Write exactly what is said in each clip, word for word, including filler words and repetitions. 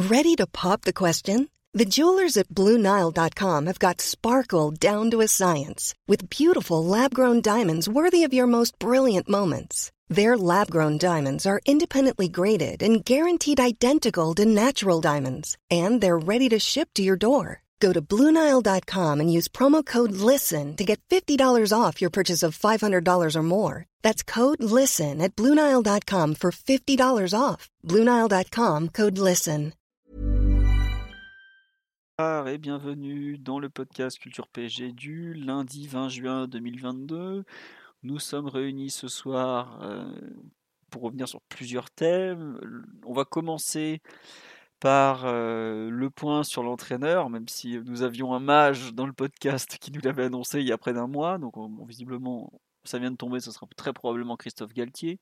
Ready to pop the question? The jewelers at Blue Nile dot com have got sparkle down to a science with beautiful lab-grown diamonds worthy of your most brilliant moments. Their lab-grown diamonds are independently graded and guaranteed identical to natural diamonds, and they're ready to ship to your door. Go to Blue Nile dot com and use promo code LISTEN to get fifty dollars off your purchase of five hundred dollars or more. That's code LISTEN at Blue Nile dot com for fifty dollars off. Blue Nile dot com, code LISTEN. Bonsoir et bienvenue dans le podcast Culture P S G du lundi vingt juin deux mille vingt-deux. Nous sommes réunis ce soir euh, pour revenir sur plusieurs thèmes. On va commencer par euh, le point sur l'entraîneur, même si nous avions un mage dans le podcast qui nous l'avait annoncé il y a près d'un mois. Donc on, visiblement, ça vient de tomber, ce sera très probablement Christophe Galtier.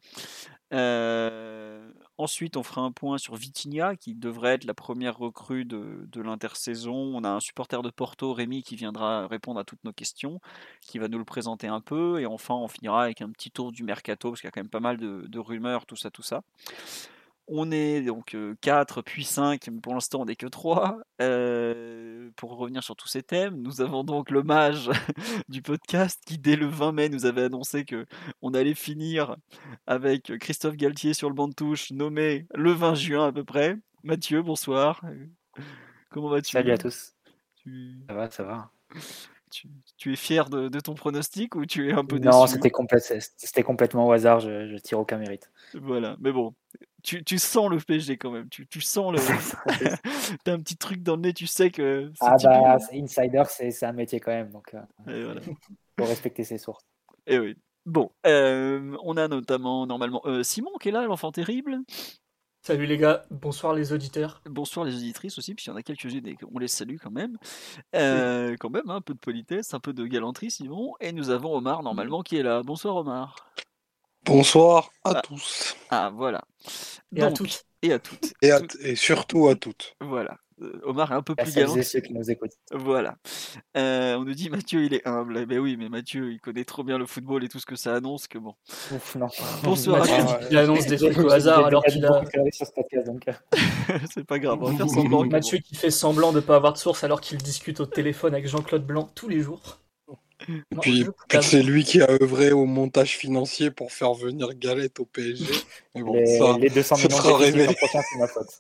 Euh, ensuite, on fera un point sur Vitinha, qui devrait être la première recrue de, de l'intersaison. On a un supporter de Porto, Rémi, qui viendra répondre à toutes nos questions, qui va nous le présenter un peu. Et enfin, on finira avec un petit tour du mercato, parce qu'il y a quand même pas mal de, de rumeurs, tout ça, tout ça. On est donc euh, quatre, puis cinq, mais pour l'instant on n'est que trois. Euh, pour revenir sur tous ces thèmes, nous avons donc le mage du podcast qui dès le vingt mai nous avait annoncé qu'on allait finir avec Christophe Galtier sur le banc de touche, nommé le vingt juin à peu près. Mathieu, bonsoir. Comment vas-tu ? Salut à tous. Tu... Ça va, ça va. Tu, tu es fier de, de ton pronostic ou tu es un peu déçu ? Non, c'était, complète, c'était complètement au hasard, je, je tire aucun mérite. Voilà, mais bon, tu, tu sens le P S G quand même, tu, tu sens le... T'as un petit truc dans le nez, tu sais que... C'est ah bah, c'est insider, c'est, c'est un métier quand même, donc il voilà. Faut respecter ses sources. Et oui. Bon, euh, on a notamment, normalement, euh, Simon qui est là, l'enfant terrible. Salut les gars, bonsoir les auditeurs. Bonsoir les auditrices aussi, puisqu'il y en a quelques-unes et on les salue quand même. Euh, oui. Quand même, hein, un peu de politesse, un peu de galanterie, Simon. Et nous avons Omar, normalement, qui est là. Bonsoir Omar. Bonsoir à ah. tous. Ah, voilà. Et Donc, à toutes. Et à toutes. Et, à t- et surtout à toutes. Voilà. Euh, Omar est un peu à plus galant. Et ceux qui nous écoutent. Voilà. Euh, on nous dit Mathieu, il est humble. Eh ben oui, mais Mathieu, il connaît trop bien le football et tout ce que ça annonce que bon. Ouf, non. Bonsoir. Mathieu, à il annonce des trucs au hasard alors qu'il a. Sur ce podcast, donc. C'est pas grave, on va faire semblant. Mathieu qui fait semblant de pas avoir de source alors qu'il discute au téléphone avec Jean-Claude Blanc tous les jours. Et non, puis, puis c'est lui qui a œuvré au montage financier pour faire venir Galette au P S G. Mais bon, les, ça, les deux cents ça millions sera révélé. L'an prochain, c'est ma faute.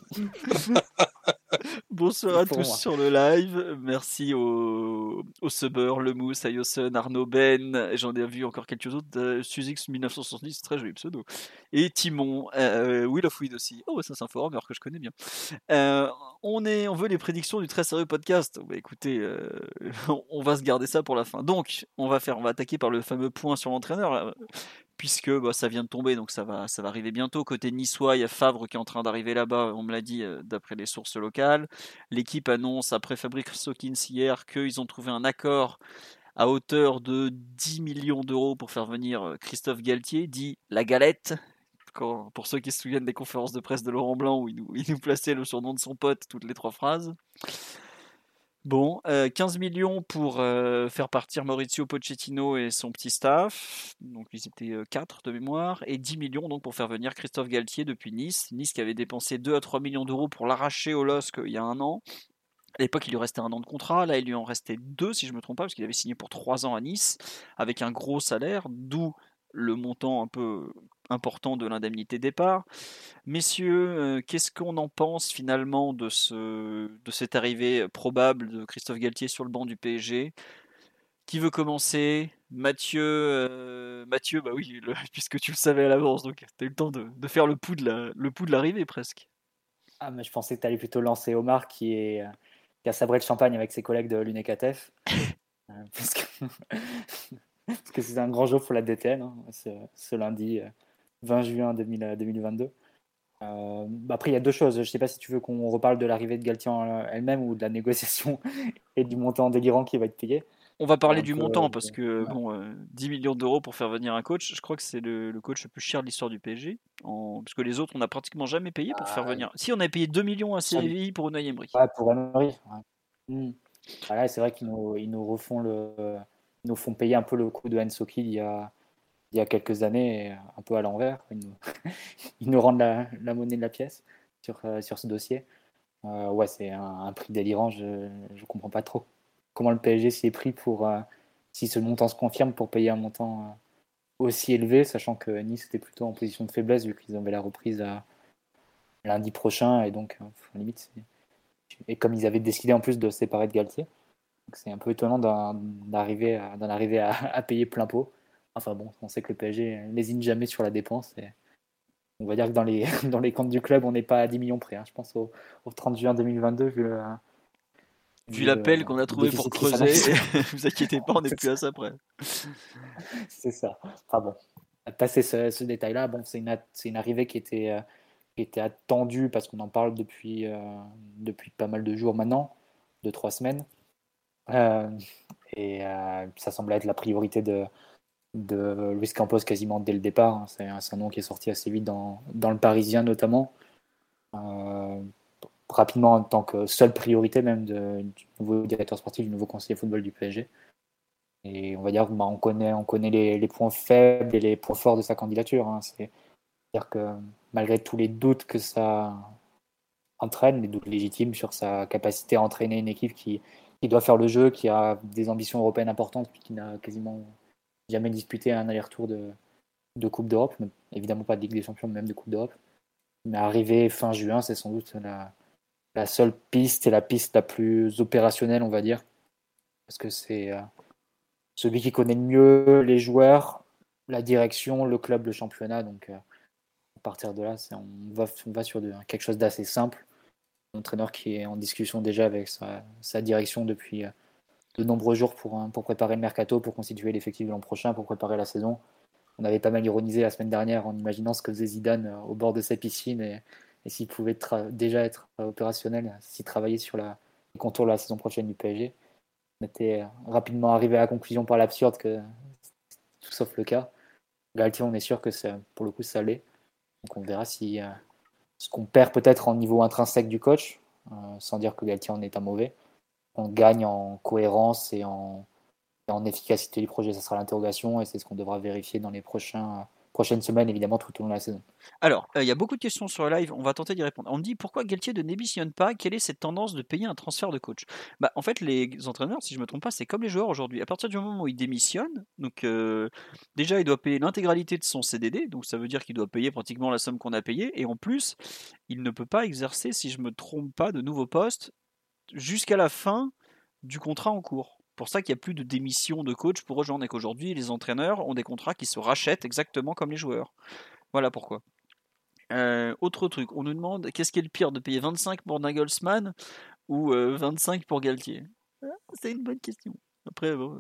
Bonsoir à tous moi. Sur le live. Merci aux, aux subbers, le Mousse, Ayosun, Arnaud Ben. J'en ai vu encore quelques autres. Euh, Suzix dix-neuf cent soixante-dix, très joli pseudo. Et Timon, euh, Will of Weed aussi. Oh, ça c'est un forum alors que je connais bien. Euh, on, est, on veut les prédictions du très sérieux podcast. Bah, écoutez, euh, on va se garder ça pour la fin. Donc, on va faire, on va attaquer par le fameux point sur l'entraîneur. Puisque bah, ça vient de tomber, donc ça va, ça va arriver bientôt. Côté niçois, il y a Favre qui est en train d'arriver là-bas, on me l'a dit euh, d'après les sources locales. L'équipe annonce, après Fabrice Hawkins hier, qu'ils ont trouvé un accord à hauteur de dix millions d'euros pour faire venir Christophe Galtier, dit la galette. Quand, pour ceux qui se souviennent des conférences de presse de Laurent Blanc, où il nous, il nous plaçait le surnom de son pote toutes les trois phrases. Bon, euh, quinze millions pour euh, faire partir Maurizio Pochettino et son petit staff, donc ils étaient euh, quatre de mémoire, et dix millions donc pour faire venir Christophe Galtier depuis Nice. Nice qui avait dépensé deux à trois millions d'euros pour l'arracher au L O S C il y a un an. À l'époque, il lui restait un an de contrat, là il lui en restait deux si je ne me trompe pas, parce qu'il avait signé pour trois ans à Nice, avec un gros salaire, d'où le montant un peu important de l'indemnité départ. Messieurs, euh, qu'est-ce qu'on en pense finalement de, ce, de cette arrivée probable de Christophe Galtier sur le banc du P S G ? Qui veut commencer ? Mathieu, euh, Mathieu, bah oui, le, puisque tu le savais à l'avance, donc tu as eu le temps de, de faire le pouls de, la, le pouls de l'arrivée presque. Ah, mais je pensais que tu allais plutôt lancer Omar qui, est, qui a sabré le champagne avec ses collègues de l'UNECATEF. euh, parce, que, parce que c'est un grand jour pour la D T N, hein, ce, ce lundi vingt juin deux mille vingt-deux. Euh, après, il y a deux choses. Je ne sais pas si tu veux qu'on reparle de l'arrivée de Galtier en elle-même ou de la négociation et du montant délirant qui va être payé. On va parler Donc, du montant euh, parce que ouais. bon, euh, dix millions d'euros pour faire venir un coach, je crois que c'est le, le coach le plus cher de l'histoire du P S G. En... Parce que les autres, on n'a pratiquement jamais payé pour ah, faire venir. Si, on a payé deux millions à Séville pour Unai Emery. Ouais, pour Emery. Ouais. Mmh. Ah, là, c'est vrai qu'ils nous, ils nous refont le, ils nous font payer un peu le coup de Ensoki il y a, il y a quelques années, un peu à l'envers. Ils nous, ils nous rendent la, la monnaie de la pièce sur, euh, sur ce dossier. Euh, ouais, c'est un, un prix délirant. Je ne comprends pas trop comment le P S G s'y est pris pour, euh, si ce montant se confirme, pour payer un montant euh, aussi élevé, sachant que Nice était plutôt en position de faiblesse vu qu'ils avaient la reprise à lundi prochain. Et donc, euh, limite, c'est... et comme ils avaient décidé en plus de se séparer de Galtier, donc c'est un peu étonnant d'en, d'arriver, à, d'en arriver à, à payer plein pot. Enfin bon, on sait que le P S G n'hésite jamais sur la dépense. Et on va dire que dans les, dans les comptes du club, on n'est pas à dix millions près. Hein. Je pense au, au trente juin deux mille vingt-deux, vu le, Vu l'appel qu'on a trouvé pour creuser, vous inquiétez pas, on n'est plus à ça près. C'est ça. Enfin bon, passer ce, ce détail-là, bon, c'est une, c'est une arrivée qui était, euh, qui était attendue parce qu'on en parle depuis, euh, depuis pas mal de jours maintenant, deux, trois semaines. Euh, et euh, ça semble être la priorité de, de Luis Campos quasiment dès le départ. C'est un, c'est un nom qui est sorti assez vite dans, dans le Parisien notamment. Euh, rapidement en tant que seule priorité même de, du nouveau directeur sportif, du nouveau conseiller football du P S G. Et on va dire bah, on connaît, on connaît les, les points faibles et les points forts de sa candidature. Hein. C'est-à-dire que malgré tous les doutes que ça entraîne, les doutes légitimes sur sa capacité à entraîner une équipe qui, qui doit faire le jeu, qui a des ambitions européennes importantes, puis qui n'a quasiment jamais disputé un aller-retour de, de Coupe d'Europe, même, évidemment pas de Ligue des Champions, mais même de Coupe d'Europe. Mais arrivé fin juin, c'est sans doute la, la seule piste et la piste la plus opérationnelle, on va dire. Parce que c'est euh, celui qui connaît le mieux les joueurs, la direction, le club, le championnat. Donc, euh, à partir de là, c'est, on, va, on va sur de, quelque chose d'assez simple. Un entraîneur qui est en discussion déjà avec sa, sa direction depuis euh, de nombreux jours pour, hein, pour préparer le mercato, pour constituer l'effectif de l'an prochain, pour préparer la saison. On avait pas mal ironisé la semaine dernière en imaginant ce que faisait Zidane euh, au bord de sa piscine et, et s'il pouvait tra- déjà être euh, opérationnel, s'il travaillait sur la, les contours de la saison prochaine du P S G. On était rapidement arrivé à la conclusion par l'absurde que tout sauf le cas. Galtier, on est sûr que c'est, pour le coup, ça l'est. Donc on verra si euh, ce qu'on perd peut-être en niveau intrinsèque du coach, euh, sans dire que Galtier en est un mauvais, on gagne en cohérence et en, et en efficacité du projet. Ça sera l'interrogation et c'est ce qu'on devra vérifier dans les prochains, euh, prochaines semaines, évidemment, tout au long de la saison. Alors, il euh, y a beaucoup de questions sur le live, on va tenter d'y répondre. On me dit pourquoi Galtier ne démissionne pas, quelle est cette tendance de payer un transfert de coach? Bah, en fait, les entraîneurs, si je ne me trompe pas, c'est comme les joueurs aujourd'hui. À partir du moment où ils démissionnent, donc euh, déjà il doit payer l'intégralité de son C D D, donc ça veut dire qu'il doit payer pratiquement la somme qu'on a payée, et en plus, il ne peut pas exercer, si je ne me trompe pas, de nouveaux postes jusqu'à la fin du contrat en cours. Pour ça qu'il n'y a plus de démission de coach pour rejoindre et qu'aujourd'hui les entraîneurs ont des contrats qui se rachètent exactement comme les joueurs. Voilà pourquoi. Euh, autre truc, on nous demande qu'est-ce qui est le pire, de payer vingt-cinq pour Nagelsmann ou euh, vingt-cinq pour Galtier? C'est une bonne question. Après, bon,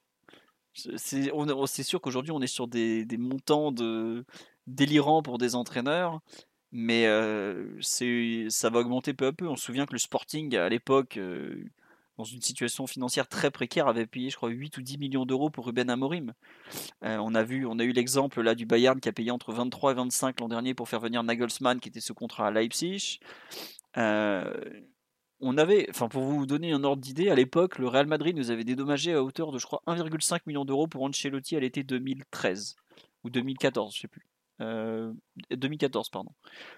c'est, on, c'est sûr qu'aujourd'hui on est sur des, des montants de, délirants pour des entraîneurs, mais euh, c'est, ça va augmenter peu à peu. On se souvient que le Sporting à l'époque, euh, dans une situation financière très précaire, avait payé je crois huit ou dix millions d'euros pour Ruben Amorim. Euh, on a vu, on a eu l'exemple là du Bayern qui a payé entre vingt-trois et vingt-cinq l'an dernier pour faire venir Nagelsmann qui était sous contrat à Leipzig. Euh, on avait, enfin pour vous donner un ordre d'idée, à l'époque le Real Madrid nous avait dédommagé à hauteur de je crois un virgule cinq million d'euros pour Ancelotti à l'été deux mille treize ou deux mille quatorze, je sais plus. Euh, deux mille quatorze pardon.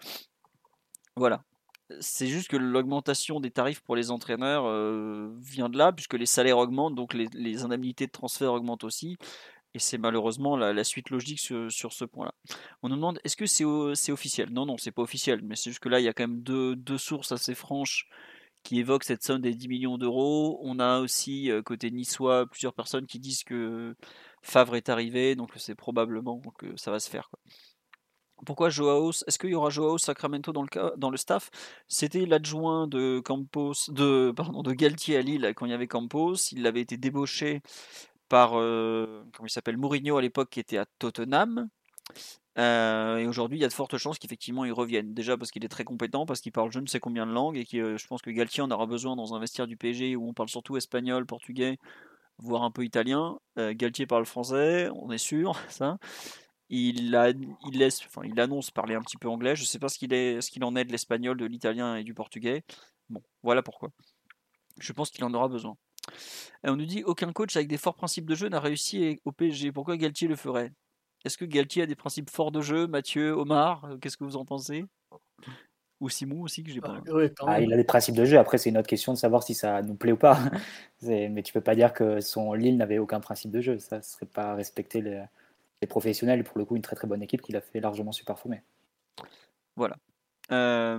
Voilà. C'est juste que l'augmentation des tarifs pour les entraîneurs euh, vient de là, puisque les salaires augmentent, donc les, les indemnités de transfert augmentent aussi. Et c'est malheureusement la, la suite logique sur, sur ce point-là. On nous demande, est-ce que c'est, c'est officiel? Non, non, c'est pas officiel. Mais c'est juste que là, il y a quand même deux, deux sources assez franches qui évoquent cette somme des dix millions d'euros. On a aussi, euh, côté niçois, plusieurs personnes qui disent que Favre est arrivé, donc c'est probablement que ça va se faire, quoi. Pourquoi Joao? Est-ce qu'il y aura Joao Sacramento dans le, cas, dans le staff? C'était l'adjoint de Campos, de, pardon, de Galtier à Lille quand il y avait Campos. Il avait été débauché par euh, comment il s'appelle, Mourinho à l'époque, qui était à Tottenham. Euh, et aujourd'hui, il y a de fortes chances qu'effectivement il revienne. Déjà parce qu'il est très compétent, parce qu'il parle je ne sais combien de langues et que euh, je pense que Galtier en aura besoin dans un vestiaire du P S G où on parle surtout espagnol, portugais, voire un peu italien. Euh, Galtier parle français, on est sûr, ça. Il, a, il, laisse, enfin, il annonce parler un petit peu anglais. Je ne sais pas ce qu'il, est, ce qu'il en est de l'espagnol, de l'italien et du portugais. Bon, voilà pourquoi. Je pense qu'il en aura besoin. Et on nous dit aucun coach avec des forts principes de jeu n'a réussi au P S G. Pourquoi Galtier le ferait? Est-ce que Galtier a des principes forts de jeu? Mathieu, Omar, qu'est-ce que vous en pensez? Ou Simon aussi, que j'ai pas. Ah, ouais, quand Ah, même. il a des principes de jeu. Après, c'est une autre question de savoir si ça nous plaît ou pas. C'est- Mais tu peux pas dire que son Lille n'avait aucun principe de jeu. Ça serait pas respecter les, les professionnels. Et pour le coup, une très très bonne équipe qu'il a fait largement surperformer. Voilà. Euh,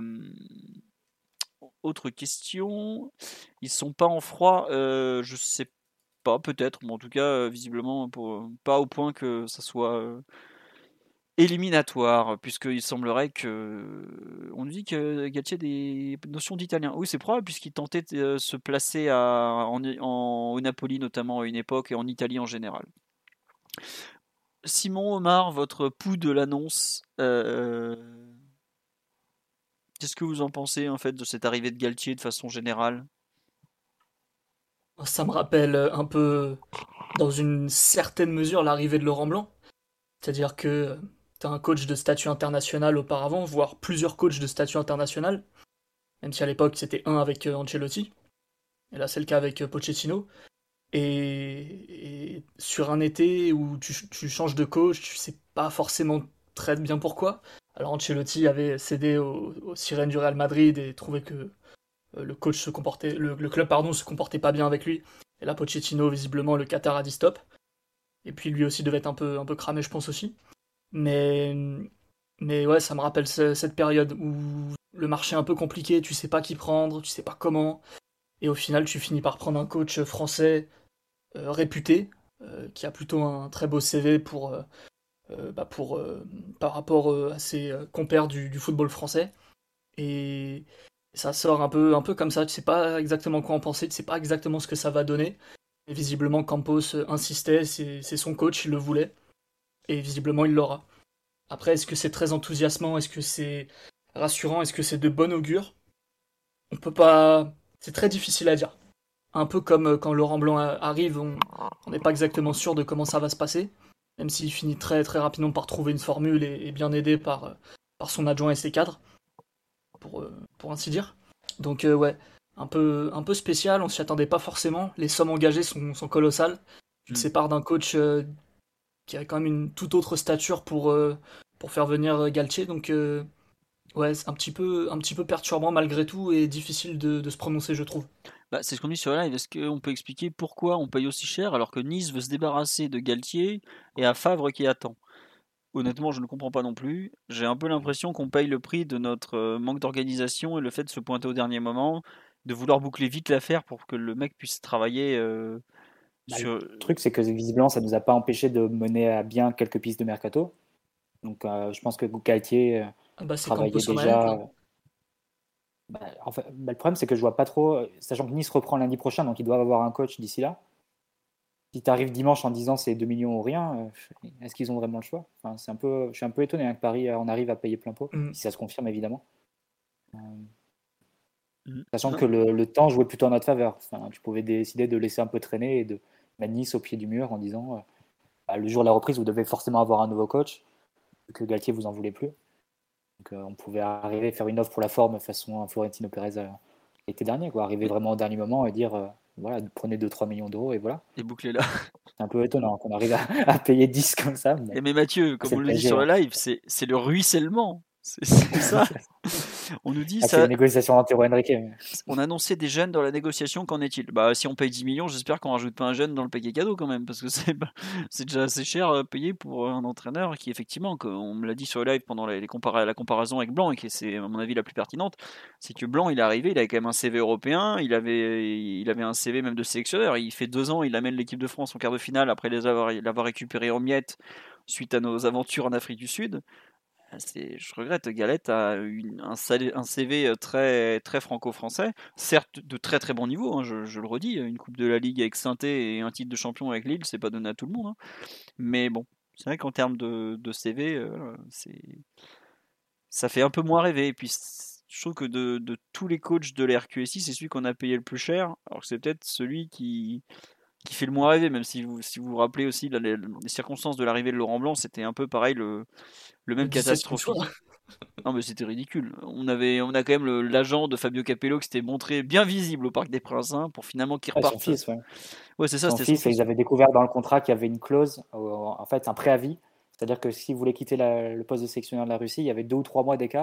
Autre question. Ils sont pas en froid. Euh, je sais pas, peut-être. Mais en tout cas, euh, visiblement, pour, pas au point que ça soit euh, éliminatoire, puisqu'il semblerait que. On nous dit que Galtier a des notions d'italien. Oui, c'est probable, puisqu'il tentait de se placer à, en, en, au Napoli, notamment à une époque, et en Italie en général. Simon, Omar, votre pouls de l'annonce. Euh, Qu'est-ce que vous en pensez en fait de cette arrivée de Galtier de façon générale? Ça me rappelle un peu, dans une certaine mesure, l'arrivée de Laurent Blanc. C'est-à-dire que tu as un coach de statut international auparavant, voire plusieurs coachs de statut international, même si à l'époque c'était un avec euh, Ancelotti, et là c'est le cas avec euh, Pochettino. Et, et sur un été où tu, tu changes de coach, tu sais pas forcément très bien pourquoi. Alors Ancelotti avait cédé aux, aux sirènes du Real Madrid et trouvait que euh, le coach se comportait, le, le club pardon se comportait pas bien avec lui. Et là Pochettino visiblement le Qatar a dit stop. Et puis lui aussi devait être un peu un peu cramé je pense aussi. Mais mais ouais ça me rappelle ce- cette période où le marché est un peu compliqué, tu sais pas qui prendre, tu sais pas comment. Et au final tu finis par prendre un coach français euh, réputé, euh, qui a plutôt un très beau C V pour, euh, euh, bah pour, euh, par rapport euh, à ses euh, compères du, du football français. Et ça sort un peu, un peu comme ça, tu sais pas exactement quoi en penser, tu sais pas exactement ce que ça va donner. Et visiblement, Campos euh, insistait, c'est c'est son coach, il le voulait. Et visiblement, il l'aura. Après, est-ce que c'est très enthousiasmant? Est-ce que c'est rassurant? Est-ce que c'est de bon augure? On peut pas. C'est très difficile à dire. Un peu comme euh, quand Laurent Blanc a- arrive, on on n'est pas exactement sûr de comment ça va se passer, même s'il finit très très rapidement par trouver une formule et, et bien aidé par, euh, par son adjoint et ses cadres, pour, euh, pour ainsi dire. Donc euh, ouais, un peu, un peu spécial, on s'y attendait pas forcément, les sommes engagées sont, sont colossales. Tu te Mm. sépares d'un coach euh, qui a quand même une toute autre stature pour, euh, pour faire venir euh, Galtier, donc euh, ouais, c'est un petit peu, un petit peu perturbant malgré tout et difficile de, de se prononcer, je trouve. Bah, c'est ce qu'on dit sur la live. Est-ce qu'on peut expliquer pourquoi on paye aussi cher alors que Nice veut se débarrasser de Galtier et à Favre qui attend? Honnêtement, je ne comprends pas non plus. J'ai un peu l'impression qu'on paye le prix de notre euh, manque d'organisation et le fait de se pointer au dernier moment, de vouloir boucler vite l'affaire pour que le mec puisse travailler euh, Bah, sur. le truc, c'est que visiblement, ça nous a pas empêché de mener à bien quelques pistes de mercato. Donc, euh, je pense que Galtier euh, Ah bah c'est travaillait Campos en manette, là. déjà. Bah, en fait, bah, le problème, c'est que je vois pas trop, euh, sachant que Nice reprend lundi prochain, donc ils doivent avoir un coach d'ici là. Si tu arrives dimanche en disant c'est deux millions ou rien, euh, est-ce qu'ils ont vraiment le choix? Enfin, c'est un peu, je suis un peu étonné hein, que Paris euh, en arrive à payer plein pot, Mm. si ça se confirme évidemment. Euh, Mm. Sachant Non. que le, le temps jouait plutôt en notre faveur. Enfin, tu pouvais décider de laisser un peu traîner et de mettre Nice au pied du mur en disant euh, bah, le jour de la reprise, vous devez forcément avoir un nouveau coach, que Galtier vous en voulait plus. Donc euh, on pouvait arriver à faire une offre pour la forme façon Florentino Pérez euh, l'été dernier, quoi. Arriver Et, vraiment au dernier moment et dire euh, voilà, prenez deux trois millions d'euros et voilà. et boucler là. C'est un peu étonnant qu'on arrive à, à payer dix comme ça. Bon, Et mais Mathieu, comme c'est on le le dit P S G. sur le Hein. live, c'est c'est le ruissellement. C'est c'est ça. On nous dit Ah, c'est ça. une négociation Antero Henrique. Mais... On annonçait des jeunes dans la négociation, qu'en est-il? Bah si on paye dix millions, j'espère qu'on rajoute pas un jeune dans le paquet cadeau quand même, parce que c'est c'est déjà assez cher à payer pour un entraîneur qui effectivement, comme on me l'a dit sur le live pendant les, les compara- la comparaison avec Blanc, et qui c'est à mon avis la plus pertinente, c'est que Blanc il est arrivé, il avait quand même un C V européen, il avait, il avait un C V même de sélectionneur, il fait deux ans, il amène l'équipe de France en quart de finale après les avoir, l'avoir récupéré en miettes suite à nos aventures en Afrique du Sud. C'est, je regrette, Galette a une, un, un C V très, très franco-français, certes de très très bon niveau, hein, je, je, le redis, une Coupe de la Ligue avec Saint-Étienne et un titre de champion avec Lille, c'est pas donné à tout le monde, hein. Mais bon, c'est vrai qu'en termes de, de C V, euh, c'est, ça fait un peu moins rêver. Et puis je trouve que de, de tous les coachs de la R Q S I, c'est celui qu'on a payé le plus cher, alors que c'est peut-être celui qui, qui fait le moins rêver, même si vous si vous, vous rappelez aussi là, les, les circonstances de l'arrivée de Laurent Blanc, c'était un peu pareil, le, le même catastrophique. Non mais c'était ridicule. On avait, on a quand même le, l'agent de Fabio Capello qui s'était montré bien visible au Parc des Princes hein, pour finalement qu'il Ouais, reparte. son fils, ouais. Ouais c'est ça, son c'était fils, son fils. Ils avaient découvert dans le contrat qu'il y avait une clause, euh, en fait un préavis, c'est-à-dire que s'il voulait quitter la, le poste de sélectionneur de la Russie, il y avait deux ou trois mois d'écart.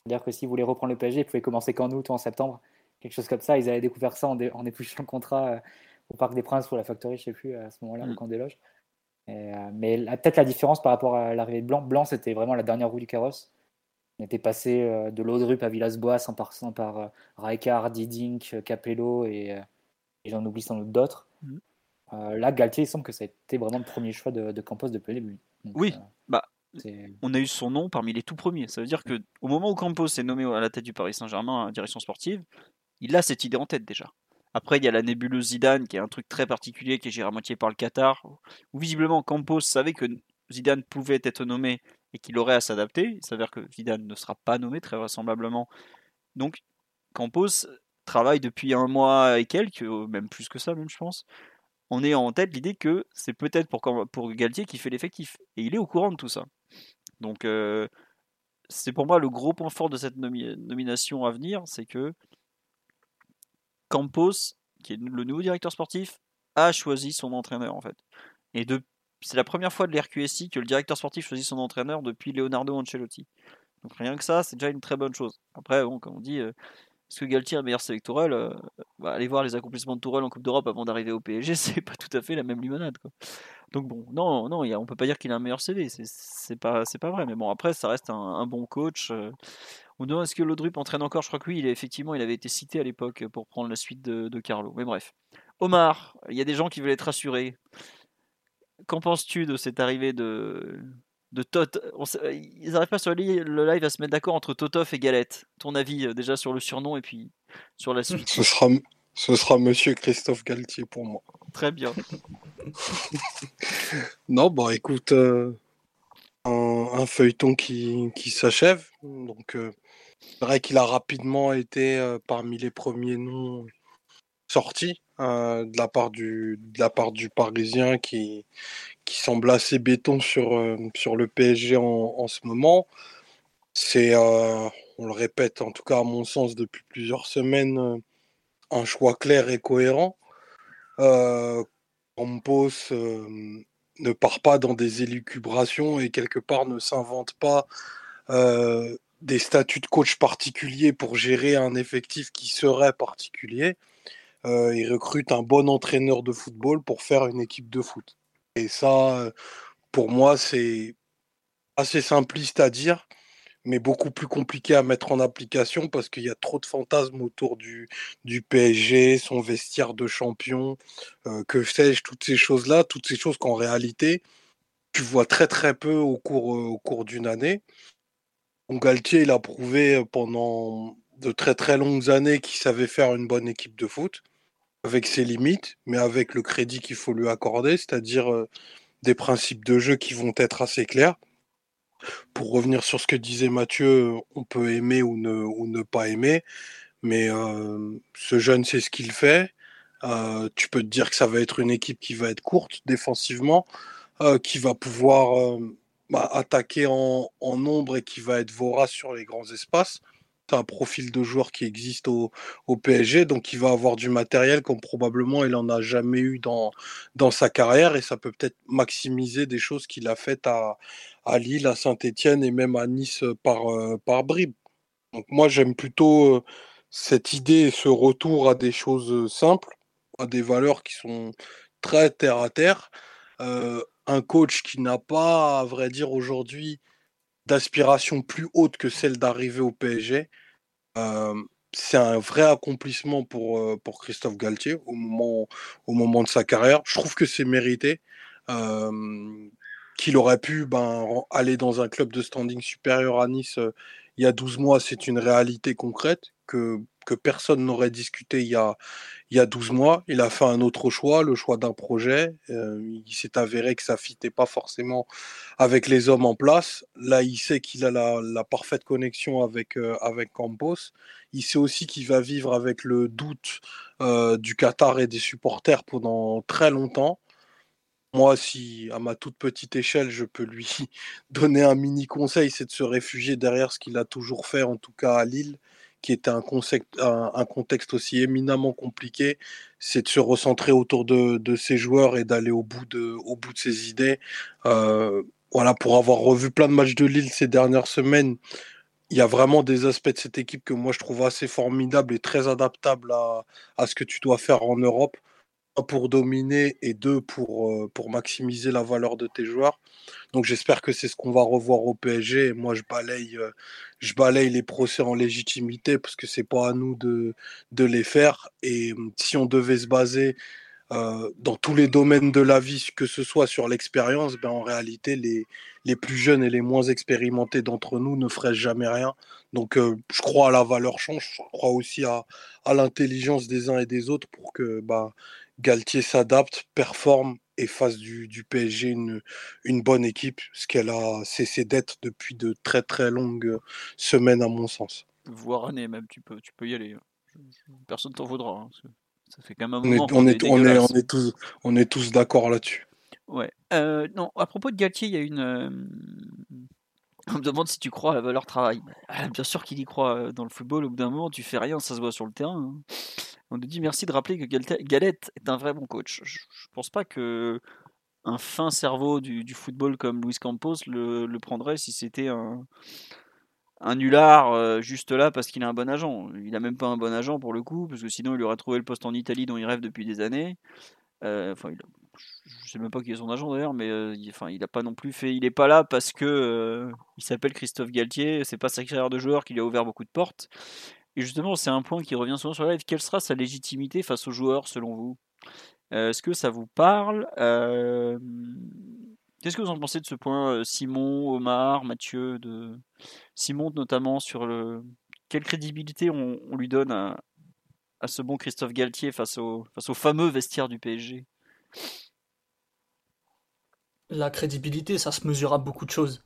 C'est-à-dire que s'ils voulaient reprendre le P S G, ils pouvaient commencer qu'en août ou en septembre, quelque chose comme ça. Ils avaient découvert ça en, dé- en épluchant le contrat euh, au Parc des Princes ou à la Factory, je ne sais plus, à ce moment-là, Mm. au camp des loges. Et, euh, mais la- peut-être la différence par rapport à l'arrivée de Blanc, Blanc c'était vraiment la dernière roue du carrosse. On était passé euh, de Laudrup à Villas-Boas en passant par euh, Rijkaard, Didink, Capello et, euh, et j'en oublie sans doute d'autres. Mm. Euh, là, Galtier, il semble que ça a été vraiment le premier choix de, de Campos depuis le début. Donc, Oui, euh, bah, c'est... on a eu son nom parmi les tout premiers. Ça veut dire que au moment où Campos est nommé à la tête du Paris Saint-Germain, à la direction sportive, il a cette idée en tête déjà. Après, il y a la nébuleuse Zidane, qui est un truc très particulier, qui est géré à moitié par le Qatar, où visiblement Campos savait que Zidane pouvait être nommé et qu'il aurait à s'adapter. Il s'avère que Zidane ne sera pas nommé, très vraisemblablement. Donc, Campos travaille depuis un mois et quelques, même plus que ça, même je pense, en ayant en tête l'idée que c'est peut-être pour, pour Galtier qui fait l'effectif. Et il est au courant de tout ça. Donc, euh, c'est pour moi le gros point fort de cette nomi- nomination à venir, c'est que Campos, qui est le nouveau directeur sportif, a choisi son entraîneur en fait. Et de, c'est la première fois de l'R Q S I que le directeur sportif choisit son entraîneur depuis Leonardo Ancelotti. Donc rien que ça, c'est déjà une très bonne chose. Après, bon, comme on dit, euh, est-ce que Galtier est meilleur c'est avec Tourelle euh, bah, allez voir les accomplissements de Tourelle en Coupe d'Europe avant d'arriver au P S G, c'est pas tout à fait la même limonade, quoi. Donc bon, non, non, y a, on peut pas dire qu'il a un meilleur C V, c'est, c'est pas, c'est pas vrai. Mais bon, après, ça reste un, un bon coach. euh, On demande est-ce que Laudrup entraîne encore. Je crois que oui, il est, effectivement, il avait été cité à l'époque pour prendre la suite de, de Carlo. Mais bref. Omar, il y a des gens qui veulent être rassurés. Qu'en penses-tu de cette arrivée de, de Tot On sait- Ils n'arrivent pas sur le li- le live à se mettre d'accord entre Totov et Galette. Ton avis euh, déjà sur le surnom et puis sur la suite. Ce sera, ce sera Monsieur Christophe Galtier pour moi. Très bien. Non, bah écoute, euh, un, un feuilleton qui, qui s'achève. Donc, euh, c'est vrai qu'il a rapidement été euh, parmi les premiers noms sortis euh, de la part du de la part du Parisien qui qui semble assez béton sur euh, sur le P S G en, en ce moment. C'est, euh, on le répète en tout cas à mon sens depuis plusieurs semaines, euh, un choix clair et cohérent. Euh, Campos euh, ne part pas dans des élucubrations et quelque part ne s'invente pas euh, des statuts de coach particuliers pour gérer un effectif qui serait particulier. Euh, il recrute un bon entraîneur de football pour faire une équipe de foot. Et ça, euh, pour moi, c'est assez simpliste à dire, mais beaucoup plus compliqué à mettre en application parce qu'il y a trop de fantasmes autour du, du P S G, son vestiaire de champion, euh, que sais-je, toutes ces choses-là, toutes ces choses qu'en réalité, tu vois très très peu au cours, euh, au cours d'une année. Donc Galtier, il a prouvé pendant de très très longues années qu'il savait faire une bonne équipe de foot, avec ses limites, mais avec le crédit qu'il faut lui accorder, c'est-à-dire euh, des principes de jeu qui vont être assez clairs. Pour revenir sur ce que disait Mathieu, on peut aimer ou ne, ou ne pas aimer, mais euh, ce jeune sait ce qu'il fait. Euh, tu peux te dire que ça va être une équipe qui va être courte défensivement, euh, qui va pouvoir euh, bah, attaquer en, en nombre et qui va être vorace sur les grands espaces. C'est un profil de joueur qui existe au, au P S G, donc il va avoir du matériel comme probablement il n'en a jamais eu dans, dans sa carrière, et ça peut peut-être maximiser des choses qu'il a faites à, à Lille, à Saint-Étienne et même à Nice par, euh, par bribes. Donc moi j'aime plutôt euh, cette idée, ce retour à des choses simples, à des valeurs qui sont très terre à terre. Euh, un coach qui n'a pas, à vrai dire aujourd'hui, d'aspiration plus haute que celle d'arriver au P S G. Euh, c'est un vrai accomplissement pour, euh, pour Christophe Galtier au moment, au moment de sa carrière. Je trouve que c'est mérité. Euh, qu'il aurait pu ben, aller dans un club de standing supérieur à Nice euh, il y a douze mois, c'est une réalité concrète que, que personne n'aurait discuté il y a, il y a douze mois. Il a fait un autre choix, le choix d'un projet. Euh, il s'est avéré que ça ne fitait pas forcément avec les hommes en place. Là, il sait qu'il a la, la parfaite connexion avec, euh, avec Campos. Il sait aussi qu'il va vivre avec le doute euh, du Qatar et des supporters pendant très longtemps. Moi, si à ma toute petite échelle, je peux lui donner un mini conseil, c'est de se réfugier derrière ce qu'il a toujours fait, en tout cas à Lille, qui était un, concept, un, un contexte aussi éminemment compliqué. C'est de se recentrer autour de, de ses joueurs et d'aller au bout de, au bout de ses idées. Euh, voilà, pour avoir revu plein de matchs de Lille ces dernières semaines, il y a vraiment des aspects de cette équipe que moi je trouve assez formidables et très adaptables à, à ce que tu dois faire en Europe. Un pour dominer et deux pour, euh, pour maximiser la valeur de tes joueurs. Donc j'espère que c'est ce qu'on va revoir au P S G. Et moi je balaye, euh, je balaye les procès en légitimité parce que c'est pas à nous de, de les faire. Et euh, si on devait se baser euh, dans tous les domaines de la vie, que ce soit sur l'expérience, ben en réalité les, les plus jeunes et les moins expérimentés d'entre nous ne feraient jamais rien. Donc euh, je crois à la valeur change, je crois aussi à, à l'intelligence des uns et des autres pour que bah, Galtier s'adapte, performe et fasse du, du P S G une, une bonne équipe, ce qu'elle a cessé d'être depuis de très très longues semaines à mon sens. Voire année même, tu peux, tu peux y aller. hein. Je- je- Personne t'en voudra. hein, parce que Ça fait quand même un On moment est, qu'on on est est, on est, on dégueulasse. est tous, on est tous d'accord là-dessus. Ouais. Euh, non, à propos de Galtier, il y a une. euh, On me demande si tu crois à la valeur travail. Ah, bien sûr qu'il y croit euh, dans le football. Au bout d'un moment, tu fais rien, ça se voit sur le terrain. hein. On nous dit merci de rappeler que Galte- Galette est un vrai bon coach. Je, je pense pas que un fin cerveau du, du football comme Luis Campos le, le prendrait si c'était un, un nulard euh, juste là parce qu'il a un bon agent. Il a même pas un bon agent pour le coup, parce que sinon il aurait trouvé le poste en Italie dont il rêve depuis des années. Euh, Enfin, il a- je sais même pas qui est son agent d'ailleurs, mais euh, il, enfin, il a pas non plus fait. Il est pas là parce que euh, il s'appelle Christophe Galtier. C'est pas sa carrière de joueur qui lui a ouvert beaucoup de portes. Et justement, c'est un point qui revient souvent sur la live. Quelle sera sa légitimité face aux joueurs selon vous? Euh, Est-ce que ça vous parle? Euh, Qu'est-ce que vous en pensez de ce point, euh, Simon, Omar, Mathieu, de Simon notamment sur le quelle crédibilité on, on lui donne à, à ce bon Christophe Galtier face au, face au fameux vestiaire du P S G? La crédibilité, ça se mesure à beaucoup de choses.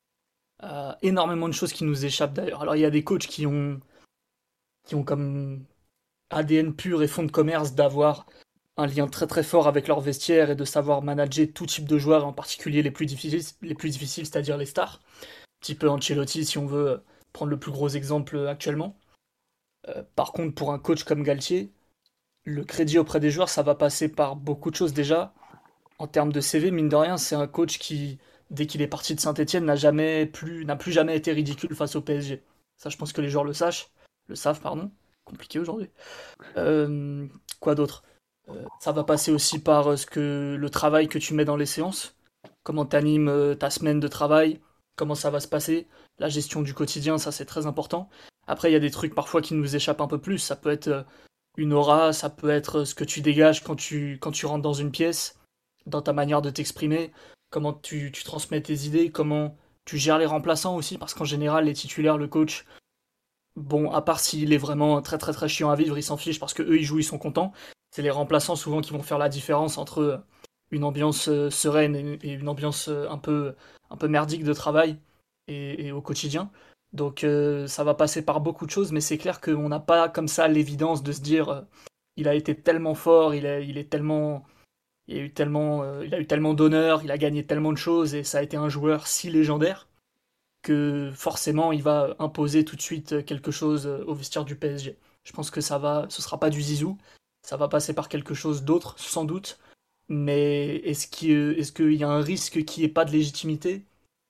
Euh, énormément de choses qui nous échappent d'ailleurs. Alors il y a des coachs qui ont, qui ont comme A D N pur et fond de commerce d'avoir un lien très très fort avec leur vestiaire et de savoir manager tout type de joueurs, en particulier les plus difficiles, les plus difficiles, c'est-à-dire les stars. Un petit peu Ancelotti si on veut prendre le plus gros exemple actuellement. Euh, par contre, pour un coach comme Galtier, le crédit auprès des joueurs, ça va passer par beaucoup de choses déjà. En termes de C V, mine de rien, c'est un coach qui, dès qu'il est parti de Saint-Etienne, n'a jamais plus, n'a plus jamais été ridicule face au P S G. Ça, je pense que les joueurs le sachent, le savent, pardon. Compliqué aujourd'hui. Euh, quoi d'autre? Euh, Ça va passer aussi par euh, ce que le travail que tu mets dans les séances. Comment tu animes ta semaine de travail, comment ça va se passer, la gestion du quotidien, ça c'est très important. Après, il y a des trucs parfois qui nous échappent un peu plus. Ça peut être euh, une aura, ça peut être euh, ce que tu dégages quand tu, quand tu rentres dans une pièce, dans ta manière de t'exprimer, comment tu, tu transmets tes idées, comment tu gères les remplaçants aussi, parce qu'en général, les titulaires, le coach, bon, à part s'il est vraiment très très très chiant à vivre, ils s'en fichent parce que eux ils jouent, ils sont contents. C'est les remplaçants souvent qui vont faire la différence entre une ambiance euh, sereine et, et une ambiance euh, un peu, un peu merdique de travail et, et au quotidien. Donc euh, ça va passer par beaucoup de choses, mais c'est clair qu'on n'a pas comme ça l'évidence de se dire euh, il a été tellement fort, il, a, il est tellement, il a eu tellement, euh, il a eu tellement d'honneur, il a gagné tellement de choses et ça a été un joueur si légendaire que forcément il va imposer tout de suite quelque chose au vestiaire du P S G. Je pense que ça va, ce sera pas du zizou, ça va passer par quelque chose d'autre sans doute. Mais est-ce qu'il est-ce qu'il y a un risque qu'il n'y ait pas de légitimité?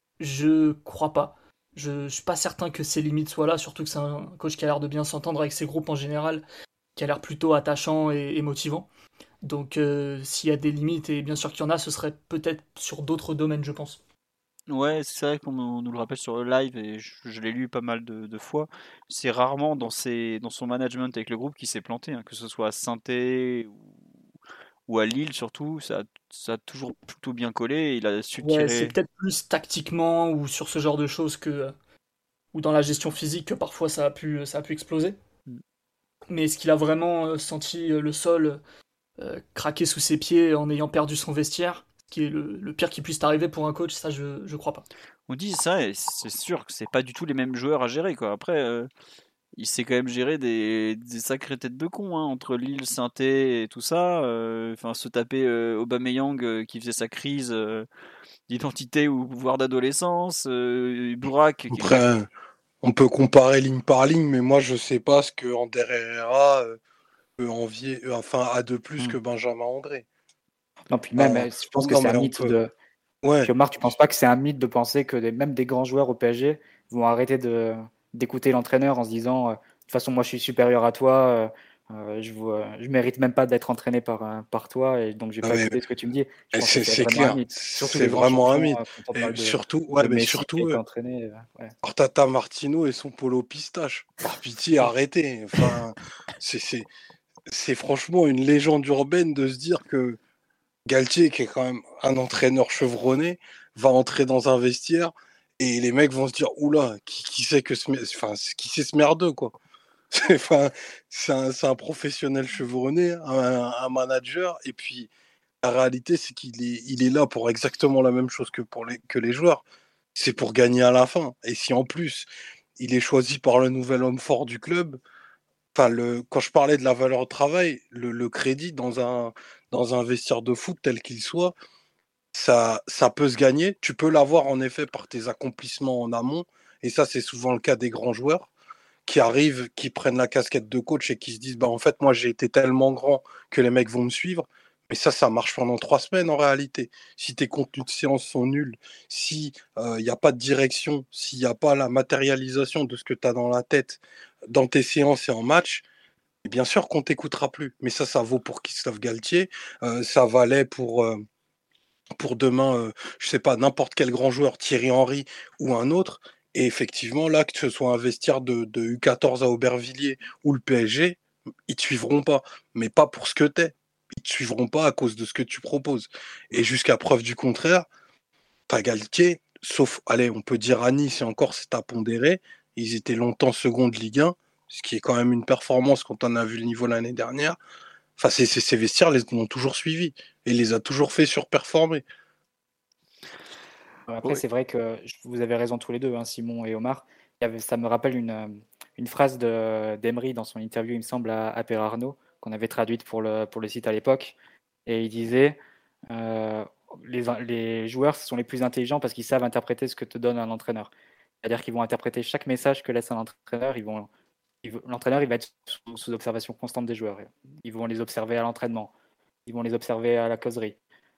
Je crois pas. Je, je suis pas certain que ses limites soient là, surtout que c'est un coach qui a l'air de bien s'entendre avec ses groupes en général, qui a l'air plutôt attachant et, et motivant. Donc euh, s'il y a des limites, et bien sûr qu'il y en a, ce serait peut-être sur d'autres domaines, je pense. Ouais, c'est vrai qu'on nous nous le rappelle sur le live et je, je l'ai lu pas mal de, de fois. C'est rarement dans ses, dans son management avec le groupe qui s'est planté, hein, que ce soit à Saint-Étienne ou, ou à Lille surtout, ça, a- ça a toujours plutôt bien collé. Il a su Ouais, c'est tirer. peut-être plus tactiquement ou sur ce genre de choses que ou dans la gestion physique que parfois ça a pu ça a pu exploser. Mais est-ce qu'il a vraiment euh, senti euh, le sol euh, craquer sous ses pieds en ayant perdu son vestiaire, ce qui est le, le pire qui puisse arriver pour un coach, ça je je crois pas. On dit ça et c'est sûr que c'est pas du tout les mêmes joueurs à gérer, quoi. Après, euh, il sait quand même gérer des, des sacrées têtes de con, hein, entre Lille, Saint-Étienne et tout ça. euh, Enfin, se taper euh, Aubameyang euh, qui faisait sa crise euh, d'identité ou voire d'adolescence. Euh, Bourak qui était. Après, on peut comparer ligne par ligne, mais moi je sais pas ce que Ander Herrera euh, peut envier, euh, enfin a de plus Hmm. que Benjamin André. Non, puis même, Enfin, euh, je pense que non, c'est un mais on mythe peut. de. Ouais, Puis Omar, tu penses pas que c'est un mythe de penser que des- même des grands joueurs au P S G vont arrêter de, d'écouter l'entraîneur en se disant euh, de toute façon moi je suis supérieur à toi, euh, euh, je ne je mérite même pas d'être entraîné par, euh, par toi et donc je vais Non, pas mais écouter ce que tu me dis. Je pense que c'est c'est c'est vraiment un clair, mythe. Surtout c'est les grands vraiment un champions, mythe. euh, quand on Et parle de, surtout, ouais, de mais Messi qui a surtout, été euh, entraîné. euh, ouais. par Tata Martino et son polo pistache. Par pitié, arrêtez. Enfin, c'est c'est c'est franchement une légende urbaine de se dire que Galtier, qui est quand même un entraîneur chevronné, va entrer dans un vestiaire et les mecs vont se dire oula, qui, qui c'est que ce, me- enfin, qui c'est ce merdeux quoi. C'est enfin, c'est un, c'est un professionnel chevronné, un, un manager, et puis la réalité c'est qu'il est, il est là pour exactement la même chose que pour les, que les joueurs. C'est pour gagner à la fin. Et si en plus il est choisi par le nouvel homme fort du club, enfin, le, quand je parlais de la valeur au travail, le, le crédit dans un, dans un vestiaire de foot tel qu'il soit, ça, ça peut se gagner. Tu peux l'avoir en effet par tes accomplissements en amont. Et ça, c'est souvent le cas des grands joueurs qui arrivent, qui prennent la casquette de coach et qui se disent, bah, en fait, moi, j'ai été tellement grand que les mecs vont me suivre. Mais ça, ça marche pendant trois semaines en réalité. Si tes contenus de séance sont nuls, si il n'y a pas de direction, s'il n'y a pas la matérialisation de ce que tu as dans la tête dans tes séances et en match, et bien sûr qu'on t'écoutera plus. Mais ça, ça vaut pour Christophe Galtier, euh, ça valait pour, euh, pour demain, euh, je sais pas, n'importe quel grand joueur, Thierry Henry ou un autre. Et effectivement, là, que ce soit un vestiaire de, de U quatorze à Aubervilliers ou le P S G, ils te suivront pas. Mais pas pour ce que t'es. Ils te suivront pas à cause de ce que tu proposes. Et jusqu'à preuve du contraire, t'as Galtier, sauf, allez, on peut dire à Nice, et encore c'est à pondérer, ils étaient longtemps second de Ligue un, ce qui est quand même une performance quand on a vu le niveau l'année dernière. Enfin, ces, ces, ces vestiaires les ont toujours suivis et les a toujours fait surperformer. Après, Oui. c'est vrai que je- vous avez raison tous les deux, hein, Simon et Omar. Il y avait- ça me rappelle une, euh, une phrase de, d'Emery dans son interview, il me semble, à, à Per Arnaud, qu'on avait traduite pour le, pour le site à l'époque. Et il disait euh, les, les joueurs sont les plus intelligents parce qu'ils savent interpréter ce que te donne un entraîneur. C'est-à-dire qu'ils vont interpréter chaque message que laisse un entraîneur. Ils vont, ils vont- l'entraîneur il va être sous, sous observation constante des joueurs. Ils vont les observer à l'entraînement, ils vont les observer à la causerie.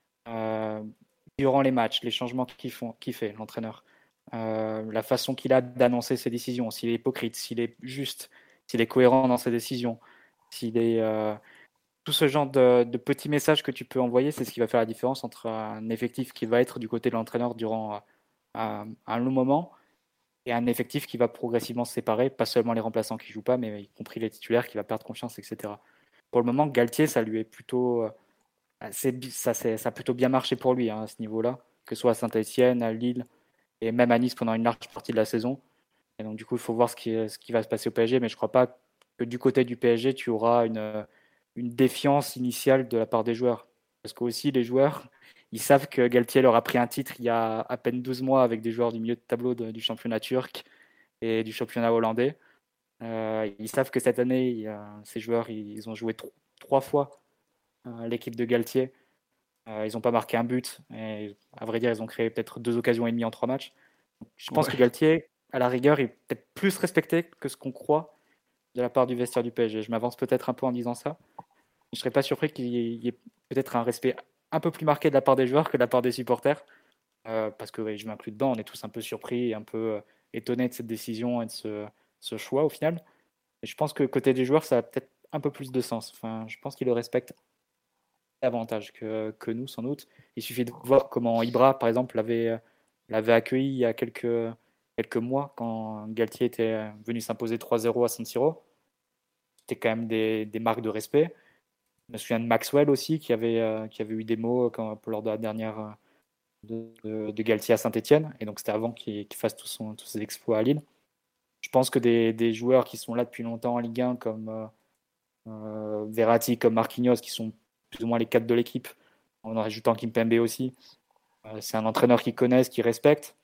Euh, Durant les matchs, les changements qu'il font, qu'il fait, l'entraîneur, euh, la façon qu'il a d'annoncer ses décisions, s'il est hypocrite, s'il est juste, s'il est cohérent dans ses décisions, s'il est euh, tout ce genre de, de petits messages que tu peux envoyer, c'est ce qui va faire la différence entre un effectif qui va être du côté de l'entraîneur durant un, un long moment et un effectif qui va progressivement se séparer, pas seulement les remplaçants qui jouent pas, mais y compris les titulaires qui va perdre confiance, et cetera. Pour le moment, Galtier, ça lui est plutôt euh, c'est, ça, c'est, ça a plutôt bien marché pour lui hein, à ce niveau-là, que ce soit à Saint-Etienne, à Lille et même à Nice pendant une large partie de la saison. Et donc, du coup, il faut voir ce qui, ce qui va se passer au P S G, mais je ne crois pas que du côté du P S G, tu auras une, une défiance initiale de la part des joueurs. Parce que aussi, les joueurs, ils savent que Galtier leur a pris un titre il y a à peine douze mois avec des joueurs du milieu de tableau de, du championnat turc et du championnat hollandais. Euh, ils savent que cette année, il y a, ces joueurs, ils ont joué tro- trois fois euh, l'équipe de Galtier. Euh, ils n'ont pas marqué un but. Et à vrai dire, ils ont créé peut-être deux occasions et demie en trois matchs. Donc, je pense Ouais. que Galtier, à la rigueur, est peut-être plus respecté que ce qu'on croit de la part du vestiaire du P S G. Je m'avance peut-être un peu en disant ça. Je ne serais pas surpris qu'il y ait peut-être un respect un peu plus marqué de la part des joueurs que de la part des supporters. Euh, parce que ouais, je m'inclus dedans, on est tous un peu surpris et un peu euh, étonnés de cette décision et de ce, ce choix au final. Et je pense que côté des joueurs, ça a peut-être un peu plus de sens. Enfin, je pense qu'ils le respectent davantage que, que nous, sans doute. Il suffit de voir comment Ibra, par exemple, l'avait, l'avait accueilli il y a quelques, quelques mois quand Galtier était venu s'imposer trois zéro à San Siro. C'était quand même des, des marques de respect. Je me souviens de Maxwell aussi, qui avait, euh, qui avait eu des mots quand, lors de la dernière euh, de, de, de Galtier à Saint-Etienne. Et donc, c'était avant qu'il, qu'il fasse tout son, tous ses exploits à Lille. Je pense que des, des joueurs qui sont là depuis longtemps en Ligue un, comme euh, euh, Verratti, comme Marquinhos, qui sont plus ou moins les quatre de l'équipe, en rajoutant Kimpembe aussi. Euh, c'est un entraîneur qu'ils connaissent, qu'ils respectent.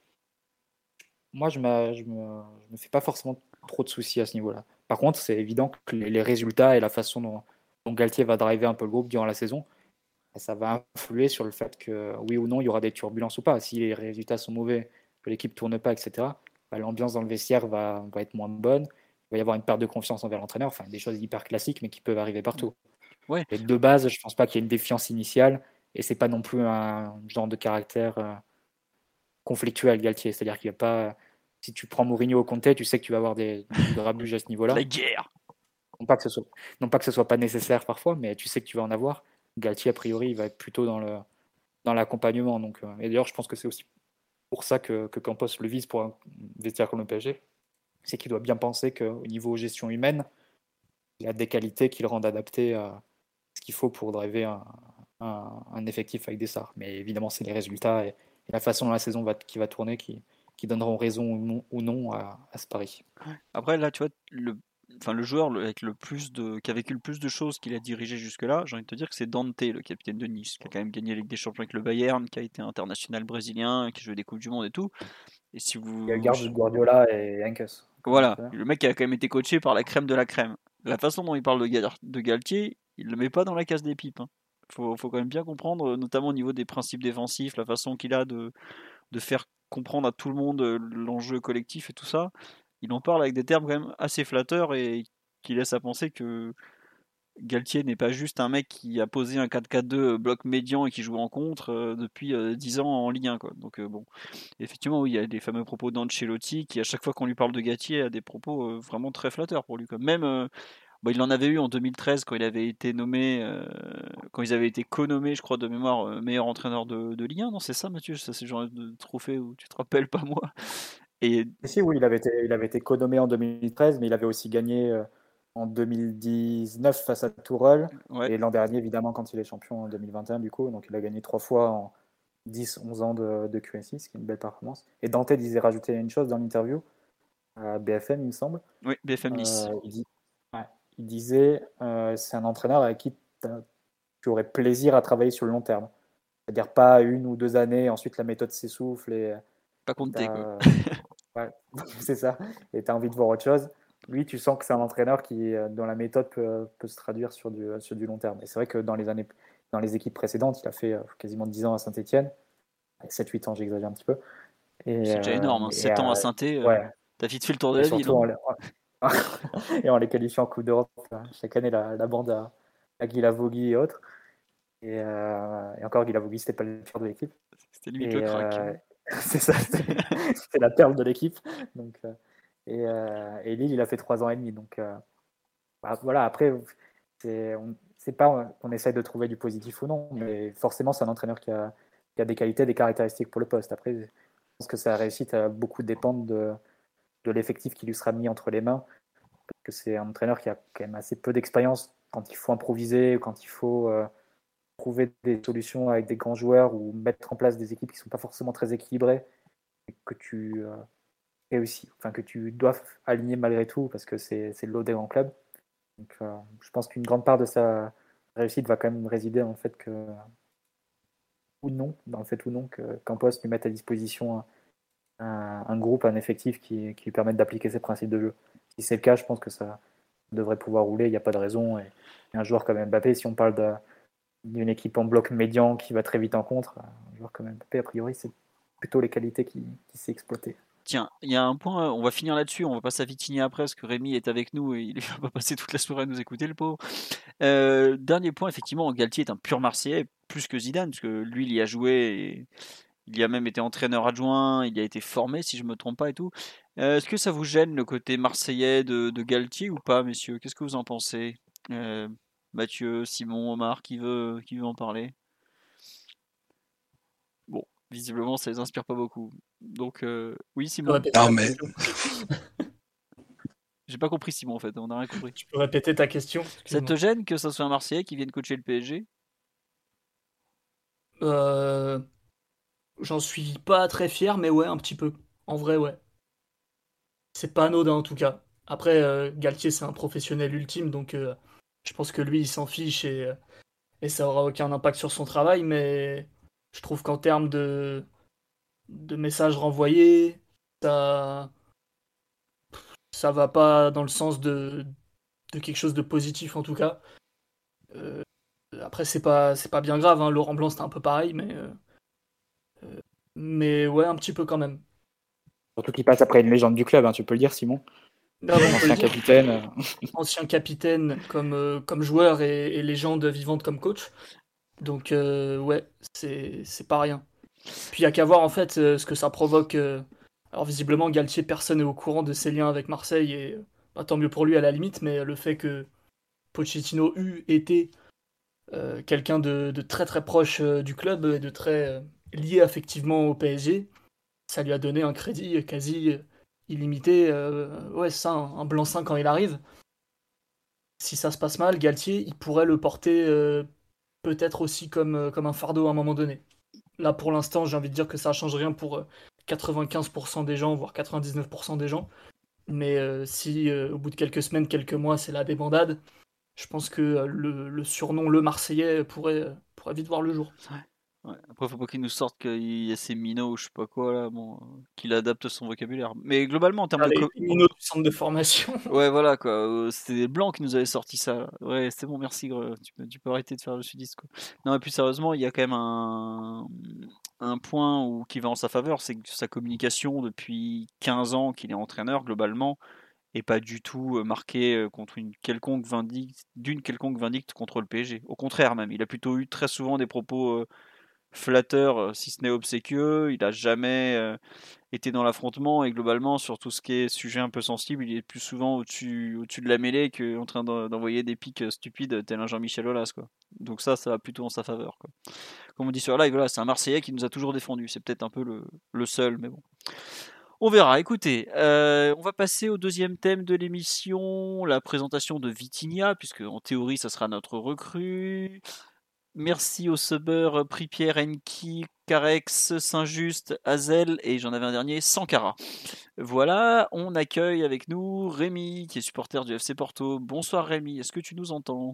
Moi, je ne me, me, me fais pas forcément trop de soucis à ce niveau-là. Par contre, c'est évident que les, les résultats et la façon dont, dont Galtier va driver un peu le groupe durant la saison, ça va influer sur le fait que oui ou non, il y aura des turbulences ou pas. Si les résultats sont mauvais, que l'équipe ne tourne pas, et cetera, bah, l'ambiance dans le vestiaire va, va être moins bonne. Il va y avoir une perte de confiance envers l'entraîneur. Enfin, des choses hyper classiques, mais qui peuvent arriver partout. Ouais. Et de base, je ne pense pas qu'il y ait une défiance initiale. Et c'est pas non plus un genre de caractère euh, conflictuel, Galtier. C'est-à-dire qu'il va pas, si tu prends Mourinho ou Conte, tu sais que tu vas avoir des, des grabuges à ce niveau-là. La guerre. Non pas que ce soit, non pas que ce soit pas nécessaire parfois, mais tu sais que tu vas en avoir. Galtier, a priori, il va être plutôt dans le dans l'accompagnement. Donc, euh, et d'ailleurs, je pense que c'est aussi pour ça que, que Campos le vise pour un vestiaire comme le P S G. C'est qu'il doit bien penser qu'au niveau gestion humaine, il a des qualités qui le rendent adapté à ce qu'il faut pour driver un, un, un effectif avec des stars. Mais évidemment, c'est les résultats et, et la façon dont la saison va, qui va tourner qui, qui donneront raison ou non, ou non à, à ce pari. Après, là, tu vois, le, enfin, le joueur le, avec le plus de, qui a vécu le plus de choses qu'il a dirigé jusque-là, j'ai envie de te dire que c'est Dante, le capitaine de Nice, qui a quand même gagné la Ligue des Champions avec le Bayern, qui a été international brésilien, qui a joué des Coupes du Monde et tout. Et si vous... Il garde Guardiola et Henkes. Voilà, le mec a quand même été coaché par la crème de la crème. La façon dont il parle de, Gal- de Galtier, il le met pas dans la case des pipes. Hein. Faut, faut quand même bien comprendre, notamment au niveau des principes défensifs, la façon qu'il a de, de faire comprendre à tout le monde l'enjeu collectif et tout ça. Il en parle avec des termes quand même assez flatteurs et qui laissent à penser que Galtier n'est pas juste un mec qui a posé un quatre quatre deux bloc médian et qui joue en contre euh, depuis euh, dix ans en Ligue un. Quoi. Donc euh, bon, effectivement, oui, il y a des fameux propos d'Ancelotti qui, à chaque fois qu'on lui parle de Galtier, a des propos euh, vraiment très flatteurs pour lui. Quoi. Même, euh, bon, il en avait eu en deux mille treize quand il avait été nommé, euh, quand ils avaient été co-nommés, je crois, de mémoire, euh, meilleur entraîneur de, de Ligue un. Non, c'est ça, Mathieu? Ça, c'est le genre de trophée où tu te rappelles, pas moi. Et... Si, oui, il avait été, il avait été co-nommé en deux mille treize, mais il avait aussi gagné euh, en deux mille dix-neuf face à Tourelle. Ouais. Et l'an dernier, évidemment, quand il est champion en deux mille vingt et un, du coup. Donc, il a gagné trois fois en dix onze ans de, de Q S I, ce qui est une belle performance. Et Dante disait rajouter une chose dans l'interview, à B F M, il me semble. Oui, B F M Nice. Euh, il, dit, ouais, il disait euh, c'est un entraîneur avec qui tu aurais plaisir à travailler sur le long terme. C'est-à-dire pas une ou deux années, ensuite la méthode s'essouffle et. Pas compter, quoi. Ouais, c'est ça. Et tu as envie de voir autre chose. Lui, tu sens que c'est un entraîneur qui, dont la méthode peut, peut se traduire sur du, sur du long terme. Et c'est vrai que dans les, années, dans les équipes précédentes, il a fait quasiment dix ans à Saint-Etienne. sept huit ans, j'exagère un petit peu. Et, c'est déjà énorme. Hein. sept et, ans à Saint-Etienne, ouais. euh, t'as vite fait le tour de la ville. En les... et en les qualifiant en Coupe d'Europe, chaque année, la, la bande à, à Guilavogui et autres. Et, euh, et encore, Guilavogui, c'était pas le pire de l'équipe. C'était limite le crack. Euh... C'est ça, c'est la perle de l'équipe. Donc, euh, et, euh, et Lille, il a fait trois ans et demi. Donc euh, bah, voilà, après, c'est, on, c'est pas qu'on essaye de trouver du positif ou non, mais forcément, c'est un entraîneur qui a, qui a des qualités, des caractéristiques pour le poste. Après, je pense que sa réussite a beaucoup dépendre de, de l'effectif qui lui sera mis entre les mains. Parce que c'est un entraîneur qui a quand même assez peu d'expérience quand il faut improviser, quand il faut. Euh, trouver des solutions avec des grands joueurs ou mettre en place des équipes qui ne sont pas forcément très équilibrées et que tu euh, réussis, enfin que tu dois aligner malgré tout parce que c'est, c'est l'eau des grands clubs. Donc, euh, je pense qu'une grande part de sa réussite va quand même résider dans le fait que ou non, dans le fait ou non que Campos lui mette à disposition un, un, un groupe, un effectif qui, qui lui permette d'appliquer ses principes de jeu. Si c'est le cas, je pense que ça devrait pouvoir rouler, il n'y a pas de raison. Et, et un joueur comme Mbappé, si on parle de d'une équipe en bloc médian qui va très vite en contre, un joueur comme Mbappé, a priori, c'est plutôt les qualités qui, qui s'est exploité. Tiens, il y a un point, on va finir là-dessus, on va passer à Vitigny après, parce que Rémi est avec nous et il va pas passer toute la soirée à nous écouter, le pauvre. Euh, dernier point, effectivement, Galtier est un pur Marseillais, plus que Zidane, parce que lui, il y a joué, et il y a même été entraîneur adjoint, il y a été formé, si je me trompe pas et tout. Euh, est-ce que ça vous gêne, le côté marseillais de, de Galtier ou pas, messieurs? Qu'est-ce que vous en pensez? euh, Mathieu, Simon, Omar, qui veut, qui veut en parler? Bon, visiblement, ça les inspire pas beaucoup. Donc, euh, oui, Simon. Non, mais. J'ai pas compris, Simon, en fait. On n'a rien compris. Tu peux répéter ta question? Ça te gêne que ça soit un Marseillais qui vienne coacher le P S G? euh... J'en suis pas très fier, mais ouais, un petit peu. En vrai, ouais. C'est pas anodin, en tout cas. Après, euh, Galtier, c'est un professionnel ultime, donc euh, je pense que lui, il s'en fiche et, et ça aura aucun impact sur son travail, mais je trouve qu'en termes de, de messages renvoyés, ça ça va pas dans le sens de, de quelque chose de positif, en tout cas. Euh, après, c'est pas, c'est pas bien grave, hein. Laurent Blanc, c'était un peu pareil, mais, euh, euh, mais ouais, un petit peu quand même. Surtout qu'il passe après une légende du club, hein, tu peux le dire, Simon. Non, bon, ancien capitaine. Ancien capitaine comme, euh, comme joueur et, et légende vivante comme coach. Donc, euh, ouais, c'est, c'est pas rien. Puis, il n'y a qu'à voir en fait euh, ce que ça provoque euh, Alors visiblement, Galtier, personne n'est au courant de ses liens avec Marseille, et bah, tant mieux pour lui à la limite, mais le fait que Pochettino eût été euh, quelqu'un de, de très très proche euh, du club et de très euh, lié affectivement au P S G, ça lui a donné un crédit quasi illimité. Euh, ouais, c'est ça, un, un blanc-seing quand il arrive. Si ça se passe mal, Galtier, il pourrait le porter euh, peut-être aussi comme, euh, comme un fardeau à un moment donné. Là, pour l'instant, j'ai envie de dire que ça ne change rien pour euh, quatre-vingt-quinze pour cent des gens, voire quatre-vingt-dix-neuf pour cent des gens. Mais euh, si euh, au bout de quelques semaines, quelques mois, c'est la débandade, je pense que euh, le, le surnom Le Marseillais pourrait, euh, pourrait vite voir le jour. Ouais. Après, faut pas qu'il nous sorte qu'il y a ces minots ou je sais pas quoi là, bon, euh, qu'il adapte son vocabulaire. Mais globalement, en termes Ah, de. les Co- minots du centre de formation. Ouais, voilà quoi. euh, C'était les blancs qui nous avaient sorti ça. Là. Ouais, c'est bon, merci. Gre- Tu peux, tu peux arrêter de faire le sudiste quoi. Non, et plus sérieusement, il y a quand même un, un point où, qui va en sa faveur, c'est que sa communication depuis quinze ans qu'il est entraîneur globalement est pas du tout euh, marquée euh, contre une quelconque vindicte, d'une quelconque vindicte contre le P S G. Au contraire même, il a plutôt eu très souvent des propos euh, flatteur, euh, si ce n'est obséquieux. Il n'a jamais euh, été dans l'affrontement et globalement, sur tout ce qui est sujet un peu sensible, il est plus souvent au-dessus, au-dessus de la mêlée qu'en train d'en- d'envoyer des pics euh, stupides tel un Jean-Michel Aulas. Quoi. Donc ça, ça va plutôt en sa faveur. Quoi. Comme on dit sur live, voilà, c'est un Marseillais qui nous a toujours défendu. C'est peut-être un peu le, le seul, mais bon. On verra. Écoutez, euh, on va passer au deuxième thème de l'émission, la présentation de Vitinha, puisque en théorie, ça sera notre recrue. Merci aux subbers Pripierre, Enki, Carex, Saint-Just, Hazel et j'en avais un dernier, Sankara. Voilà, on accueille avec nous Rémi qui est supporter du F C Porto. Bonsoir Rémi, est-ce que tu nous entends?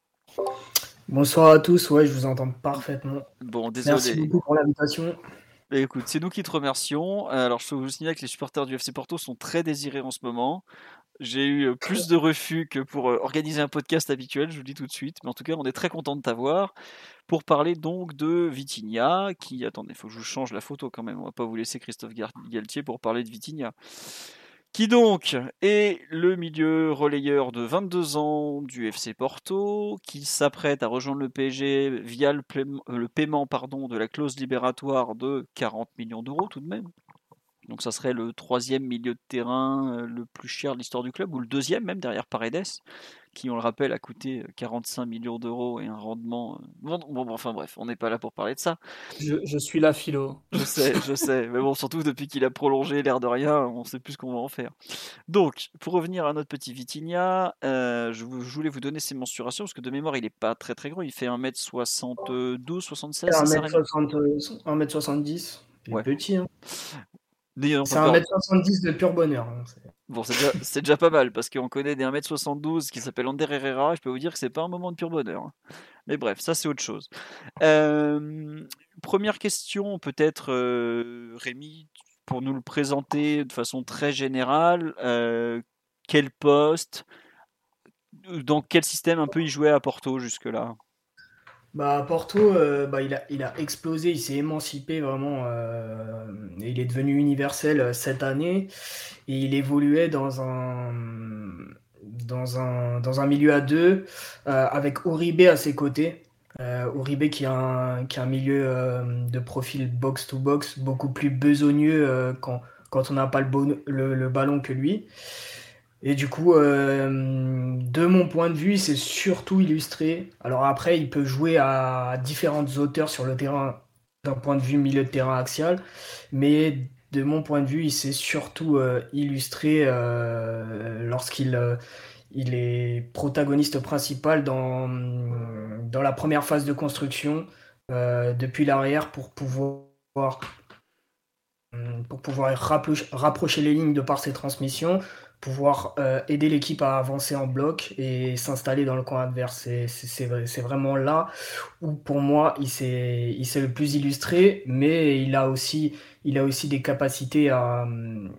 Bonsoir à tous, ouais, je vous entends parfaitement. Bon, Merci désolé. beaucoup pour l'invitation. Mais écoute, c'est nous qui te remercions. Alors, je peux vous signaler que les supporters du F C Porto sont très désirés en ce moment. J'ai eu plus de refus que pour organiser un podcast habituel, je vous le dis tout de suite. Mais en tout cas, on est très content de t'avoir pour parler donc de Vitinha, qui... Attendez, il faut que je vous change la photo quand même. On va pas vous laisser Christophe Galtier pour parler de Vitinha. Qui donc est le milieu relayeur de vingt-deux ans du F C Porto, qui s'apprête à rejoindre le P S G via le paiement, le paiement pardon, de la clause libératoire de quarante millions d'euros tout de même. Donc ça serait le troisième milieu de terrain le plus cher de l'histoire du club, ou le deuxième même derrière Paredes, qui on le rappelle a coûté quarante-cinq millions d'euros et un rendement... Bon, bon enfin bref, on n'est pas là pour parler de ça. Je, je suis là, Philo. Je sais, je sais, mais bon, surtout depuis qu'il a prolongé l'air de rien, on sait plus ce qu'on va en faire. Donc, pour revenir à notre petit Vitinha, euh, je, je voulais vous donner ses mensurations, parce que de mémoire, il n'est pas très très grand, il fait un mètre soixante-douze, soixante-seize, c'est ça, un mètre soixante-dix, il est ouais. petit. Hein. N'ayons C'est pas un peur. mètre soixante-dix de pur bonheur. Hein. Bon, c'est déjà, c'est déjà pas mal, parce qu'on connaît des un mètre soixante-douze qui s'appellent Ander Herrera, je peux vous dire que c'est pas un moment de pur bonheur. hein. Mais bref, ça c'est autre chose. Euh, première question, peut-être, euh, Rémi, pour nous le présenter de façon très générale, euh, quel poste, dans quel système un peu il jouait à Porto jusque-là? Bah, Porto, euh, bah, il, a, il a explosé, il s'est émancipé vraiment. Euh, et il est devenu universel euh, cette année. Et il évoluait dans un, dans un, dans un milieu à deux, euh, avec Uribe à ses côtés. Euh, Uribe qui a un, qui a un milieu euh, de profil box-to-box beaucoup plus besogneux euh, quand, quand on n'a pas le, bon, le, le ballon que lui. Et du coup, euh, de mon point de vue, c'est surtout illustré. Alors après, il peut jouer à différentes hauteurs sur le terrain d'un point de vue milieu de terrain axial, mais de mon point de vue, il s'est surtout euh, illustré euh, lorsqu'il euh, il est protagoniste principal dans, dans la première phase de construction, euh, depuis l'arrière pour pouvoir, pour pouvoir rapprocher les lignes de par ses transmissions, pouvoir euh, aider l'équipe à avancer en bloc et s'installer dans le camp adverse. C'est, c'est, c'est vraiment là où, pour moi, il s'est, il s'est le plus illustré, mais il a aussi, il a aussi des capacités à,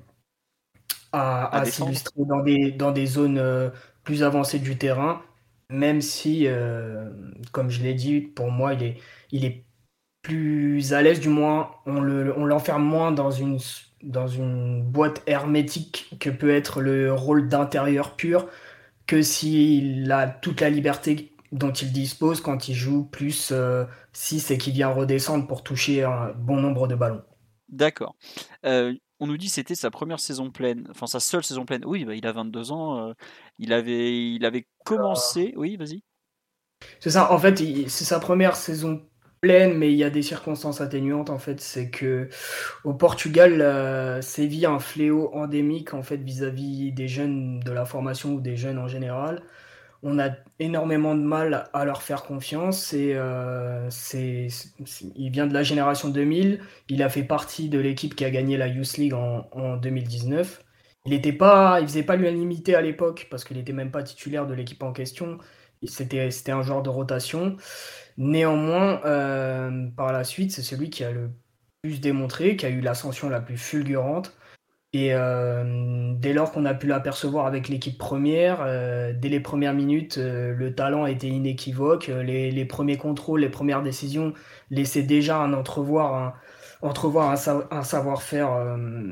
à, à, à s'illustrer dans des, dans des zones euh, plus avancées du terrain, même si, euh, comme je l'ai dit, pour moi, il est, il est plus à l'aise, du moins, on, le, on l'enferme moins dans une dans une boîte hermétique que peut être le rôle d'intérieur pur, que s'il a toute la liberté dont il dispose quand il joue plus euh, six et qu'il vient redescendre pour toucher un bon nombre de ballons. D'accord. Euh, on nous dit que c'était sa première saison pleine, enfin sa seule saison pleine. Oui, bah, il a vingt-deux ans, euh, il avait, il avait commencé. Oui, vas-y. C'est ça, en fait, il- c'est sa première saison pleine, mais il y a des circonstances atténuantes, en fait. C'est que au Portugal, euh, sévit un fléau endémique, en fait, vis-à-vis des jeunes de la formation ou des jeunes en général. On a énormément de mal à leur faire confiance et euh, c'est, c'est- il vient de la génération deux mille. Il a fait partie de l'équipe qui a gagné la Youth League en, en deux mille dix-neuf. Il était pas, il faisait pas l'unanimité à l'époque parce qu'il était même pas titulaire de l'équipe en question. C'était, c'était un joueur de rotation. Néanmoins, euh, par la suite, c'est celui qui a le plus démontré, qui a eu l'ascension la plus fulgurante. Et euh, dès lors qu'on a pu l'apercevoir avec l'équipe première, euh, dès les premières minutes, euh, le talent était inéquivoque. Euh, Les, les premiers contrôles, les premières décisions laissaient déjà un entrevoir, un, entrevoir un, sa- un savoir-faire euh,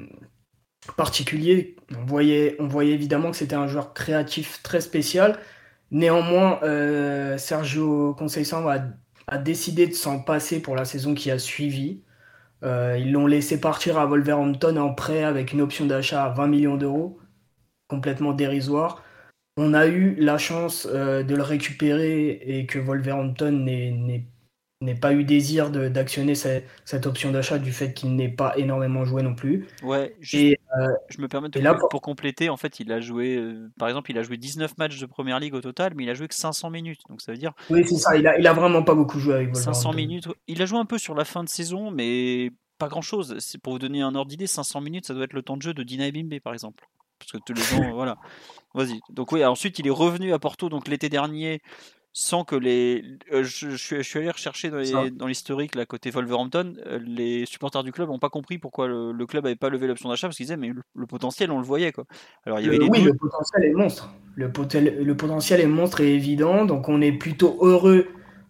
particulier. On voyait, on voyait évidemment que c'était un joueur créatif très spécial. Néanmoins, euh, Sergio Conceição a, a décidé de s'en passer pour la saison qui a suivi. Euh, ils l'ont laissé partir à Wolverhampton en prêt avec une option d'achat à vingt millions d'euros, complètement dérisoire. On a eu la chance euh, de le récupérer et que Wolverhampton n'ait, n'ait- n'ait pas eu désir de- d'actionner ce- cette option d'achat du fait qu'il n'ait pas énormément joué non plus. Ouais, juste, Et, euh, je me permets de te et là, couper pour- pour compléter. En fait, il a joué, euh, par exemple, il a joué dix-neuf matchs de première ligue au total, mais il a joué que cinq cents minutes. Donc ça veut dire oui, c'est ça, il a, il a vraiment pas beaucoup joué avec cinq cents Wolverhampton. minutes. Il a joué un peu sur la fin de saison, mais pas grand-chose. C'est pour vous donner un ordre d'idée, cinq cents minutes, ça doit être le temps de jeu de Dina Ebimbe, par exemple. Parce que tous les gens, voilà. Vas-y. Donc oui, ensuite il est revenu à Porto donc l'été dernier sans que les. euh, je, je suis, je suis allé rechercher dans, Ça. les- dans l'historique là côté Wolverhampton, euh, les supporters du club n'ont pas compris pourquoi le, le club n'avait pas levé l'option d'achat parce qu'ils disaient mais le, le potentiel on le voyait quoi. Alors il y avait Le- des oui, doutes. le potentiel est monstre. Le, potel- le potentiel est monstre et évident, donc on est plutôt heureux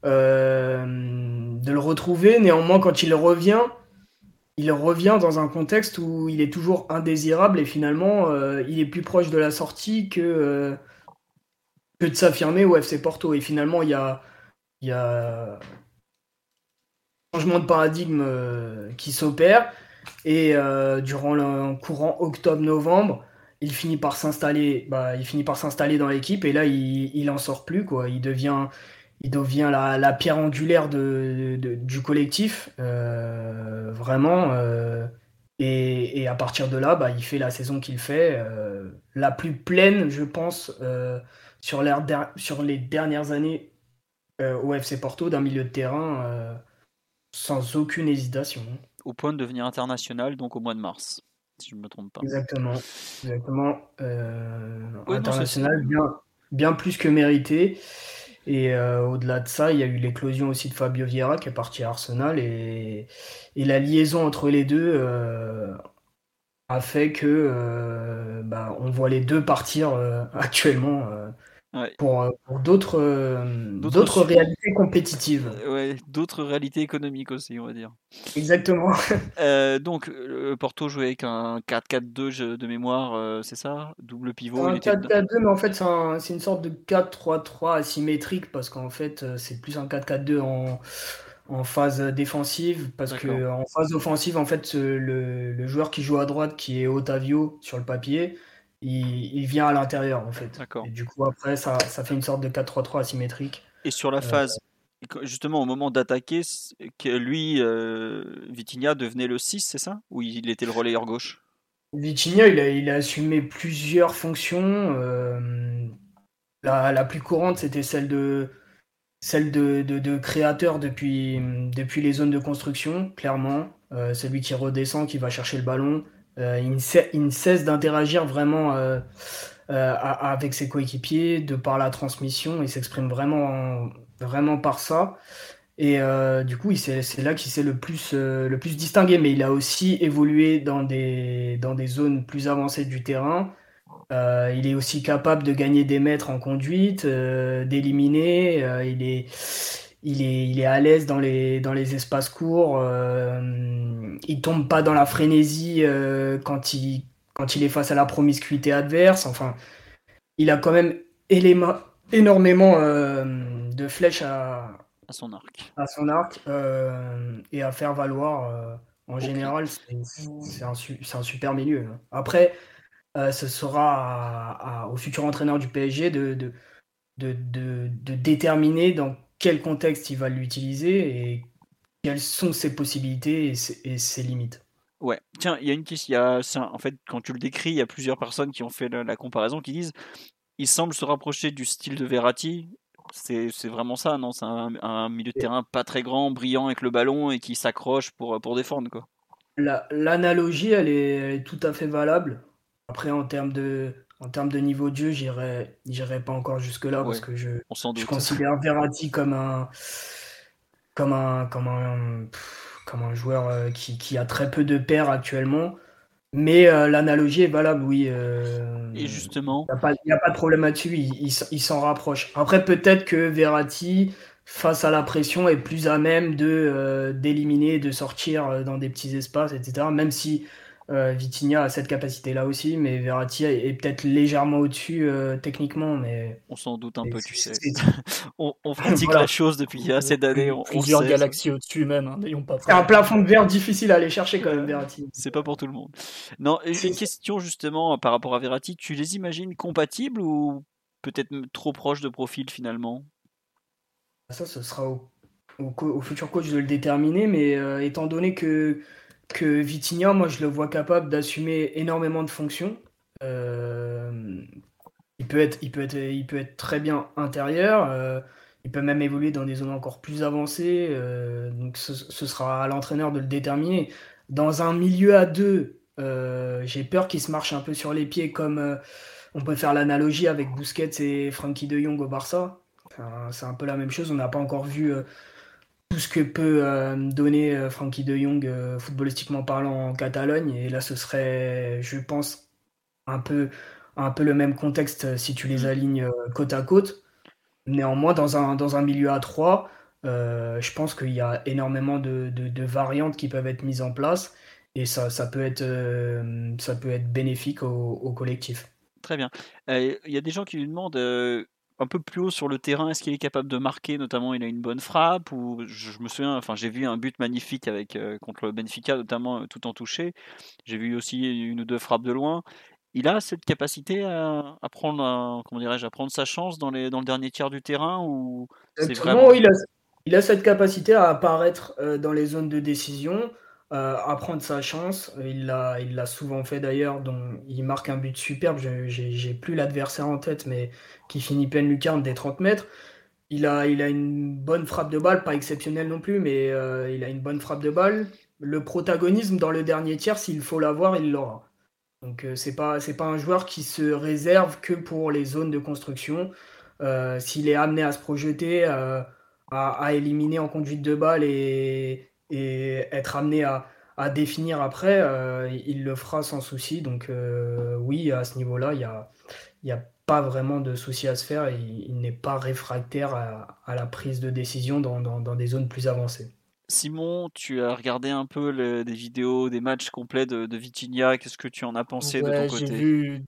euh, de le retrouver. Néanmoins, quand il revient, il revient dans un contexte où il est toujours indésirable et finalement, euh, il est plus proche de la sortie que, euh, que de s'affirmer au F C Porto. Et finalement, il y a, il y a un changement de paradigme euh, qui s'opère. Et euh, durant le courant octobre-novembre, il finit par s'installer, bah, il finit par s'installer dans l'équipe et là, il, il en sort plus, quoi. Il devient, il devient la, la pierre angulaire de, de- du collectif, euh, vraiment. euh, et, et à partir de là, bah, il fait la saison qu'il fait, euh, la plus pleine, je pense, euh, sur, l'air der- sur les dernières années euh, au F C Porto d'un milieu de terrain, euh, sans aucune hésitation. Au point de devenir international donc au mois de mars, si je ne me trompe pas. Exactement, exactement. Euh, Ouais, non, c'est- c'est- international, bien, bien plus que mérité. Et euh, au-delà de ça, il y a eu l'éclosion aussi de Fabio Vieira qui est parti à Arsenal. Et, et la liaison entre les deux euh, a fait que euh, bah, on voit les deux partir euh, actuellement euh, Ouais. pour, euh, pour d'autres euh, D'autres d'autres su- réalités compétitives. Euh, ouais, d'autres réalités économiques aussi, on va dire. Exactement. Euh, donc, euh, Porto jouait avec un quatre quatre deux je- de mémoire, euh, c'est ça? Double C'est pivot, il un était dedans. quatre quatre deux, mais en fait, c'est un- c'est une sorte de quatre trois trois asymétrique parce qu'en fait, euh, c'est plus un quatre quatre deux en, en phase défensive parce que D'accord. en phase offensive, en fait, ce- le, le joueur qui joue à droite, qui est Otavio sur le papier, il, il vient à l'intérieur en fait. D'accord. Et du coup, après, ça, ça fait une sorte de quatre trois trois asymétrique. Et sur la Euh, phase, justement, au moment d'attaquer, c'est que lui, euh, Vitinha devenait le six, c'est ça? Ou il était le relayeur gauche? Vitinha, il a, il a assumé plusieurs fonctions. euh, la, la plus courante, c'était celle de celle de, de, de créateur depuis, depuis les zones de construction, clairement. Euh, celui qui redescend, qui va chercher le ballon. Euh, il, ne cesse, il ne cesse d'interagir vraiment euh, euh, à- avec ses coéquipiers, de par la transmission. Il s'exprime vraiment, vraiment par ça. Et euh, du coup, il s'est- c'est là qu'il s'est le plus, euh, le plus distingué. Mais il a aussi évolué dans des, dans des zones plus avancées du terrain. Euh, il est aussi capable de gagner des mètres en conduite, euh, d'éliminer. euh, il est, il est, il est à l'aise dans les, dans les espaces courts. Euh, il tombe pas dans la frénésie euh, quand il, quand il est face à la promiscuité adverse. Enfin, il a quand même élément- énormément euh, de flèches à, À son arc. à son arc euh, et à faire valoir euh, En Ok. général, c'est c'est un, su- c'est un super milieu. Hein. Après, euh, ce sera à- à- au futur entraîneur du P S G de, de, de, de- de déterminer dans quel contexte il va l'utiliser et quelles sont ses possibilités et ses, et ses limites. Ouais. Tiens, il y a une question. il y a- c'est un- En fait, quand tu le décris, il y a plusieurs personnes qui ont fait la, la comparaison, qui disent il semble se rapprocher du style de Verratti. C'est c'est vraiment ça, non? C'est un, un milieu de Et terrain pas très grand, brillant avec le ballon et qui s'accroche pour, pour défendre, quoi. la- l'analogie, elle est, elle est tout à fait valable. Après, en termes de, en termes de niveau de jeu, j'irai, j'irai pas encore jusque-là parce Ouais, que je, on s'en je doute. considère Verratti comme un, comme un, comme un, pff, comme un joueur euh, qui, qui a très peu de pairs actuellement. Mais euh, l'analogie est valable, oui. Et Il justement, n'y a pas, y a pas de problème là-dessus, il, il s- il s'en rapproche. Après, peut-être que Verratti, face à la pression, est plus à même de euh, d'éliminer, de sortir euh, dans des petits espaces, et cetera. Même si euh, Vitinha a cette capacité-là aussi, mais Verratti est, est peut-être légèrement au-dessus euh, techniquement. Mais, on s'en doute un mais peu, tu c'est- sais. c'est- On, on pratique la voilà. chose depuis assez d'années, Plus- on, on le plusieurs sait, ça. galaxies au-dessus même, hein, n'ayons pas C'est un peur. plafond de verre difficile à aller chercher quand même, Euh, Verratti. c'est pas pour tout le monde. Non, une C'est- une question justement par rapport à Verratti, tu les imagines compatibles ou peut-être m- trop proches de profil finalement? Ça, ce sera au, au co- au futur coach de le déterminer, mais euh, étant donné que, que Vitinha, moi, je le vois capable d'assumer énormément de fonctions. Euh, il peut être, il peut être, il peut être très bien intérieur. Euh, il peut même évoluer dans des zones encore plus avancées. Euh, donc, ce, ce sera à l'entraîneur de le déterminer. Dans un milieu à deux, euh, j'ai peur qu'il se marche un peu sur les pieds, comme euh, on peut faire l'analogie avec Busquets et Frankie de Jong au Barça. Enfin, c'est un peu la même chose. On n'a pas encore vu euh, tout ce que peut euh, donner euh, Frankie de Jong euh, footballistiquement parlant en Catalogne. Et là, ce serait, je pense, un peu, un peu le même contexte euh, si tu les Hmm. alignes euh, côte à côte. Néanmoins, dans un, dans un milieu à trois, euh, je pense qu'il y a énormément de, de- de variantes qui peuvent être mises en place. Et ça, ça peut être, euh, ça peut être bénéfique au, au collectif. Très bien. Euh, Il y a des gens qui lui demandent euh, un peu plus haut sur le terrain, est-ce qu'il est capable de marquer, notamment il a une bonne frappe, ou je, je me souviens, enfin j'ai vu un but magnifique avec euh, contre le Benfica, notamment euh, tout en touché. J'ai vu aussi une ou deux frappes de loin. Il a cette capacité à, à prendre, un- comment dirais-je, à prendre sa chance dans les, dans le dernier tiers du terrain, ou c'est Exactement, vraiment. il a, il a cette capacité à apparaître euh, dans les zones de décision, euh, à prendre sa chance. Il l'a, il l'a souvent fait d'ailleurs, dont il marque un but superbe. Je- J'ai, j'ai plus l'adversaire en tête, mais qui finit pleine lucarne des trente mètres. Il a, il a une bonne frappe de balle, pas exceptionnelle non plus, mais euh, il a une bonne frappe de balle. Le protagonisme dans le dernier tiers, s'il faut l'avoir, il l'aura. Donc euh, c'est pas, c'est pas un joueur qui se réserve que pour les zones de construction. Euh, s'il est amené à se projeter, euh, à, à éliminer en conduite de balle et, et être amené à, à définir après, euh, il le fera sans souci. Donc euh, oui, à ce niveau-là, il y a, il y a pas vraiment de souci à se faire. Il, il n'est pas réfractaire à, à la prise de décision dans, dans- dans des zones plus avancées. Simon, tu as regardé un peu le- des vidéos, des matchs complets de, de Vitinha, qu'est-ce que tu en as pensé de ton Ouais, j'ai côté? vu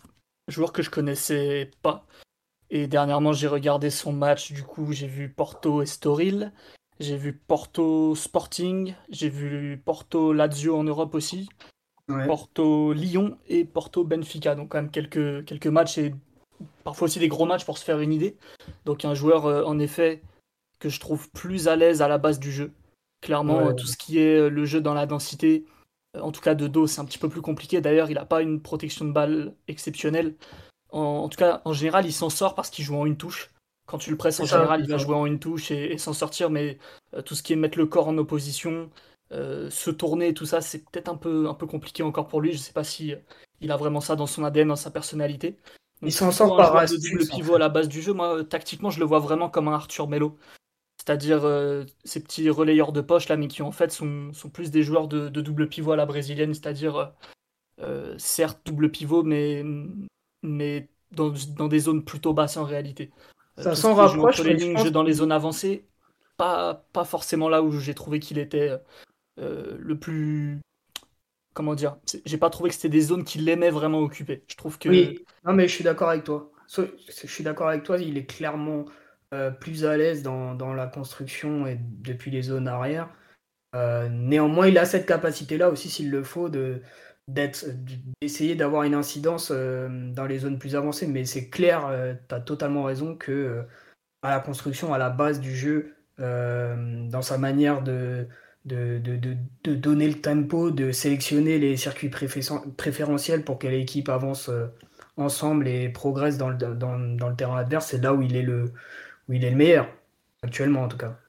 un joueur que je connaissais pas. Et dernièrement, j'ai regardé son match. Du coup, j'ai vu Porto Estoril. J'ai vu Porto Sporting. J'ai vu Porto Lazio en Europe aussi. Ouais. Porto Lyon et Porto Benfica. Donc, quand même quelques, quelques matchs et parfois aussi des gros matchs pour se faire une idée. Donc, un joueur, euh, en effet, que je trouve plus à l'aise à la base du jeu. Clairement, Ouais. euh, tout ce qui est euh, le jeu dans la densité, euh, en tout cas de dos, c'est un petit peu plus compliqué. D'ailleurs, il n'a pas une protection de balle exceptionnelle. En, en tout cas, en général, il s'en sort parce qu'il joue en une touche. Quand tu le presses, C'est en ça, général, c'est il va ça. jouer en une touche et, et s'en sortir. Mais euh, tout ce qui est mettre le corps en opposition, euh, se tourner, tout ça, c'est peut-être un peu, un peu compliqué encore pour lui. Je ne sais pas si euh, il a vraiment ça dans son A D N, dans sa personnalité. Il Donc s'en plutôt sort un par joueur de double astuce, en pivot à fait. la base du jeu. Moi, euh, tactiquement, je le vois vraiment comme un Arthur Melo. C'est-à-dire euh, ces petits relayeurs de poche là, mais qui en fait sont, sont plus des joueurs de, de double pivot à la brésilienne, c'est-à-dire euh, euh, certes double pivot, mais, mais dans, dans des zones plutôt basses en réalité. Euh, Ça tout ce s'en qui est jeu entre rapproche, les mais je lignes, pense jeu dans les qu'il zones avancées, pas, pas forcément là où j'ai trouvé qu'il était euh, le plus. Comment dire? C'est- J'ai pas trouvé que c'était des zones qu'il aimait vraiment occuper. Je trouve que. oui, non mais je suis d'accord avec toi. So- Je suis d'accord avec toi, il est clairement euh, plus à l'aise dans, dans la construction et depuis les zones arrière. Euh, néanmoins, il a cette capacité-là aussi, s'il le faut, de, d'être, d'essayer d'avoir une incidence euh, dans les zones plus avancées. Mais c'est clair, euh, tu as totalement raison que euh, à la construction, à la base du jeu, euh, dans sa manière de, de, de, de, de donner le tempo, de sélectionner les circuits préfé- préférentiels pour que l'équipe avance euh, ensemble et progresse dans le, dans, dans le terrain adverse, c'est là où il est le, où il est le meilleur, actuellement en tout cas.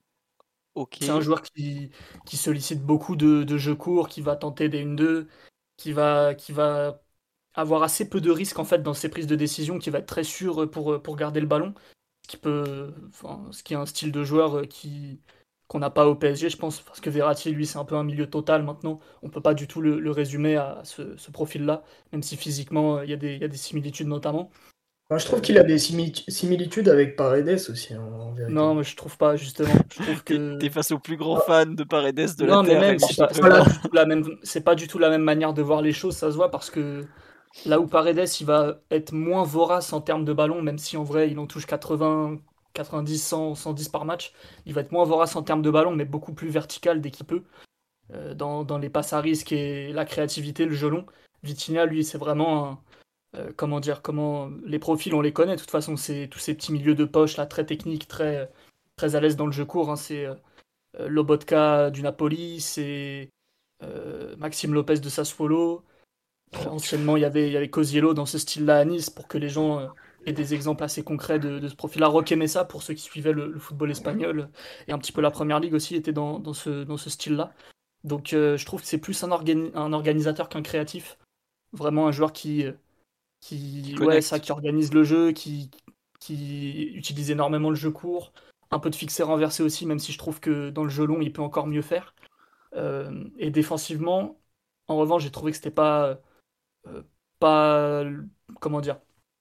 Ok. C'est un joueur qui, qui sollicite beaucoup de, de jeux courts, qui va tenter des un deux, qui va, qui va avoir assez peu de risques en fait dans ses prises de décision, qui va être très sûr pour, pour garder le ballon, ce qui peut, enfin, ce qui est un style de joueur qui qu'on n'a pas au P S G, je pense, parce que Verratti, lui, c'est un peu un milieu total maintenant. On peut pas du tout le, le résumer à ce, ce profil-là, même si physiquement il y a des, il y a des similitudes notamment. Moi, je trouve qu'il a des simili- similitudes avec Paredes aussi, en, en vérité. Non, mais je trouve pas justement. Je trouve T'es, que t'es face au plus grand fan de Paredes de non, la mais Terre, même Rémi, c'est je te pas, c'est pas préviens. du tout la même, c'est pas du tout la même manière de voir les choses, ça se voit parce que là où Paredes il va être moins vorace en termes de ballon, même si en vrai il en touche quatre-vingts, quatre-vingt-dix, cent, cent dix par match, il va être moins vorace en termes de ballon, mais beaucoup plus vertical dès qu'il peut, euh, dans, dans les passes à risque et la créativité, le jeu long. Vitinha, lui, c'est vraiment un, euh, comment dire, comment les profils on les connaît. De toute façon, c'est tous ces petits milieux de poche là, très techniques, très, très à l'aise dans le jeu court. Hein, c'est euh, Lobotka du Napoli, c'est euh, Maxime Lopez de Sassuolo. Euh, anciennement, il y avait, il y avait Cosiello dans ce style-là à Nice pour que les gens euh, aient des exemples assez concrets de, de ce profil-là. Roque Mesa, pour ceux qui suivaient le, le football espagnol et un petit peu la première ligue aussi, était dans, dans ce, dans ce style-là. Donc euh, je trouve que c'est plus un, organi- un organisateur qu'un créatif. Vraiment un joueur qui, Qui qui, ouais, connecte. ça, qui organise le jeu, qui, qui utilise énormément le jeu court. Un peu de fixé renversé aussi, même si je trouve que dans le jeu long, il peut encore mieux faire. Euh, et défensivement, en revanche, j'ai trouvé que c'était pas, euh, pas, comment dire,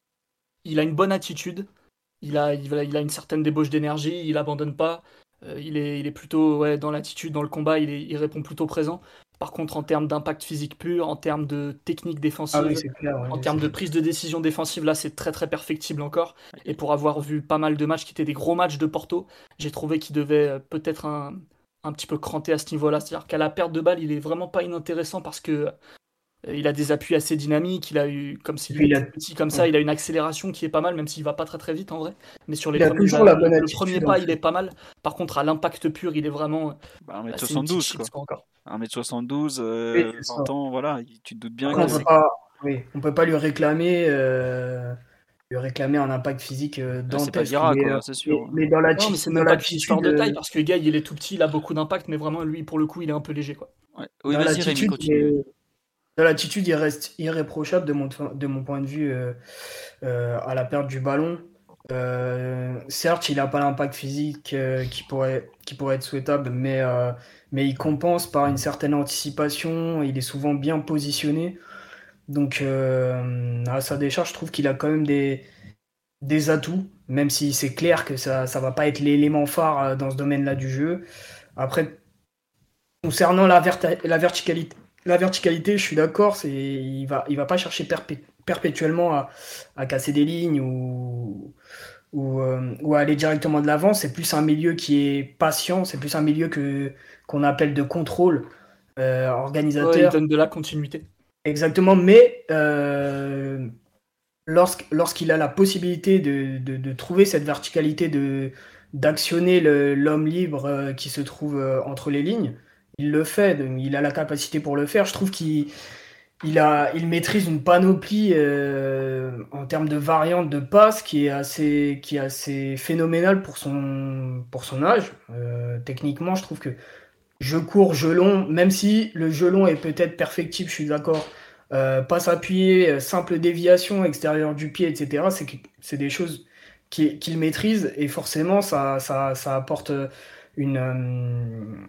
il a une bonne attitude, il a, il a, il a une certaine débauche d'énergie, il abandonne pas, euh, il est, il est plutôt ouais, dans l'attitude, dans le combat, il, est- il répond plutôt présent. Par contre, en termes d'impact physique pur, en termes de technique Ah oui, défensive, c'est clair. en Ouais, termes de c'est- prise de décision défensive, là, c'est très très perfectible encore. Et pour avoir vu pas mal de matchs qui étaient des gros matchs de Porto, j'ai trouvé qu'il devait euh, peut-être un, un petit peu cranter à ce niveau-là. C'est-à-dire qu'à la perte de balle, il est vraiment pas inintéressant parce que euh, il a des appuis assez dynamiques, il a eu, comme Et s'il puis est il a, tout petit comme ça, ouais. il a une accélération qui est pas mal, même s'il va pas très très vite en vrai. Mais sur les Il a premiers, toujours ba- la le, bonne le premier attitude en pas, il fait. est pas mal. Par contre, à l'impact pur, il est vraiment, Bah, bah, c'est une petite un mètre soixante-douze, quoi. chips quoi encore. un mètre soixante-douze, Oui, euh, c'est ça. vingt ans, voilà. il- Tu te doutes bien Après, que on peut c'est. pas, oui, on peut pas lui réclamer, euh, lui réclamer un impact physique euh, Là, c'est pas dantesque. Vira, Mais, euh, quoi, c'est sûr. mais, mais dans Non, mais l'atti- c'est dans même pas qu'une histoire l'attitude, de taille euh, parce que Gay, il est tout petit, il a beaucoup d'impact, mais vraiment lui pour le coup, il est un peu léger quoi. Ouais. Oui, dans vas-y, Rémi, l'attitude, il continue. est- dans l'attitude, il reste irréprochable de mon, de mon point de vue euh, euh, à la perte du ballon. Euh, certes, il n'a pas l'impact physique euh, qui pourrait, qui pourrait être souhaitable, mais, euh, mais il compense par une certaine anticipation. Il est souvent bien positionné. Donc, euh, à sa décharge, je trouve qu'il a quand même des, des atouts, même si c'est clair que ça ne va pas être l'élément phare euh, dans ce domaine-là du jeu. Après, concernant la, verta- la verticalité, la verticalité, je suis d'accord, c'est il va il va pas chercher perpé- perpétuellement à, à casser des lignes ou ou, euh, ou à aller directement de l'avant. C'est plus un milieu qui est patient, c'est plus un milieu que qu'on appelle de contrôle euh, Ouais, il organisateur. donne de la continuité. Exactement, mais euh, lorsqu'- lorsqu'il a la possibilité de, de, de trouver cette verticalité, de, d'actionner le- l'homme libre euh, qui se trouve euh, entre les lignes, il le fait, donc il a la capacité pour le faire. Je trouve qu'il il a, il maîtrise une panoplie euh, en termes de variantes de passes qui est assez, qui est assez phénoménale pour son, pour son âge. Euh, techniquement, je trouve que jeu court, jeu long, même si le jeu long est peut-être perfectible, je suis d'accord. Euh, passe appuyée, euh, simple déviation extérieure du pied, et cetera. C'est que- c'est des choses qui- qu'il maîtrise et forcément ça, ça, ça apporte une, euh,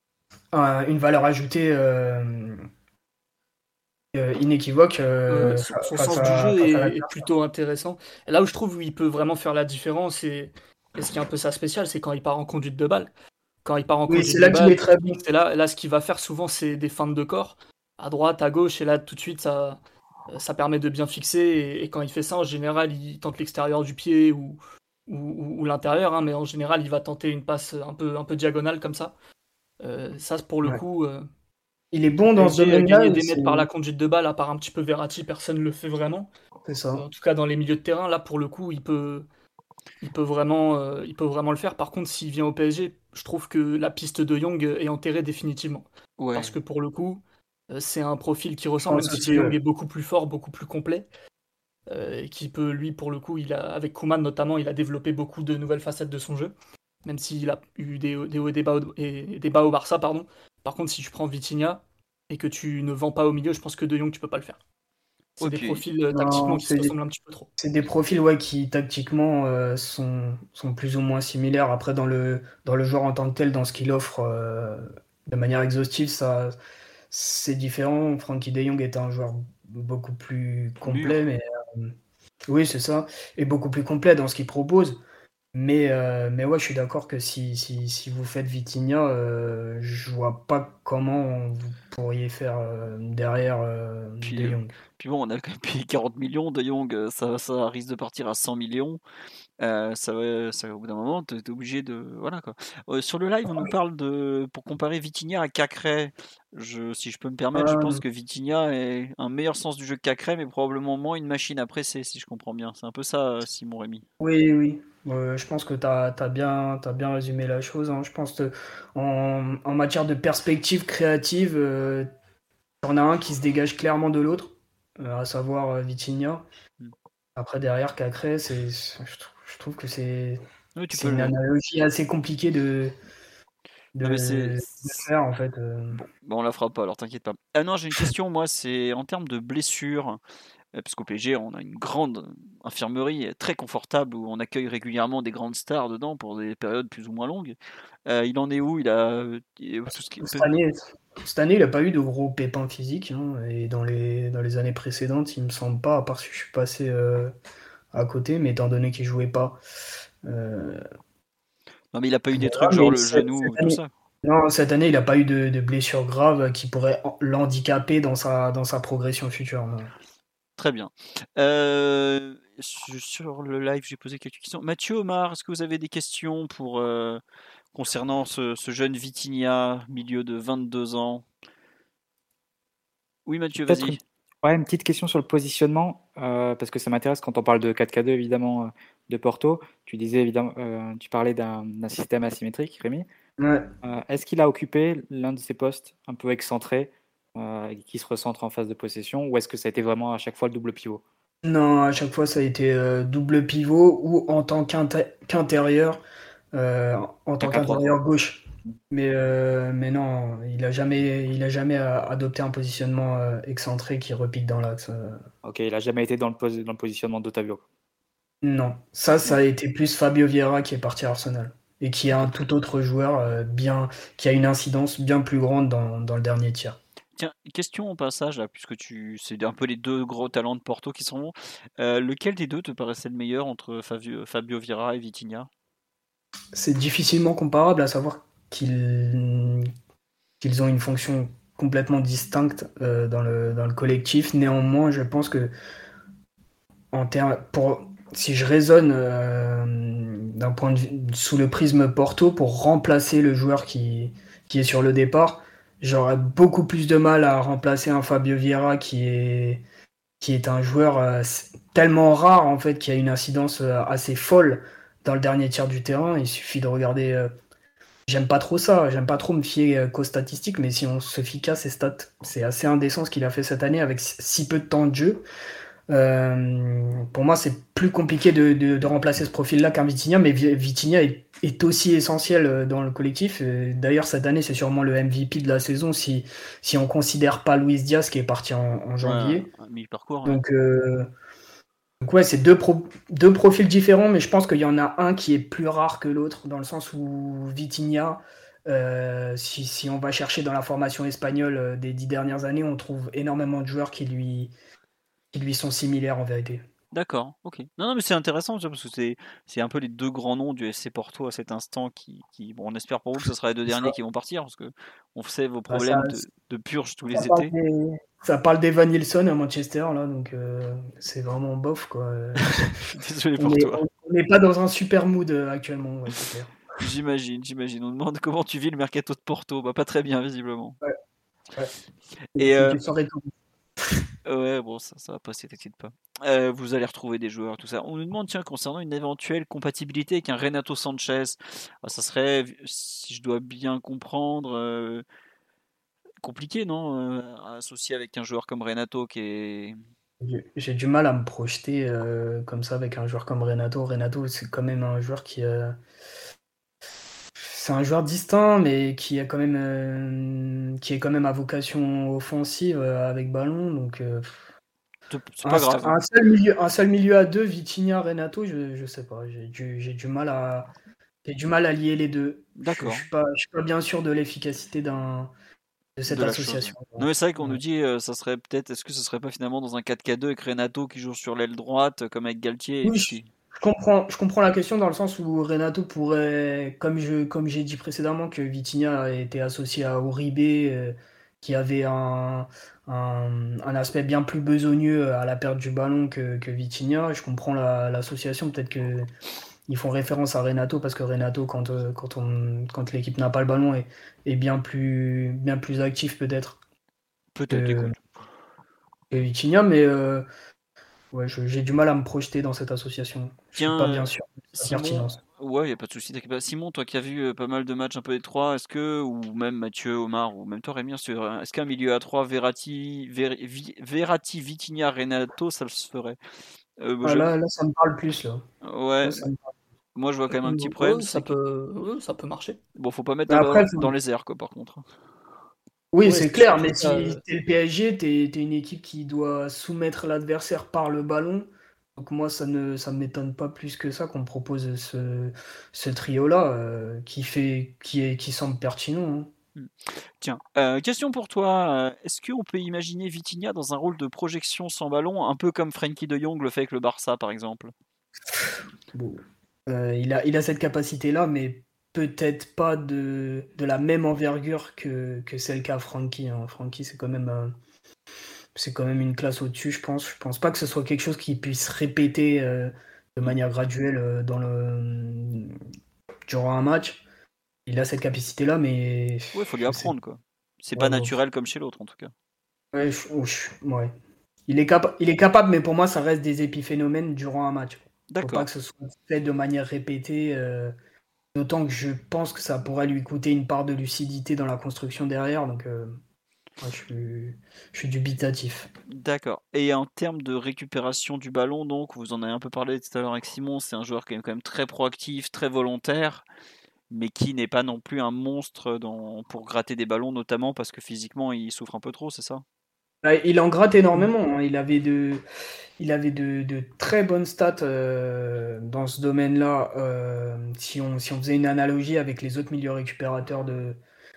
un- une valeur ajoutée euh, euh, inéquivoque Ouais, euh, son, fa- son face sens du à, jeu face à est, est l'adversaire. plutôt intéressant. Et là où je trouve où il peut vraiment faire la différence et, et ce qui est un peu ça spécial, c'est quand il part en conduite de balle. Quand il part en Oui, c'est conduite de là qu'il balle, est très bon. c'est là, là ce qu'il va faire souvent, c'est des feintes de corps, à droite, à gauche, et là tout de suite ça, ça permet de bien fixer. Et, et quand il fait ça, en général, il tente l'extérieur du pied ou, ou, ou- ou l'intérieur, hein, mais en général, il va tenter une passe un peu, un peu diagonale comme ça. Euh, ça, pour le Ouais. coup, euh, Il est bon P dans S ce G a domaine-là. gagné et des c'est mètres par la conduite de balle, à part un petit peu Verratti, personne ne le fait vraiment. c'est Euh, ça. en tout cas, dans les milieux de terrain, là, pour le coup, il peut, il peut vraiment, euh, il peut vraiment le faire. Par contre, s'il vient au P S G, je trouve que la piste de Jong est enterrée définitivement. Parce Ouais. que pour le coup, euh, c'est un profil qui Je ressemble, même pense si De aussi, Jong ouais. est beaucoup plus fort, beaucoup plus complet. Euh, et qui peut, lui, pour le coup, il a, avec Koeman notamment, il a développé beaucoup de nouvelles facettes de son jeu. Même s'il a eu des, hauts- des hauts et des bas au, et des bas au Barça, pardon. Par contre, si tu prends Vitinha et que tu ne vends pas au milieu, je pense que De Jong, tu peux pas le faire. C'est Ouais, des puis profils euh, tactiquement Non, qui se c'est des, ressemblent un petit peu trop. c'est des profils ouais, qui tactiquement euh, sont, sont plus ou moins similaires. Après, dans le, dans le joueur en tant que tel, dans ce qu'il offre euh, de manière exhaustive, ça, c'est différent. Frankie De Jong est un joueur beaucoup plus complet, mûr. mais euh, oui, c'est ça, et beaucoup plus complet dans ce qu'il propose. Mais, euh, mais ouais, je suis d'accord que si, si, si vous faites Vitinha, euh, je vois pas comment vous pourriez faire euh, derrière euh, Puis, De euh, Jong. puis bon, on a quand même payé quarante millions de Jong, euh, ça, ça risque de partir à cent millions. Euh, ça va, ça, au bout d'un moment, tu es obligé de. Voilà quoi. Euh, sur le live, on nous parle de. Pour comparer Vitinha à Cacré, je, si je peux me permettre, je pense Euh, que Vitinha est un meilleur sens du jeu que Cacré, mais probablement moins une machine à presser, si je comprends bien. C'est un peu ça, euh, Simon Rémy. oui, oui. Euh, je pense que tu as, bien, t'as bien résumé la chose, hein. Je pense que en, en matière de perspective créative, euh, il y en a un qui se dégage clairement de l'autre, euh, à savoir euh, Vitinha. Mm. Après, derrière, Cacré, c'est, je, trouve, je trouve que c'est, Oui, tu peux c'est une le. analogie assez compliquée de, Non, mais c'est. de, de faire, en fait. euh. Bon, bah, on la fera pas, alors t'inquiète pas. Ah non, j'ai une question, moi, c'est en termes de blessures. Euh, Parce qu'au P S G, on a une grande infirmerie très confortable où on accueille régulièrement des grandes stars dedans pour des périodes plus ou moins longues. Euh, il en est où? Il a euh, tout ce qui Cette année, cette année, il n'a pas eu de gros pépins physiques, hein, et dans les, dans les années précédentes, il me semble pas, à part si je suis passé euh, à côté, mais étant donné qu'il jouait pas. euh, Non, mais il a pas eu des trucs voilà, genre mais le cette, genou, cette tout année, ça. non, cette année, il n'a pas eu de, de blessures graves qui pourraient en- l'handicaper dans sa, dans sa progression future. Non. Très bien. Euh, su- sur le live, j'ai posé quelques questions. Mathieu, Omar, est-ce que vous avez des questions pour euh, concernant ce, ce jeune Vitinha, milieu de vingt-deux ans? Oui, Mathieu, Peut-être vas-y. une, ouais, une petite question sur le positionnement, euh, parce que ça m'intéresse quand on parle de quatre quatre deux, évidemment, euh, de Porto. Tu disais, évidemment, euh, tu parlais d'un d'un système asymétrique, Rémi. Ouais. Euh, est-ce qu'il a occupé l'un de ces postes un peu excentrés, euh, qui se recentre en phase de possession, ou est-ce que ça a été vraiment à chaque fois le double pivot? Non, à chaque fois, ça a été euh, double pivot ou en tant qu'inté- qu'intérieur, euh, en tant quatre quatre trois, quoi. qu'intérieur gauche. Mais, euh, mais non, il a jamais, il a jamais euh, adopté un positionnement euh, excentré qui repique dans l'axe. euh. Ok, il a jamais été dans le, pos- dans le positionnement d'Otavio. Non, ça, ça Non. a été plus Fabio Vieira qui est parti à Arsenal et qui est Ok. un tout autre joueur euh, bien, qui a une incidence bien plus grande dans, dans le dernier tiers. Tiens, question au passage, là, puisque tu, c'est un peu les deux gros talents de Porto qui sont bons. Euh, lequel des deux te paraissait le meilleur entre Fabio, Fabio Vieira et Vitinha? C'est difficilement comparable, à savoir qu'ils qu'ils ont une fonction complètement distincte euh, dans le, dans le collectif. Néanmoins, je pense que en termes, pour, si je raisonne euh, d'un point de vue sous le prisme Porto, pour remplacer le joueur qui, qui est sur le départ, j'aurais beaucoup plus de mal à remplacer un Fabio Vieira qui est, qui est un joueur euh, tellement rare en fait, qui a une incidence euh, assez folle dans le dernier tiers du terrain. Il suffit de regarder. euh, J'aime pas trop ça, j'aime pas trop me fier euh, qu'aux statistiques, mais si on se fie qu'à ses stats, c'est assez indécent ce qu'il a fait cette année avec si si peu de temps de jeu. Euh, pour moi, c'est plus compliqué de, de- de remplacer ce profil-là qu'un Vitinha, mais Vi- Vitinha est, est aussi essentiel euh, dans le collectif. Euh, D'ailleurs, cette année, c'est sûrement le M V P de la saison si, si on considère pas Luis Diaz qui est parti en, en Ouais, janvier. un mi-parcours, ouais. Donc, euh, donc ouais, c'est deux, pro- deux profils différents, mais je pense qu'il y en a un qui est plus rare que l'autre, dans le sens où Vitinha, euh, si, si on va chercher dans la formation espagnole euh, des dix dernières années, on trouve énormément de joueurs qui lui, qui lui sont similaires en vérité. D'accord, ok. Non, non, mais c'est intéressant, tu vois, parce que c'est, c'est un peu les deux grands noms du F C Porto à cet instant qui, qui, bon, on espère pour vous que ce sera les deux C'est derniers ça. qui vont partir, parce que on sait vos Bah, ça, problèmes de, de purge tous ça les parle étés. des- ça parle d'Evan Nilsson à Manchester, là, donc euh, c'est vraiment bof, quoi. Je suis désolé On pour est- toi. on- on n'est pas dans un super mood euh, actuellement, ouais, c'est clair. J'imagine, j'imagine. On demande comment tu vis le mercato de Porto. Bah, pas très bien, visiblement. Ouais. Ouais. Et C'est euh, du sans retour. ouais, bon, ça, ça va passer, t'inquiète pas. Euh, vous allez retrouver des joueurs, tout ça. On nous demande, tiens, concernant une éventuelle compatibilité avec un Renato Sanchez, ah, ça serait, si je dois bien comprendre, euh, compliqué, non, euh, à associer avec un joueur comme Renato qui est. J'ai j'ai du mal à me projeter euh, comme ça avec un joueur comme Renato. Renato, c'est quand même un joueur qui, euh, c'est un joueur distinct, mais qui a quand même, euh, qui est quand même à vocation offensive euh, avec ballon. Donc, euh, C'est c'est un, pas grave. un seul milieu, un seul milieu à deux, Vitinha, Renato, je, je sais pas. J'ai du, j'ai du mal à, j'ai du mal à lier les deux. Je, je D'accord. suis pas, je suis pas bien sûr de l'efficacité d'un, de cette De la chose. association. Non, mais c'est vrai qu'on Ouais. nous dit, euh, ça serait peut-être, est-ce que ce serait pas finalement dans un quatre quatre deux avec Renato qui joue sur l'aile droite, euh, comme avec Galtier et Oui, je, Viti. je comprends, je comprends la question dans le sens où Renato pourrait, comme je, comme j'ai dit précédemment, que Vitinha était associé à Uribe, euh, qui avait un, un, un aspect bien plus besogneux à la perte du ballon que, que Vitinha. Je comprends la- l'association. Peut-être que ils font référence à Renato parce que Renato, quand, euh, quand, on, quand l'équipe n'a pas le ballon, est, est bien plus, bien plus actif peut-être Peut-être, que, écoute. que Vitinha, mais euh, ouais, je- j'ai du mal à me projeter dans cette association. Je suis Tiens, pas euh, bien sûr de sa Simon, pertinence. ouais, y a pas de souci, t'inquiète pas. Simon, toi qui as vu euh, pas mal de matchs un peu étroits, est-ce que, ou même Mathieu, Omar, ou même toi Rémi, est-ce que- est-ce qu'un milieu à trois, Verratti, Ver- Vi- Verratti, Vitinha, Renato, ça se ferait? Euh, bah, Ah, j'avoue- là, là, ça me parle plus, là. Ouais, Là, ça me parle. moi je vois quand même un petit problème, Ouais, ça c'est que peut, ouais, ça peut marcher. bon, faut pas mettre Mais le après, ballon faut- dans les airs, quoi, par contre. oui, Ouais, c'est c'est clair, surtout mais que t'as- si t'es le P S G, t'es, t'es une équipe qui doit soumettre l'adversaire par le ballon. Donc moi, ça ne ça m'étonne pas plus que ça qu'on me propose ce, ce trio-là, euh, qui fait, qui est, qui semble pertinent, hein. Hmm. Tiens, euh, question pour toi. euh, Est-ce qu'on peut imaginer Vitinha dans un rôle de projection sans ballon, un peu comme Frenkie de Jong le fait avec le Barça, par exemple? Bon. Euh, il a, il a cette capacité-là, mais peut-être pas de, de la même envergure que, que celle qu'a Frankie, hein. Frankie, c'est quand même, euh, c'est quand même une classe au-dessus, je pense. Je pense pas que ce soit quelque chose qui puisse répéter euh, de Hmm. manière graduelle euh, dans le, durant un match. Il a cette capacité-là, mais Ouais, faut lui je sais apprendre, quoi. C'est pas. pas Ouais, naturel comme chez l'autre, en tout cas. ouais, je- oh, je- ouais. Il est capa- il est capable, mais pour moi, ça reste des épiphénomènes durant un match. Faut pas D'accord. que ce soit fait de manière répétée. euh, D'autant que je pense que ça pourrait lui coûter une part de lucidité dans la construction derrière. Donc, euh, ouais, je suis, je suis dubitatif. D'accord. Et en termes de récupération du ballon, donc, vous en avez un peu parlé tout à l'heure avec Simon, c'est un joueur qui est quand même très proactif, très volontaire, mais qui n'est pas non plus un monstre dans... pour gratter des ballons, notamment parce que physiquement, il souffre un peu trop, c'est ça? Bah, il en gratte énormément, hein. Il avait de, il avait de, de très bonnes stats euh, dans ce domaine-là. Euh, si on, si on faisait une analogie avec les autres milieux récupérateurs de,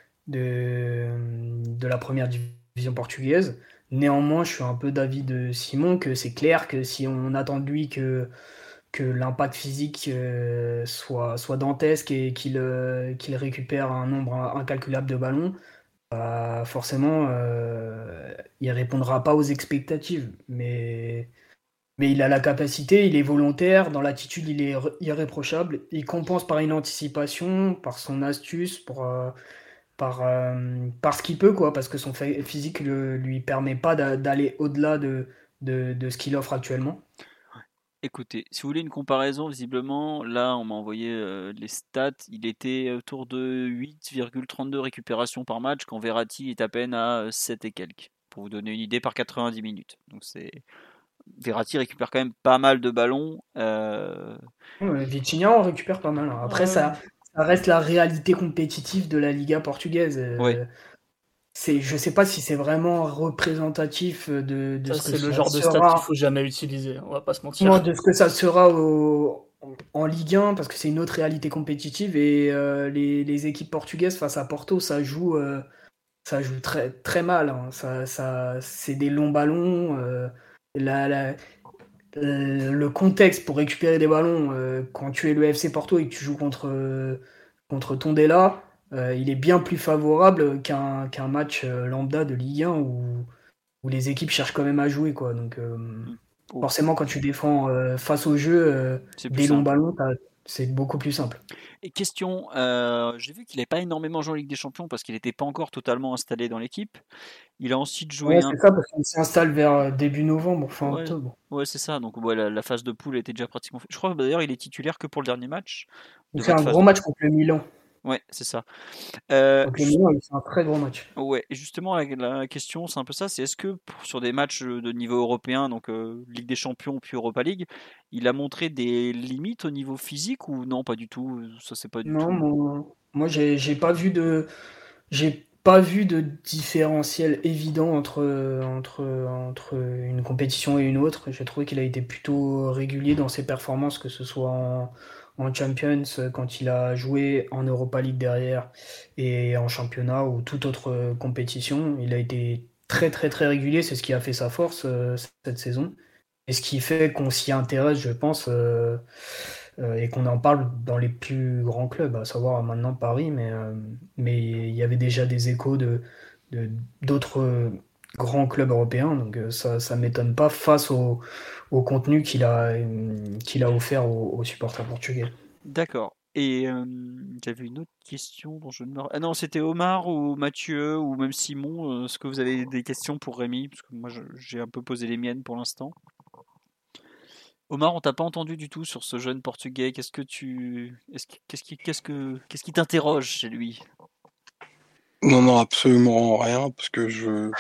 de, de la première division portugaise. Néanmoins, je suis un peu d'avis de Simon que c'est clair que si on attend de lui que, que l'impact physique euh, soit, soit dantesque et qu'il euh, qu'il récupère un nombre incalculable de ballons, bah, forcément, euh, il répondra pas aux expectatives. Mais, mais il a la capacité, il est volontaire, dans l'attitude, il est irré- irréprochable. Il compense par une anticipation, par son astuce, pour, euh, par, euh, par ce qu'il peut, quoi, parce que son fa- physique ne lui permet pas d'a- d'aller au-delà de, de, de ce qu'il offre actuellement. Écoutez, si vous voulez une comparaison, visiblement, là, on m'a envoyé euh, les stats, il était autour de huit virgule trente-deux récupérations par match, quand Verratti est à peine à euh, sept et quelques, pour vous donner une idée, par quatre-vingt-dix minutes. Donc c'est Verratti récupère quand même pas mal de ballons. euh, Ouais, Vitinha, on récupère pas mal, hein. Après, Ouais, ça, ça reste la réalité compétitive de la Liga portugaise. Ouais, Euh, c'est, je sais pas si c'est vraiment représentatif de, de ça ce que c'est le ça genre de stat qu'il sera, faut jamais utiliser, on va pas se moi, mentir. de ce que ça sera au- en Ligue un, parce que c'est une autre réalité compétitive et euh, les, les équipes portugaises face à Porto, ça joue, euh, ça joue très, très mal, hein. Ça, ça, c'est des longs ballons. euh, la, la- euh, le contexte pour récupérer des ballons euh, quand tu es le F C Porto et que tu joues contre, euh, contre Tondela, euh, il est bien plus favorable qu'un qu'un match euh, lambda de Ligue un où, où les équipes cherchent quand même à jouer, quoi. Donc, euh, mm, oh, forcément, quand tu défends euh, face au jeu, euh, c'est plus des longs simple. ballons, t'as c'est beaucoup plus simple. Et question, euh, j'ai vu qu'il n'avait pas énormément joué en Ligue des Champions parce qu'il n'était pas encore totalement installé dans l'équipe. Il a ensuite joué Ouais, un. c'est ça, parce qu'il s'installe vers euh, début novembre, fin Ouais, octobre. ouais, c'est ça. Donc ouais, la, la phase de poule était déjà pratiquement faite. Je crois d'ailleurs il est titulaire que pour le dernier match Il de fait votre un phase gros de match poule. contre le Milan. Ouais, c'est ça. Euh, Donc le Milan, il fait un très gros match. Ouais, et justement, la, la question, c'est un peu ça, c'est est-ce que pour- sur des matchs de niveau européen, donc euh, Ligue des Champions puis Europa League, il a montré des limites au niveau physique ou non, pas du tout, ça c'est pas du Non, tout. moi, moi j'ai j'ai pas vu de j'ai pas vu de différentiel évident entre, entre, entre une compétition et une autre. J'ai trouvé qu'il a été plutôt régulier dans ses performances, que ce soit en, en Champions, quand il a joué en Europa League derrière, et en championnat ou toute autre compétition. Il a été très très très régulier, c'est ce qui a fait sa force euh, cette saison. Et ce qui fait qu'on s'y intéresse, je pense, euh, euh, et qu'on en parle dans les plus grands clubs, à savoir maintenant Paris, mais, euh, mais il y avait déjà des échos de, de- d'autres euh, grands clubs européens, donc euh, ça ça m'étonne pas face au, au contenu qu'il a, euh, qu'il a offert aux, aux supporters portugais. D'accord. Et euh, j'avais une autre question dont je ne me... Ah non, c'était Omar ou Mathieu ou même Simon, euh, est-ce que vous avez des questions pour Rémi? Parce que moi je- j'ai un peu posé les miennes pour l'instant. Omar, on t'a pas entendu du tout sur ce jeune portugais, qu'est-ce que tu... est-ce que- Qu'est-ce qui, qu'est-ce que, qu'est-ce qui t'interroge chez lui? Non, non, absolument rien, parce que je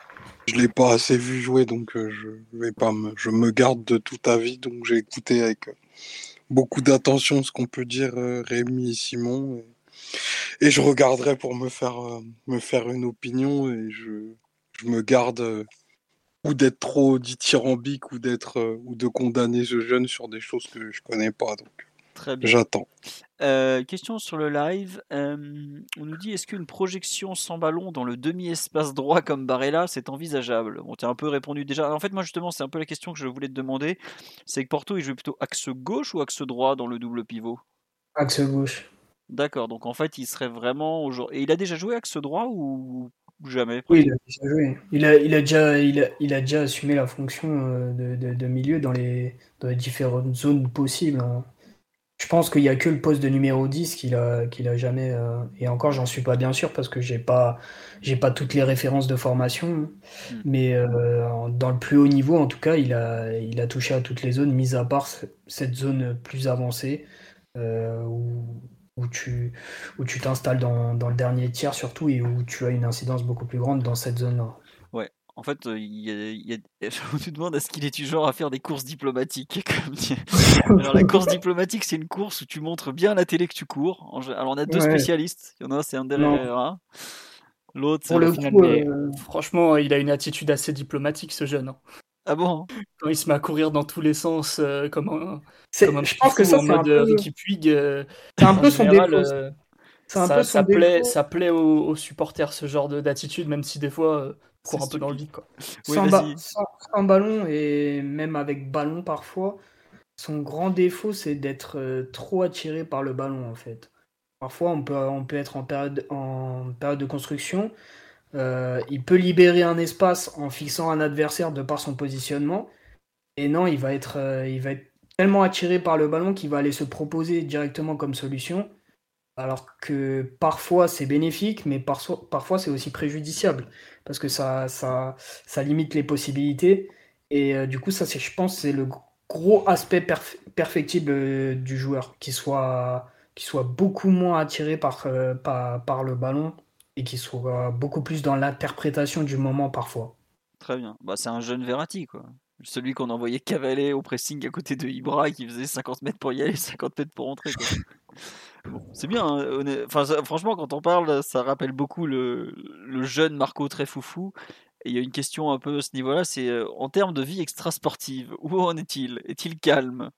je l'ai pas assez vu jouer, donc euh, je vais pas me, je me garde de tout avis, donc j'ai écouté avec euh, beaucoup d'attention ce qu'on peut dire euh, Rémi et Simon, et, et je regarderai pour me faire euh, me faire une opinion, et je je me garde euh, ou d'être trop dithyrambique ou d'être euh, ou de condamner ce jeune sur des choses que je connais pas, donc Très bien. j'attends. Euh, question sur le live. Euh, on nous dit est-ce qu'une projection sans ballon dans le demi-espace droit comme Barella, c'est envisageable? Bon, tu as un peu répondu déjà. En fait, moi, justement, c'est un peu la question que je voulais te demander. C'est que Porto, il joue plutôt axe gauche ou axe droit dans le double pivot? Axe gauche. D'accord, donc en fait, il serait vraiment aujourd'hui. Et il a déjà joué axe droit ou ou jamais, Oui, il a pratiquement? déjà joué. Il a, il a déjà, il a, il a déjà assumé la fonction euh, de, de, de milieu dans les, dans les différentes zones possibles, hein. Je pense qu'il y a que le poste de numéro dix qu'il a, qu'il a jamais. euh, Et encore, j'en suis pas bien sûr parce que j'ai pas, j'ai pas toutes les références de formation. Hmm. Mais euh, en- dans le plus haut niveau, en tout cas, il a, il a touché à toutes les zones, mis à part ce- cette zone plus avancée euh, où, où tu, où tu t'installes dans, dans le dernier tiers surtout et où tu as une incidence beaucoup plus grande dans cette zone-là. Ouais. En fait, euh, il y a, il y a- on te demande est-ce qu'il est du genre à faire des courses diplomatiques comme dit- Alors la course diplomatique, c'est une course où tu montres bien à la télé que tu cours. En gé- Alors on a deux Ouais, spécialistes. Il y en a un, c'est Ander non. Herrera. L'autre, c'est Pour le Rafinha coup, Lee. Mais euh, franchement, il a une attitude assez diplomatique, ce jeune, hein. Ah bon? Quand il se met à courir dans tous les sens euh, comme un, comme c'est, un je petit pense que fou ça, en c'est un mode euh, peu, Ricky Puig, euh, c'est un en peu son général, défaut. euh, C'est un peu ça, son ça plaît, défaut. ça plaît aux, aux supporters, ce genre de- d'attitude, même si des fois, euh, il C'est court un peu dans le stupide. vide, quoi. Oui, Sans, ba- vas-y. sans, sans ballon et même avec ballon parfois, son grand défaut, c'est d'être euh, trop attiré par le ballon en fait. Parfois, on peut, on peut être en période, en période de construction. Euh, il peut libérer un espace en fixant un adversaire de par son positionnement. Et non, il va être, euh, il va être tellement attiré par le ballon qu'il va aller se proposer directement comme solution. Alors que parfois c'est bénéfique, mais parfois, parfois c'est aussi préjudiciable. Parce que ça, ça, ça limite les possibilités. Et euh, du coup, ça, c'est, je pense, c'est le gros aspect perf- perfectible euh, du joueur, qui soit, qui soit beaucoup moins attiré par, euh, par, par le ballon et qui soit beaucoup plus dans l'interprétation du moment parfois. Très bien. Bah, c'est un jeune Verratti, quoi. Celui qu'on envoyait cavaler au pressing à côté de Ibra et qui faisait cinquante mètres pour y aller, cinquante mètres pour rentrer, quoi. Bon, c'est bien, hein, honn- enfin, ça- franchement, quand on parle, ça rappelle beaucoup le, le jeune Marco très foufou. Et il y a une question un peu à ce niveau-là, c'est euh, en termes de vie extrasportive, où en est-il? Est-il calme?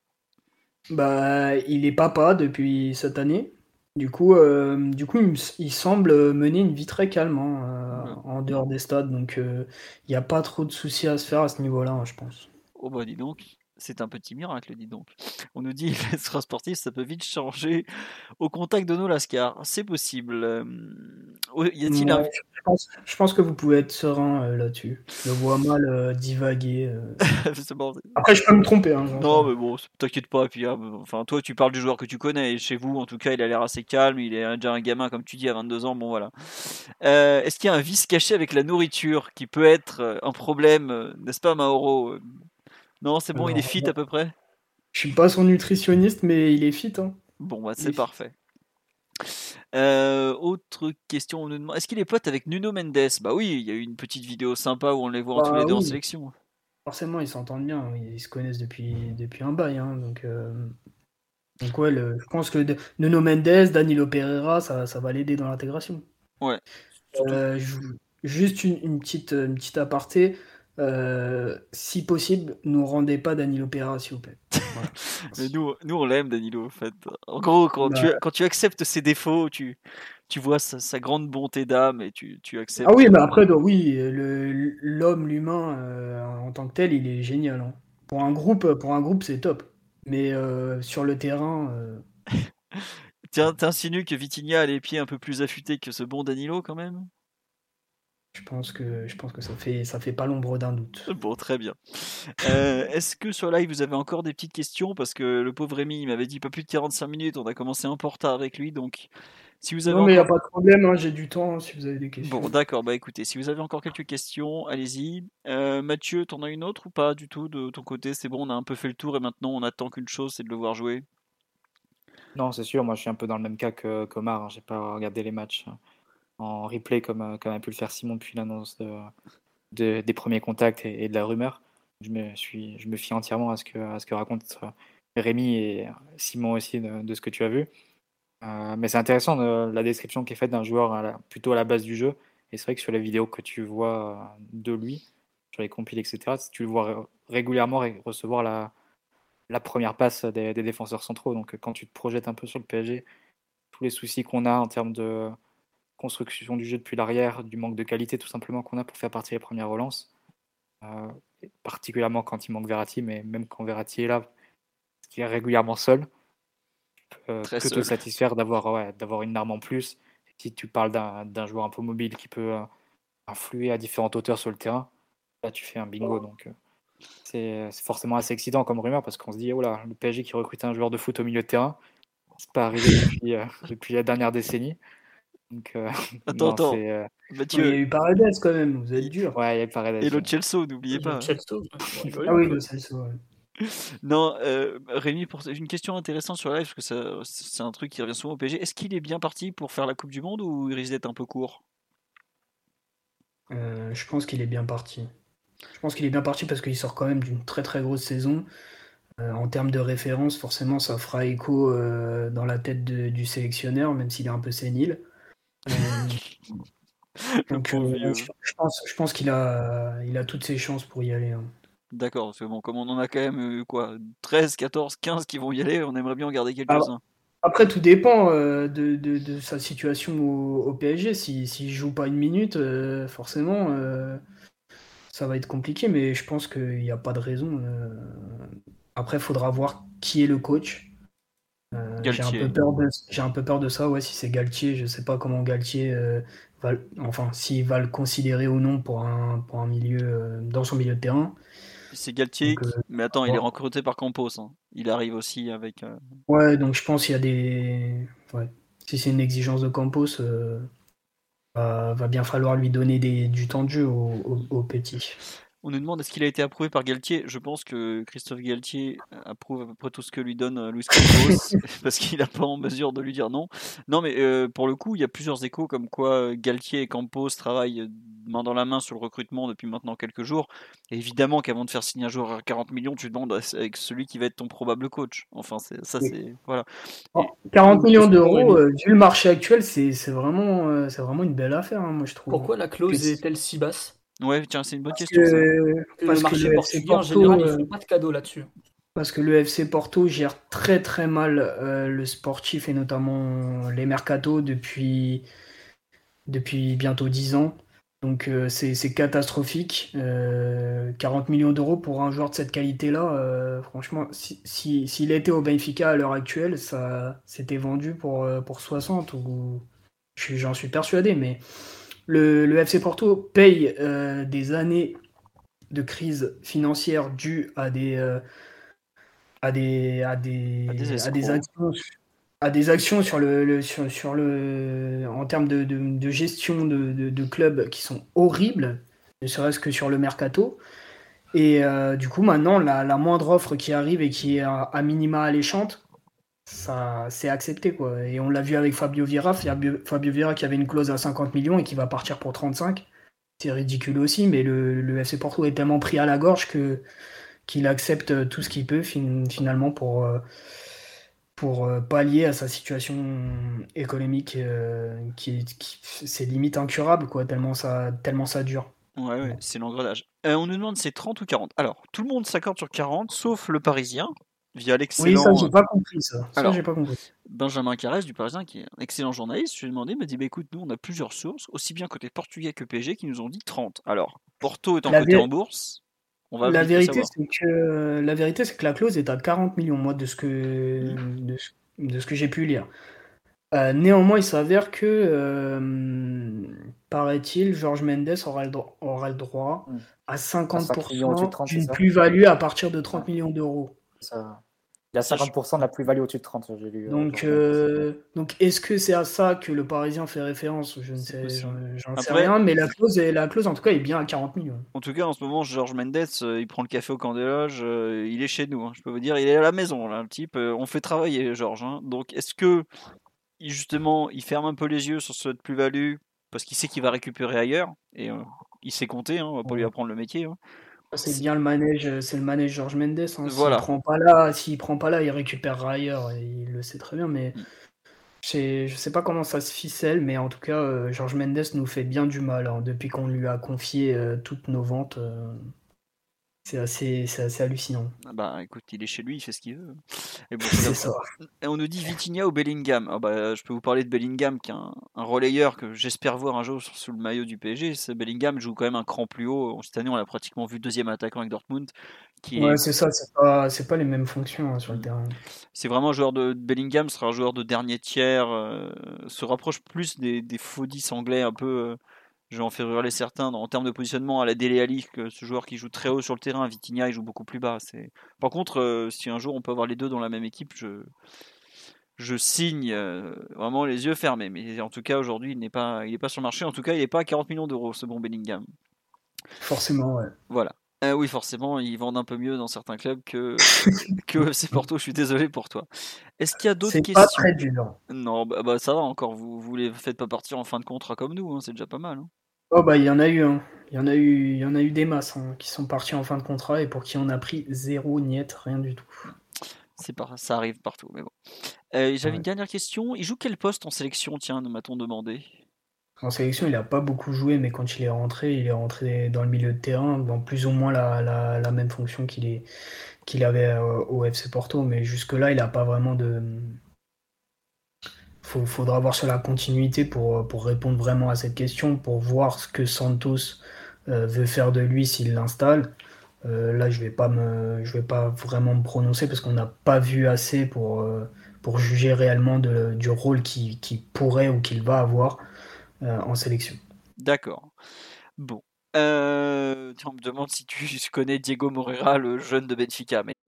Bah, il est papa depuis cette année. Du coup, euh, du coup, il, me s- il semble mener une vie très calme, hein, Oula. euh, en dehors des stades. Donc, euh, il n'y a pas trop de soucis à se faire à ce niveau-là, hein, je pense. Oh bah dis donc, C'est un petit miracle, dis donc. On nous dit l'extra sportif, ça peut vite changer au contact de nos lascars. C'est possible. Euh, y a-t-il Ouais, un... je, pense, je pense que vous pouvez être serein euh, là-dessus. Je le vois mal euh, divaguer. euh. C'est bon. Après, je peux me tromper. Hein, j'en Non, sais mais bon, t'inquiète pas. Et puis, hein, enfin, toi, tu parles du joueur que tu connais. Et chez vous, en tout cas, il a l'air assez calme. Il est déjà un gamin, comme tu dis, à vingt-deux ans. Bon, voilà. Euh, est-ce qu'il y a un vice caché avec la nourriture qui peut être euh, un problème, euh, n'est-ce pas, Mauro? Non, c'est bon, il est Alors, fit bon, à peu près. je suis pas son nutritionniste, mais il est fit. Hein. Bon, bah, Il c'est est fit. parfait. Euh, autre question, on nous demande est-ce qu'il est pote avec Nuno Mendes? Bah oui, il y a eu une petite vidéo sympa où on les voit en tous les Bah deux en oui, sélection. forcément, ils s'entendent bien. Ils se connaissent depuis, depuis un bail. Hein, donc, euh, donc ouais, le- je pense que de- Nuno Mendes, Danilo Pereira, ça, ça va l'aider dans l'intégration. Ouais. Surtout. Euh, je- juste une, une petite, une petite aparté. Euh, si possible, nous rendez pas Danilo Pereira, s'il vous plaît. Voilà. Mais nous, nous, on l'aime, Danilo, en fait. En gros, quand, tu, Bah, quand tu acceptes ses défauts, tu, tu vois sa, sa grande bonté d'âme et tu, tu ah acceptes. oui, mais après, donc, oui, le- l'homme, l'humain, euh, en tant que tel, il est génial. Hein. Pour un groupe, pour un groupe, c'est top. Mais euh, sur le terrain, euh, Tiens, t'insinues que Vitinha a les pieds un peu plus affûtés que ce bon Danilo, quand même? je pense que, je pense que ça fait, ça fait pas l'ombre d'un doute. Bon, très bien. Euh, est-ce que sur live, vous avez encore des petites questions? Parce que le pauvre Rémi, il m'avait dit pas plus de quarante-cinq minutes. On a commencé un peu en retard avec lui. Donc, si vous avez Non, mais il n'y a encore... pas de problème, hein, j'ai du temps hein, si vous avez des questions. Bon, d'accord. Bah écoutez, si vous avez encore quelques questions, allez-y. Euh, Mathieu, t'en as une autre ou pas du tout de ton côté? C'est bon, on a un peu fait le tour et maintenant on attend qu'une chose, c'est de le voir jouer. Non, c'est sûr, moi je suis un peu dans le même cas que qu'Omar. Hein. J'ai pas regardé les matchs hein, en replay comme, euh, comme a pu le faire Simon depuis l'annonce de, de- des premiers contacts et, et de la rumeur. Je me, suis, je me fie entièrement à ce que, à ce que racontent euh, Rémi et Simon aussi de, de ce que tu as vu. Euh, mais c'est intéressant de, la description qui est faite d'un joueur à la- plutôt à la base du jeu. Et c'est vrai que sur les vidéos que tu vois euh, de lui, sur les compiles, et cetera, tu le vois ré- régulièrement ré- recevoir la, la première passe des, des défenseurs centraux. Donc quand tu te projettes un peu sur le P S G, tous les soucis qu'on a en termes de construction du jeu depuis l'arrière, du manque de qualité tout simplement qu'on a pour faire partie des premières relances, euh, particulièrement quand il manque Verratti, mais même quand Verratti est là, qui est régulièrement seul, euh, Très que te seul. satisfaire d'avoir ouais, d'avoir une arme en plus. Si tu parles d'un d'un joueur un peu mobile qui peut euh, influer à différentes hauteurs sur le terrain, là tu fais un bingo. Donc euh, c'est c'est forcément assez excitant comme rumeur parce qu'on se dit, oh là, le P S G qui recrute un joueur de foot au milieu de terrain, c'est pas arrivé depuis, euh, depuis la dernière décennie. Donc euh, Attends, non, attends. c'est... euh, Non, il y a Mathieu, eu Paredes quand même, vous êtes il- dur. ouais, il y a le Paredes. et le Ouais. Chelsea, n'oubliez Le pas. hein. Chelsea, faut rigoler Ah un oui, peu. le Celso, ouais. Non, euh, Rémi, pour... une question intéressante sur live, parce que ça- c'est un truc qui revient souvent au P S G. Est-ce qu'il est bien parti pour faire la Coupe du Monde ou il risque d'être un peu court? Euh, je pense qu'il est bien parti. Je pense qu'il est bien parti parce qu'il sort quand même d'une très très grosse saison. Euh, en termes de référence, forcément, ça fera écho euh, dans la tête de- du sélectionneur, même s'il est un peu sénile. Euh, Le donc, pauvre euh, vieux. je, je pense, je pense qu'il a, il a toutes ses chances pour y aller. Hein. D'accord, parce que bon, comme on en a quand même, euh, quoi, treize, quatorze, quinze qui vont y aller, on aimerait bien en garder Ah, quelques-uns. Après, tout dépend euh, de, de- de sa situation au, au P S G. Si, s'il joue pas une minute, euh, forcément, euh, ça va être compliqué, mais je pense qu'il n'y a pas de raison. euh. Après, il faudra voir qui est le coach. Euh, j'ai un peu Galtier. peur de, j'ai un peu peur de ça, ouais, si c'est Galtier, je sais pas comment Galtier euh, va, le- enfin, s'il va le considérer ou non pour un, pour un milieu, euh, dans son milieu de terrain. C'est Galtier, Donc, qui- euh, mais attends, il est ouais. recruté par Campos. hein. Il arrive aussi avec. euh, Ouais, donc je pense qu'il y a des, ouais. Si c'est une exigence de Campos, euh, va, va bien falloir lui donner des, du temps de jeu au, au- au petit. On nous demande est-ce qu'il a été approuvé par Galtier. Je pense que Christophe Galtier approuve à peu près tout ce que lui donne euh, Luis Campos, parce qu'il n'a pas en mesure de lui dire non. Non, mais euh, pour le coup, il y a plusieurs échos comme quoi euh, Galtier et Campos travaillent euh, main dans la main sur le recrutement depuis maintenant quelques jours. Et évidemment qu'avant de faire signer un joueur à quarante millions, tu demandes à- avec celui qui va être ton probable coach. Enfin, c'est, ça, Oui. c'est. Voilà. Oh, Et, quarante millions d'euros, Rémi. euh, vu le marché actuel, c'est c'est vraiment, euh, c'est vraiment une belle affaire, hein, moi je trouve. Pourquoi la clause Parce est-elle si basse? ouais, tiens, c'est une bonne parce question, ça. que, Que le parce que marché le F C portugais, en Porto, général, ils euh, font pas de cadeaux là-dessus. parce que le F C Porto gère très très mal euh, le sportif et notamment les mercatos depuis, depuis bientôt dix ans. Donc euh, c'est, c'est catastrophique. Euh, quarante millions d'euros pour un joueur de cette qualité-là, euh, franchement, si, si, s'il était au Benfica à l'heure actuelle, ça c'était vendu pour, euh, pour soixante ou j'en suis persuadé. Mais le, le F C Porto paye euh, des années de crise financière dues à des euh, à des à des À des à des escrocs. actions à des actions sur le, le- sur, sur le en termes de, de, de gestion de, de, de clubs qui sont horribles, ne serait-ce que sur le mercato. Et euh, du coup, maintenant, la, la moindre offre qui arrive et qui est à, à minima alléchante, ça c'est accepté quoi. Et on l'a vu avec Fabio Vieira, Fabio, Fabio Vieira qui avait une clause à cinquante millions et qui va partir pour trente-cinq. C'est ridicule aussi, mais le, le F C Porto est tellement pris à la gorge que qu'il accepte tout ce qu'il peut fin- finalement pour euh, pour euh, pallier à sa situation économique euh, qui, qui c'est limite incurable quoi, tellement ça tellement ça dure. Ouais, ouais, Bon. c'est l'engrenage. Euh, on nous demande c'est trente ou quarante. Alors, tout le monde s'accorde sur quarante, sauf le Parisien, via Oui, ça l'excellent. j'ai pas compris ça. Ça Alors, j'ai pas compris. Benjamin Carès du Parisien, qui est un excellent journaliste, je lui ai demandé, il m'a dit bah, écoute, nous on a plusieurs sources, aussi bien côté portugais que P S G, qui nous ont dit trente. Alors, Porto étant La, coté vé- en bourse, on va la vite le vérité savoir. c'est que la vérité c'est que la clause est à quarante millions moi de ce que Mmh. de, ce- de ce que j'ai pu lire. Euh, néanmoins, il s'avère que, euh, paraît-il, Jorge Mendes aura le, dro- aura le droit Mm. à À cinq millions au-dessus de cinquante pour cent trente, c'est d'une ça? plus-value à partir de Ouais, trente millions d'euros. ça. Il y a Ça, je- cinquante pour cent de la plus-value au-dessus de trente, j'ai lu. euh, Donc, Jorge Mendes. euh, donc est-ce que c'est à ça que le Parisien fait référence? Je ne c'est sais, j'en, possible. j'en sais Après, rien, mais la clause, est, la clause, en tout cas, est bien à quarante millions. en tout cas, en ce moment, Georges Mendes, euh, il prend le café au camp des loges, euh, il est chez nous, hein, je peux vous dire, il est à la maison, là, le type. euh, on fait travailler Georges. Hein. Donc, est-ce que, il- justement, il ferme un peu les yeux sur cette plus-value parce qu'il sait qu'il va récupérer ailleurs et euh, il sait compter, hein, on va pas lui Ouais. apprendre le métier. Hein. C'est Si- bien le manège, c'est le manège Jorge Mendes. Hein. S'il Voilà. prend pas là, s'il prend pas là, il récupérera ailleurs. Et il le sait très bien, mais Mm. c'est- je sais pas comment ça se ficelle, mais en tout cas, euh, Jorge Mendes nous fait bien du mal hein, depuis qu'on lui a confié euh, toutes nos ventes. euh, c'est assez, c'est assez hallucinant. Ah bah écoute, il est chez lui, il fait ce qu'il veut. Et bon, c'est C'est comme ça. ça. Et on nous dit Vitinha ou Bellingham. Ah bah, je peux vous parler de Bellingham, qui est un, un relayeur que j'espère voir un jour sur- sous le maillot du P S G. Ce Bellingham joue quand même un cran plus haut. Cette année, on l'a pratiquement vu deuxième attaquant avec Dortmund, qui est Ouais, c'est ça. C'est pas, c'est pas les mêmes fonctions hein, sur le Mm. terrain. C'est vraiment un joueur de Bellingham sera un joueur de dernier tiers, euh, se rapproche plus des, des faux dix anglais un peu. Euh, je vais en faire hurler certains dans- en termes de positionnement à la Dele Alli, que ce joueur qui joue très haut sur le terrain. Vitinha il joue beaucoup plus bas. C'est... Par contre, euh, si un jour on peut avoir les deux dans la même équipe, je, je signe euh, vraiment les yeux fermés. Mais en tout cas aujourd'hui il n'est pas, il n'est pas sur le marché. En tout cas il n'est pas à quarante millions d'euros ce bon Bellingham. Forcément, ouais. Voilà. Euh, oui, forcément, ils vendent un peu mieux dans certains clubs que, que F C Porto. Je suis désolé pour toi. Est-ce qu'il y a d'autres C'est pas questions? très dur. Non, bah, bah, ça va encore. Vous, vous les faites pas partir en fin de contrat comme nous, hein, c'est déjà pas mal. Hein. Oh bah il y en a eu, hein. Il y en a eu, il y en a eu des masses hein, qui sont partis en fin de contrat et pour qui on a pris zéro niet, rien du tout. C'est pas, ça arrive partout, mais bon. Euh, j'avais Ouais. une dernière question. Il joue quel poste en sélection? Tiens, m'a-t-on demandé. En sélection, il a pas beaucoup joué, mais quand il est rentré, il est rentré dans le milieu de terrain, dans plus ou moins la, la, la même fonction qu'il est, qu'il avait euh, au F C Porto. Mais jusque-là, il n'a pas vraiment de. Faut, faudra voir sur la continuité pour, pour répondre vraiment à cette question, pour voir ce que Santos euh, veut faire de lui s'il l'installe. Euh, là, je vais pas me, je vais pas vraiment me prononcer parce qu'on n'a pas vu assez pour, euh, pour juger réellement de, du rôle qu'il qu'il pourrait ou qu'il va avoir euh, en sélection. D'accord. Bon. Euh, tiens, on me demande si tu connais Diego Moreira, le jeune de Benfica. Mais...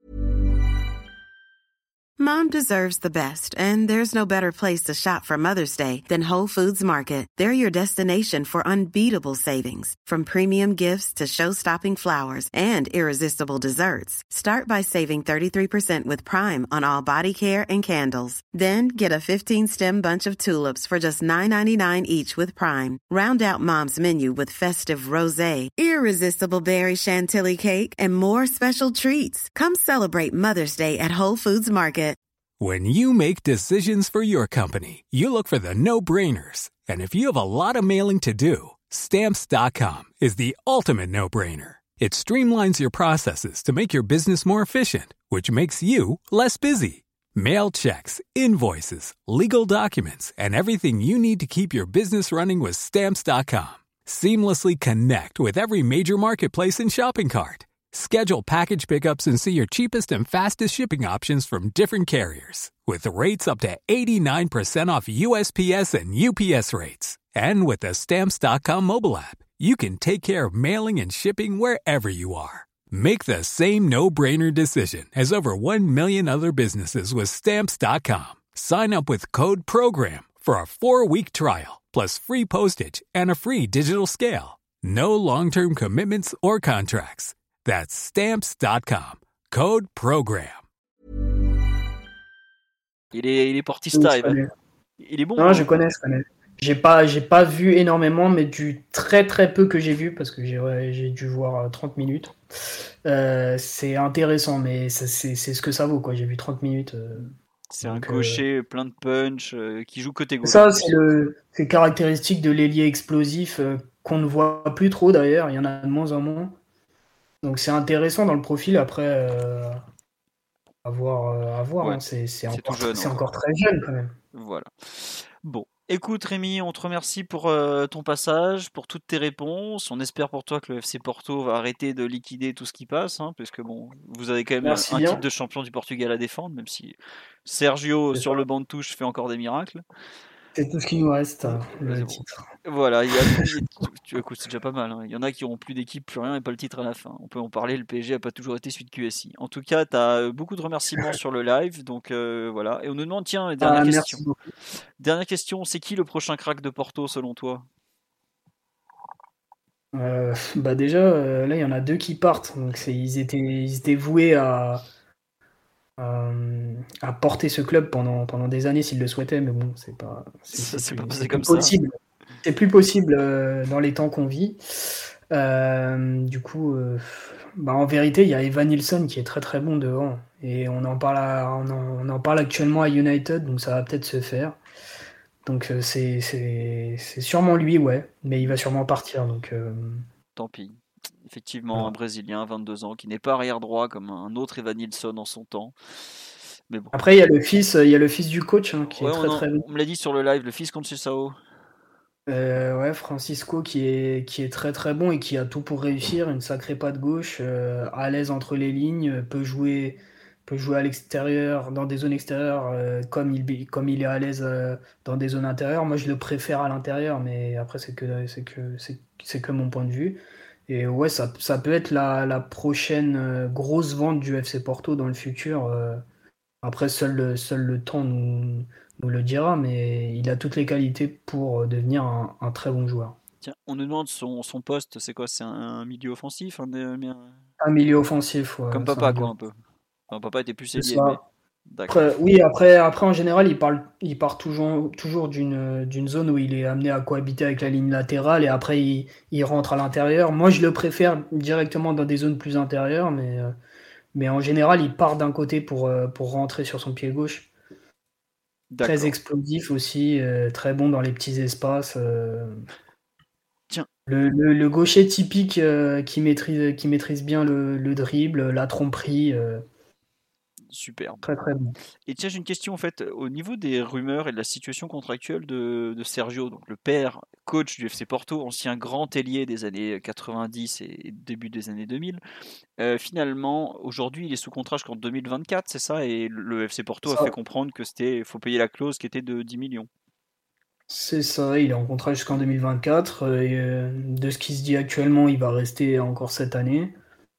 Mom deserves the best, and there's no better place to shop for Mother's Day than Whole Foods Market. They're your destination for unbeatable savings, from premium gifts to show-stopping flowers and irresistible desserts. Start by saving thirty-three percent with Prime on all body care and candles. Then get a fifteen-stem bunch of tulips for just nine ninety-nine each with Prime. Round out Mom's menu with festive rosé, irresistible berry chantilly cake, and more special treats. Come celebrate Mother's Day at Whole Foods Market. When you make decisions for your company, you look for the no-brainers. And if you have a lot of mailing to do, Stamps dot com is the ultimate no-brainer. It streamlines your processes to make your business more efficient, which makes you less busy. Mail checks, invoices, legal documents, and everything you need to keep your business running with Stamps dot com. Seamlessly connect with every major marketplace and shopping cart. Schedule package pickups and see your cheapest and fastest shipping options from different carriers. With rates up to eighty-nine percent off U S P S and U P S rates. And with the Stamps dot com mobile app, you can take care of mailing and shipping wherever you are. Make the same no-brainer decision as over one million other businesses with Stamps dot com. Sign up with code PROGRAM for a four-week trial, plus free postage and a free digital scale. No long-term commitments or contracts. That's Stamps dot com. Code PROGRAM. Il est, il est portista, Oui, Evan. Il est bon. Non, hein. je connais, je connais. J'ai pas, j'ai pas vu énormément, mais du très très peu que j'ai vu, parce que j'ai, ouais, j'ai dû voir trente minutes. Euh, c'est intéressant, mais ça, c'est, c'est ce que ça vaut, quoi. J'ai vu trente minutes. euh. C'est un Donc, euh, gaucher plein de punch euh, qui joue côté gauche. Ça, c'est le, c'est caractéristique de l'ailier explosif euh, qu'on ne voit plus trop d'ailleurs. Il y en a de moins en moins. Donc c'est intéressant dans le profil. Après, euh, à voir, euh, à voir. Ouais, hein. C'est, c'est, c'est encore, tout jeune c'est encore. encore très jeune quand même. Voilà. Bon. Écoute Rémi, on te remercie pour euh, ton passage, pour toutes tes réponses. On espère pour toi que le F C Porto va arrêter de liquider tout ce qui passe, hein, parce que bon, vous avez quand même Merci un bien. titre de champion du Portugal à défendre, même si Sergio C'est sur ça. le banc de touche fait encore des miracles. C'est tout ce qui nous reste, hein, Mais le bon. titre. Voilà, il y a, il y a- tu, tu- écoute, c'est déjà pas mal. hein. Il y en a qui auront plus d'équipe, plus rien et pas le titre à la fin. On peut en parler, le P S G a pas toujours été celui de Q S I. En tout cas, tu as beaucoup de remerciements sur le live, donc euh, voilà. Et on nous demande, tiens, dernière Ah, question. merci beaucoup. Dernière question, c'est qui le prochain crack de Porto selon toi? Euh, bah déjà, euh, là, il y en a deux qui partent. Donc c'est, ils étaient, ils étaient voués à, à, à porter ce club pendant, pendant des années s'ils le souhaitaient, mais bon, c'est pas, c'est, Ça c'est s'est plus, pas passé c'est plus comme ça. possible. C'est plus possible euh, dans les temps qu'on vit. Euh, du coup, euh, bah, en vérité, il y a Evan Nilsson qui est très très bon devant. Et on en parle, à- on en, on en parle actuellement à United, donc ça va peut-être se faire. Donc euh, c'est, c'est, c'est sûrement lui, ouais. Mais il va sûrement partir. Donc euh, Tant pis. Effectivement, voilà. un Brésilien, vingt-deux ans, qui n'est pas arrière droit comme un autre Evan Nilsson en son temps. Mais bon. Après, il y a le fils, il y a le fils du coach hein, qui Ouais, est on, très en- très bon. on me l'a dit sur le live, le fils Conceição. Euh, ouais, Francisco qui est, qui est très très bon et qui a tout pour réussir, une sacrée patte gauche, euh, à l'aise entre les lignes, peut jouer, peut jouer à l'extérieur, dans des zones extérieures, euh, comme il, comme il est à l'aise euh, dans des zones intérieures. Moi, je le préfère à l'intérieur, mais après, c'est que, c'est que, c'est, c'est que mon point de vue. Et ouais, ça, ça peut être la, la prochaine euh, grosse vente du F C Porto dans le futur. euh. Après, seul le, seul le temps nous, nous le dira, mais il a toutes les qualités pour devenir un, un très bon joueur. Tiens, on nous demande son, son poste, c'est quoi? C'est un, un milieu offensif un, un- Un milieu offensif, ouais, Comme c'est un papa, milieu quoi, un peu. Enfin, papa était plus C'est ailier, ça. mais. D'accord. Après, oui, après, après, en général, il parle, il part toujours, toujours d'une, d'une zone où il est amené à cohabiter avec la ligne latérale et après il, il rentre à l'intérieur. Moi, je le préfère directement dans des zones plus intérieures, mais, euh, mais en général, il part d'un côté pour, euh, pour rentrer sur son pied gauche. Très D'accord. explosif aussi, euh, très bon dans les petits espaces. euh. Tiens. Le, le- le gaucher typique euh, qui maîtrise, qui maîtrise bien le, le dribble, la tromperie. euh, Superbe. Très très bon. Et tiens, j'ai une question en fait, au niveau des rumeurs et de la situation contractuelle de, de Sergio, donc le père, coach du F C Porto, ancien grand ailier des années quatre-vingt-dix et début des années deux mille. Euh, finalement, aujourd'hui, il est sous contrat jusqu'en deux mille vingt-quatre, c'est ça? Et le F C Porto a Ça. fait comprendre que c'était, faut payer la clause qui était de dix millions. C'est ça, il est en contrat jusqu'en deux mille vingt-quatre. euh, et, euh, de ce qui se dit actuellement, il va rester encore cette année.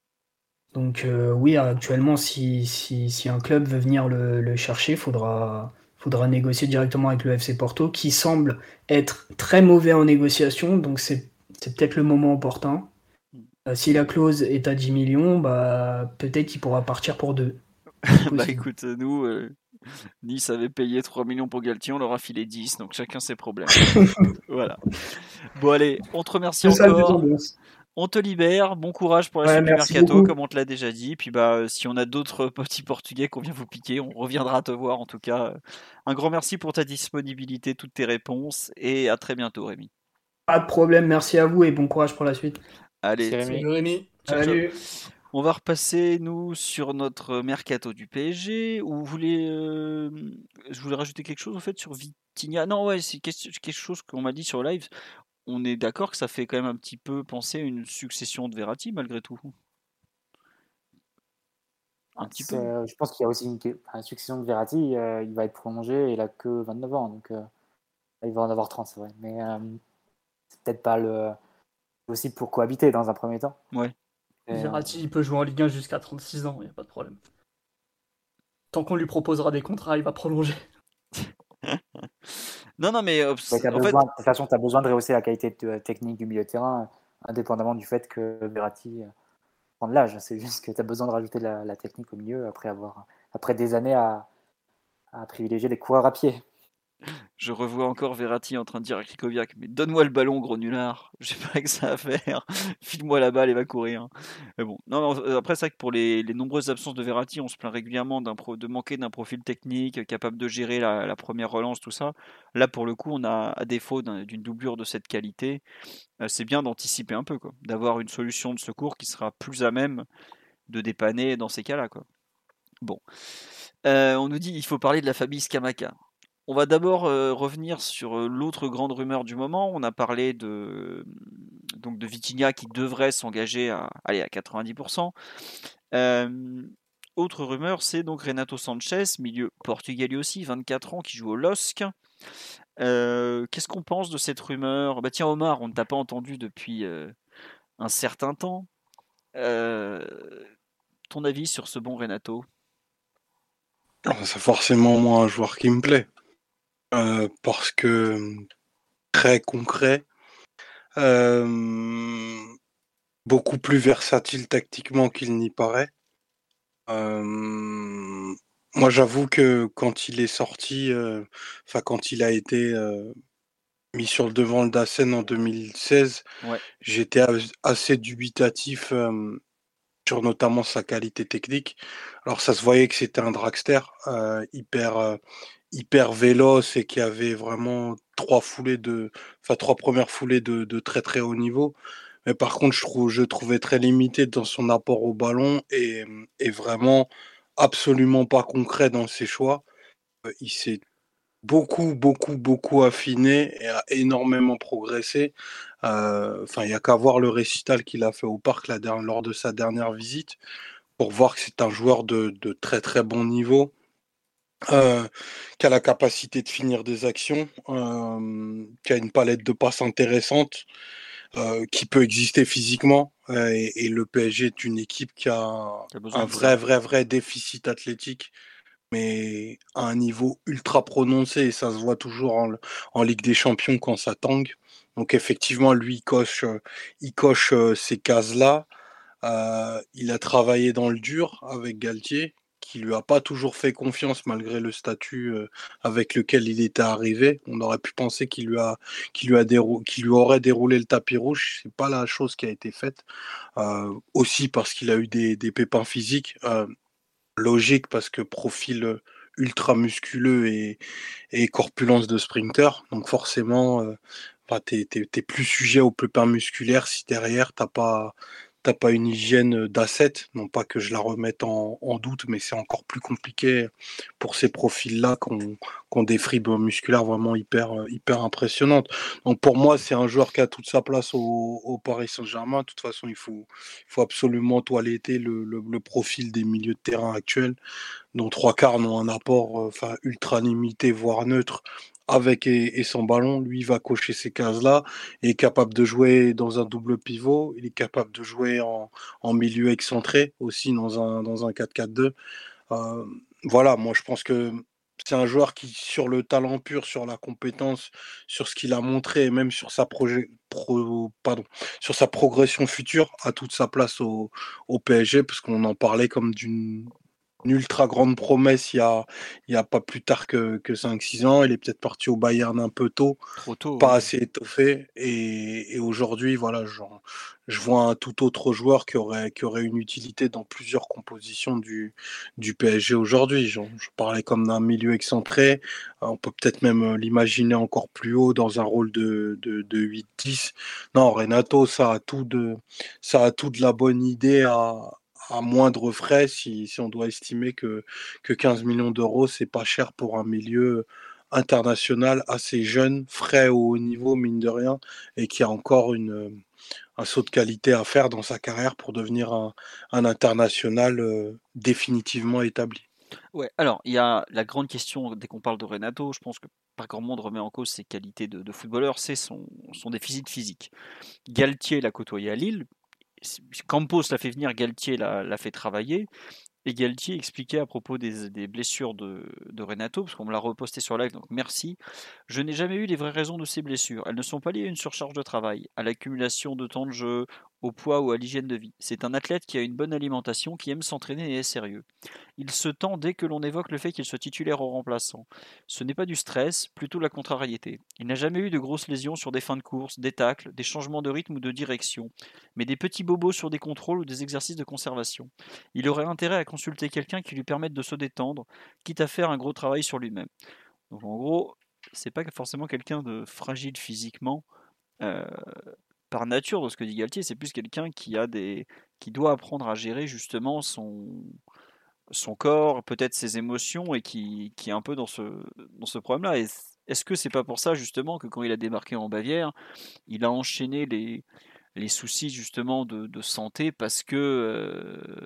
Donc euh, oui, actuellement, si, si, si un club veut venir le, le chercher, il faudra, faudra négocier directement avec le F C Porto, qui semble être très mauvais en négociation, donc c'est, c'est peut-être le moment opportun. Euh, si la clause est à dix millions, bah, peut-être qu'il pourra partir pour deux. C'est Bah possible. écoute, nous, euh, Nice avait payé trois millions pour Galtier, on leur a filé dix, donc chacun ses problèmes. Voilà. Bon allez, on te remercie C'est ça, le encore. ambiance. On te libère, bon courage pour la Ouais, suite du merci mercato, beaucoup. comme on te l'a déjà dit. Puis bah, euh, si on a d'autres petits Portugais qu'on vient vous piquer, on reviendra te voir. En tout cas, euh, un grand merci pour ta disponibilité, toutes tes réponses, et à très bientôt, Rémi. Pas de problème, merci à vous et bon courage pour la suite. Allez, C'est Rémi. Salut Rémi. ciao, ciao. Salut. On va repasser nous sur notre mercato du P S G. Ou vous voulez, euh, je voulais rajouter quelque chose en fait sur Vitinha. Non, ouais, c'est quelque quelque chose qu'on m'a dit sur le live. on est d'accord que ça fait quand même un petit peu penser à une succession de Verratti malgré tout. Un petit peu. C'est- Je pense qu'il y a aussi une, que- enfin, une succession de Verratti. Euh, il va être prolongé et il a que vingt-neuf ans, donc euh, il va en avoir trente, c'est vrai. Mais euh, c'est peut-être pas le aussi pour cohabiter dans un premier temps. Ouais. Et, euh, Verratti, il peut jouer en Ligue un jusqu'à trente-six ans, il n'y a pas de problème. Tant qu'on lui proposera des contrats, il va prolonger. Non, non, mais euh, ouais, c'est- t'as en fait, besoin, de toute façon, tu as besoin de rehausser la qualité de- technique du milieu de terrain, indépendamment du fait que Verratti euh, prend de l'âge. C'est juste que tu as besoin de rajouter de la, la technique au milieu après, avoir, après des années à, à privilégier les coureurs à pied. je revois encore Verratti en train de dire à Krikoviak, mais donne-moi le ballon, gros nulard. J'ai pas que ça à faire. File-moi la balle et va courir. Mais bon, non, non, euh, après c'est vrai que pour les, les nombreuses absences de Verratti, on se plaint régulièrement d'un pro- de manquer d'un profil technique euh, capable de gérer la, la première relance, tout ça. Là, pour le coup, on a à défaut d'un- d'une doublure de cette qualité, euh, c'est bien d'anticiper un peu, quoi, d'avoir une solution de secours qui sera plus à même de dépanner dans ces cas-là, quoi. Bon, Euh, on nous dit il faut parler de la famille Scamacca. On va d'abord euh, revenir sur euh, l'autre grande rumeur du moment. On a parlé de, donc de Vitinha qui devrait s'engager à, allez, à quatre-vingt-dix pour cent. Euh, autre rumeur, c'est donc Renato Sanchez, milieu portugais aussi, vingt-quatre ans, qui joue au L O S C. Euh, qu'est-ce qu'on pense de cette rumeur? Bah tiens Omar, on ne t'a pas entendu depuis euh, un certain temps. Euh, ton avis sur ce bon Renato? Ah, c'est forcément moi un joueur qui me plaît. Euh, parce que très concret, euh, beaucoup plus versatile tactiquement qu'il n'y paraît. Euh, moi, j'avoue que quand il est sorti, euh, enfin quand il a été euh, mis sur le devant de la scène en deux mille seize, Ouais. j'étais as- assez dubitatif euh, sur notamment sa qualité technique. Alors ça se voyait que c'était un dragster euh, hyper euh, hyper véloce et qui avait vraiment trois foulées de, enfin trois premières foulées de, de très très haut niveau. Mais par contre, je trouve, je trouvais très limité dans son apport au ballon et, et vraiment absolument pas concret dans ses choix. Euh, Il s'est beaucoup, beaucoup, beaucoup affiné et a énormément progressé. Euh, Enfin, il y a qu'à voir le récital qu'il a fait au parc la dernière, lors de sa dernière visite pour voir que c'est un joueur de, de très, très bon niveau. Euh, qui a la capacité de finir des actions, euh, qui a une palette de passes intéressante, euh, qui peut exister physiquement. Euh, et, et le P S G est une équipe qui a T'as besoin un de vrai, ça. vrai, vrai déficit athlétique, mais à un niveau ultra prononcé. Et ça se voit toujours en, en Ligue des Champions quand ça tangue. Donc effectivement, lui, il coche, euh, il coche euh, ces cases-là. Euh, il a travaillé dans le dur avec Galtier, qui lui a pas toujours fait confiance malgré le statut euh, avec lequel il était arrivé. On aurait pu penser qu'il lui a, qu'il lui a dérou- qu'il lui aurait déroulé le tapis rouge. C'est pas la chose qui a été faite. Euh, aussi parce qu'il a eu des, des pépins physiques. Euh, logique parce que profil ultra musculeux et, et corpulence de sprinter. Donc forcément, euh, bah, t'es, t'es, t'es plus sujet aux pépins musculaires si derrière t'as pas t'as pas une hygiène d'asset. Non pas que je la remette en, en doute, mais c'est encore plus compliqué pour ces profils-là qui ont, qui ont des fribes musculaires vraiment hyper hyper impressionnantes. Donc pour moi, c'est un joueur qui a toute sa place au, au Paris Saint-Germain. De toute façon, il faut, il faut absolument toiletter le, le, le profil des milieux de terrain actuels, dont trois quarts n'ont un apport euh, enfin, ultra limité, voire neutre, avec et, et sans ballon. Lui, il va cocher ces cases-là, il est capable de jouer dans un double pivot, il est capable de jouer en, en milieu excentré aussi dans un, dans un quatre quatre deux. Euh, voilà, moi je pense que c'est un joueur qui, sur le talent pur, sur la compétence, sur ce qu'il a montré et même sur sa, projet, pro, pardon, sur sa progression future, a toute sa place au, au P S G, parce qu'on en parlait comme d'une une ultra grande promesse il y a, il y a pas plus tard que, que cinq six ans. Il est peut-être parti au Bayern un peu tôt, Trop tôt, pas oui. assez étoffé. Et, et aujourd'hui, voilà, genre, je vois un tout autre joueur qui aurait, qui aurait une utilité dans plusieurs compositions du, du P S G aujourd'hui. Genre, je parlais comme d'un milieu excentré. On peut peut-être même l'imaginer encore plus haut dans un rôle de, de, de huit dix. Non, Renato, ça a tout de, ça a tout de la bonne idée à, à moindre frais si, si on doit estimer que, que quinze millions d'euros, c'est pas cher pour un milieu international assez jeune, frais au haut niveau, mine de rien, et qui a encore une, un saut de qualité à faire dans sa carrière pour devenir un, un international euh, définitivement établi. Ouais, alors il y a la grande question dès qu'on parle de Renato, je pense que pas grand monde remet en cause ses qualités de, de footballeur, c'est son, son déficit physique. Galtier l'a côtoyé à Lille, Campos l'a fait venir, Galtier l'a, l'a fait travailler. Et Galtier expliquait à propos des, des blessures de, de Renato, parce qu'on me l'a reposté sur live, donc merci. Je n'ai jamais eu les vraies raisons de ces blessures. Elles ne sont pas liées à une surcharge de travail, à l'accumulation de temps de jeu, au poids ou à l'hygiène de vie. C'est un athlète qui a une bonne alimentation, qui aime s'entraîner et est sérieux. Il se tend dès que l'on évoque le fait qu'il soit titulaire ou remplaçant. Ce n'est pas du stress, plutôt la contrariété. Il n'a jamais eu de grosses lésions sur des fins de course, des tacles, des changements de rythme ou de direction, mais des petits bobos sur des contrôles ou des exercices de conservation. Il aurait intérêt à consulter quelqu'un qui lui permette de se détendre, quitte à faire un gros travail sur lui-même. Donc en gros, c'est pas forcément quelqu'un de fragile physiquement, euh, par nature, de ce que dit Galtier, c'est plus quelqu'un qui a des, qui doit apprendre à gérer justement son, son corps, peut-être ses émotions, et qui, qui est un peu dans ce, dans ce problème-là. Et est-ce que c'est pas pour ça justement que quand il a débarqué en Bavière, il a enchaîné les, les soucis justement de, de santé parce que euh,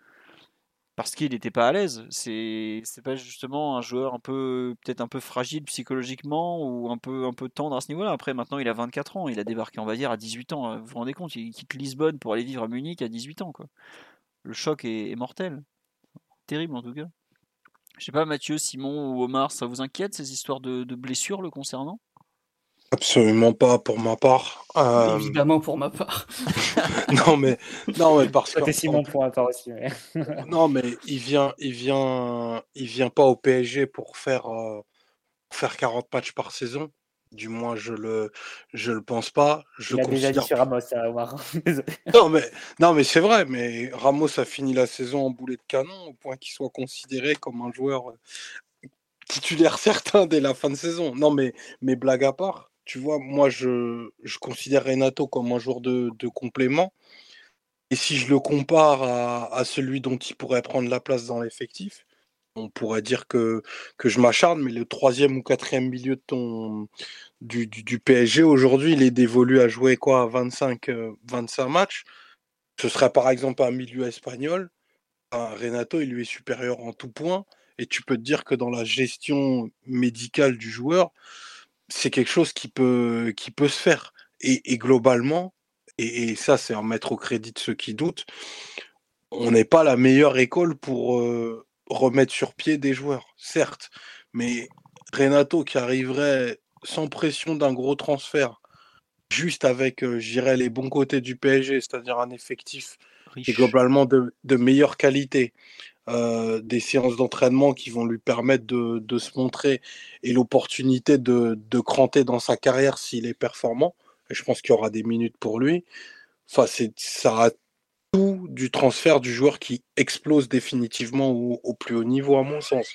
parce qu'il n'était pas à l'aise. C'est c'est pas justement un joueur un peu peut-être un peu fragile psychologiquement ou un peu un peu tendre à ce niveau-là. Après maintenant il a vingt-quatre ans, il a débarqué en Bavière à dix-huit ans. Vous vous rendez compte, il quitte Lisbonne pour aller vivre à Munich à dix-huit ans quoi. Le choc est, est mortel, terrible en tout cas. Je sais pas, Mathieu, Simon ou Omar, ça vous inquiète ces histoires de, de blessures le concernant? Absolument pas pour ma part. Euh, Évidemment pour ma part. non mais non mais parce que C'était Simon pour ma part aussi. Mais... non mais il vient il vient il vient pas au P S G pour faire euh, faire quarante matchs par saison. Du moins je le je le pense pas. Je il a considère... déjà dit sur Ramos, ça, Omar. non mais non mais c'est vrai. Mais Ramos a fini la saison en boulet de canon au point qu'il soit considéré comme un joueur titulaire certain dès la fin de saison. Non mais mais blague à part. Tu vois, moi, je, je considère Renato comme un joueur de, de complément. Et si je le compare à, à celui dont il pourrait prendre la place dans l'effectif, on pourrait dire que, que je m'acharne, mais le troisième ou quatrième milieu de ton, du, du, du P S G aujourd'hui, il est dévolu à jouer quoi, à vingt-cinq, vingt-cinq matchs. Ce serait par exemple un milieu espagnol. Un Renato, il lui est supérieur en tout point. Et tu peux te dire que dans la gestion médicale du joueur, c'est quelque chose qui peut, qui peut se faire. Et, et globalement, et, et ça c'est à mettre au crédit de ceux qui doutent, on n'est pas la meilleure école pour euh, remettre sur pied des joueurs, certes. Mais Renato qui arriverait sans pression d'un gros transfert, juste avec, euh, je dirais, les bons côtés du P S G, c'est-à-dire un effectif Riche. qui est globalement de, de meilleure qualité, Euh, des séances d'entraînement qui vont lui permettre de, de se montrer et l'opportunité de, de cranter dans sa carrière s'il est performant. Et je pense qu'il y aura des minutes pour lui. Enfin, c'est, ça a tout du transfert du joueur qui explose définitivement au, au plus haut niveau, à mon sens.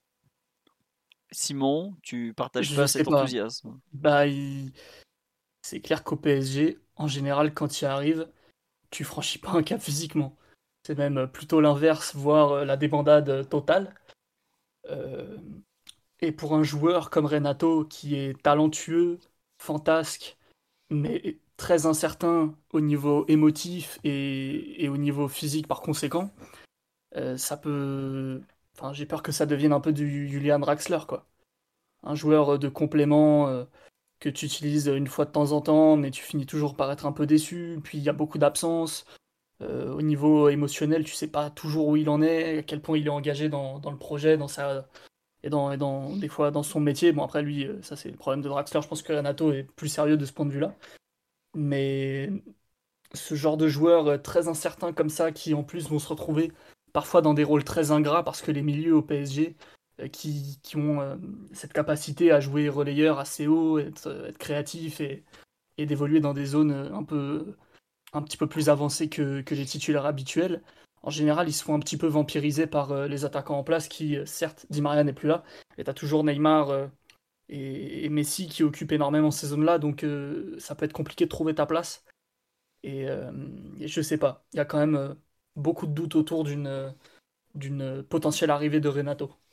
Simon, tu partages Je pas sais cet pas. enthousiasme? Bah, il- c'est clair qu'au P S G, en général, quand il arrive, tu franchis pas un cap physiquement. C'est même plutôt l'inverse, voire euh, la débandade totale. Euh, Et pour un joueur comme Renato, qui est talentueux, fantasque, mais très incertain au niveau émotif et, et au niveau physique par conséquent, euh, ça peut... Enfin, j'ai peur que ça devienne un peu du Julian Draxler, quoi. Un joueur de complément euh, que tu utilises une fois de temps en temps, mais tu finis toujours par être un peu déçu, puis il y a beaucoup d'absences. Euh, au niveau émotionnel, tu sais pas toujours où il en est, à quel point il est engagé dans, dans le projet, dans sa et dans, et dans des fois dans son métier. Bon, après, lui, euh, ça c'est le problème de Draxler. Je pense que Renato est plus sérieux de ce point de vue-là. Mais ce genre de joueurs euh, très incertains comme ça, qui en plus vont se retrouver parfois dans des rôles très ingrats, parce que les milieux au P S G, euh, qui, qui ont euh, cette capacité à jouer relayeur assez haut, être, euh, être créatif et, et d'évoluer dans des zones euh, un peu un petit peu plus avancées que, que les titulaires habituels. En général, ils se font un petit peu vampiriser par euh, les attaquants en place qui, euh, certes, Di Maria n'est plus là, et t'as toujours Neymar euh, et, et Messi qui occupent énormément ces zones-là, donc euh, ça peut être compliqué de trouver ta place. Et, euh, et je sais pas, il y a quand même euh, beaucoup de doutes autour d'une euh, d'une potentielle arrivée de Renato.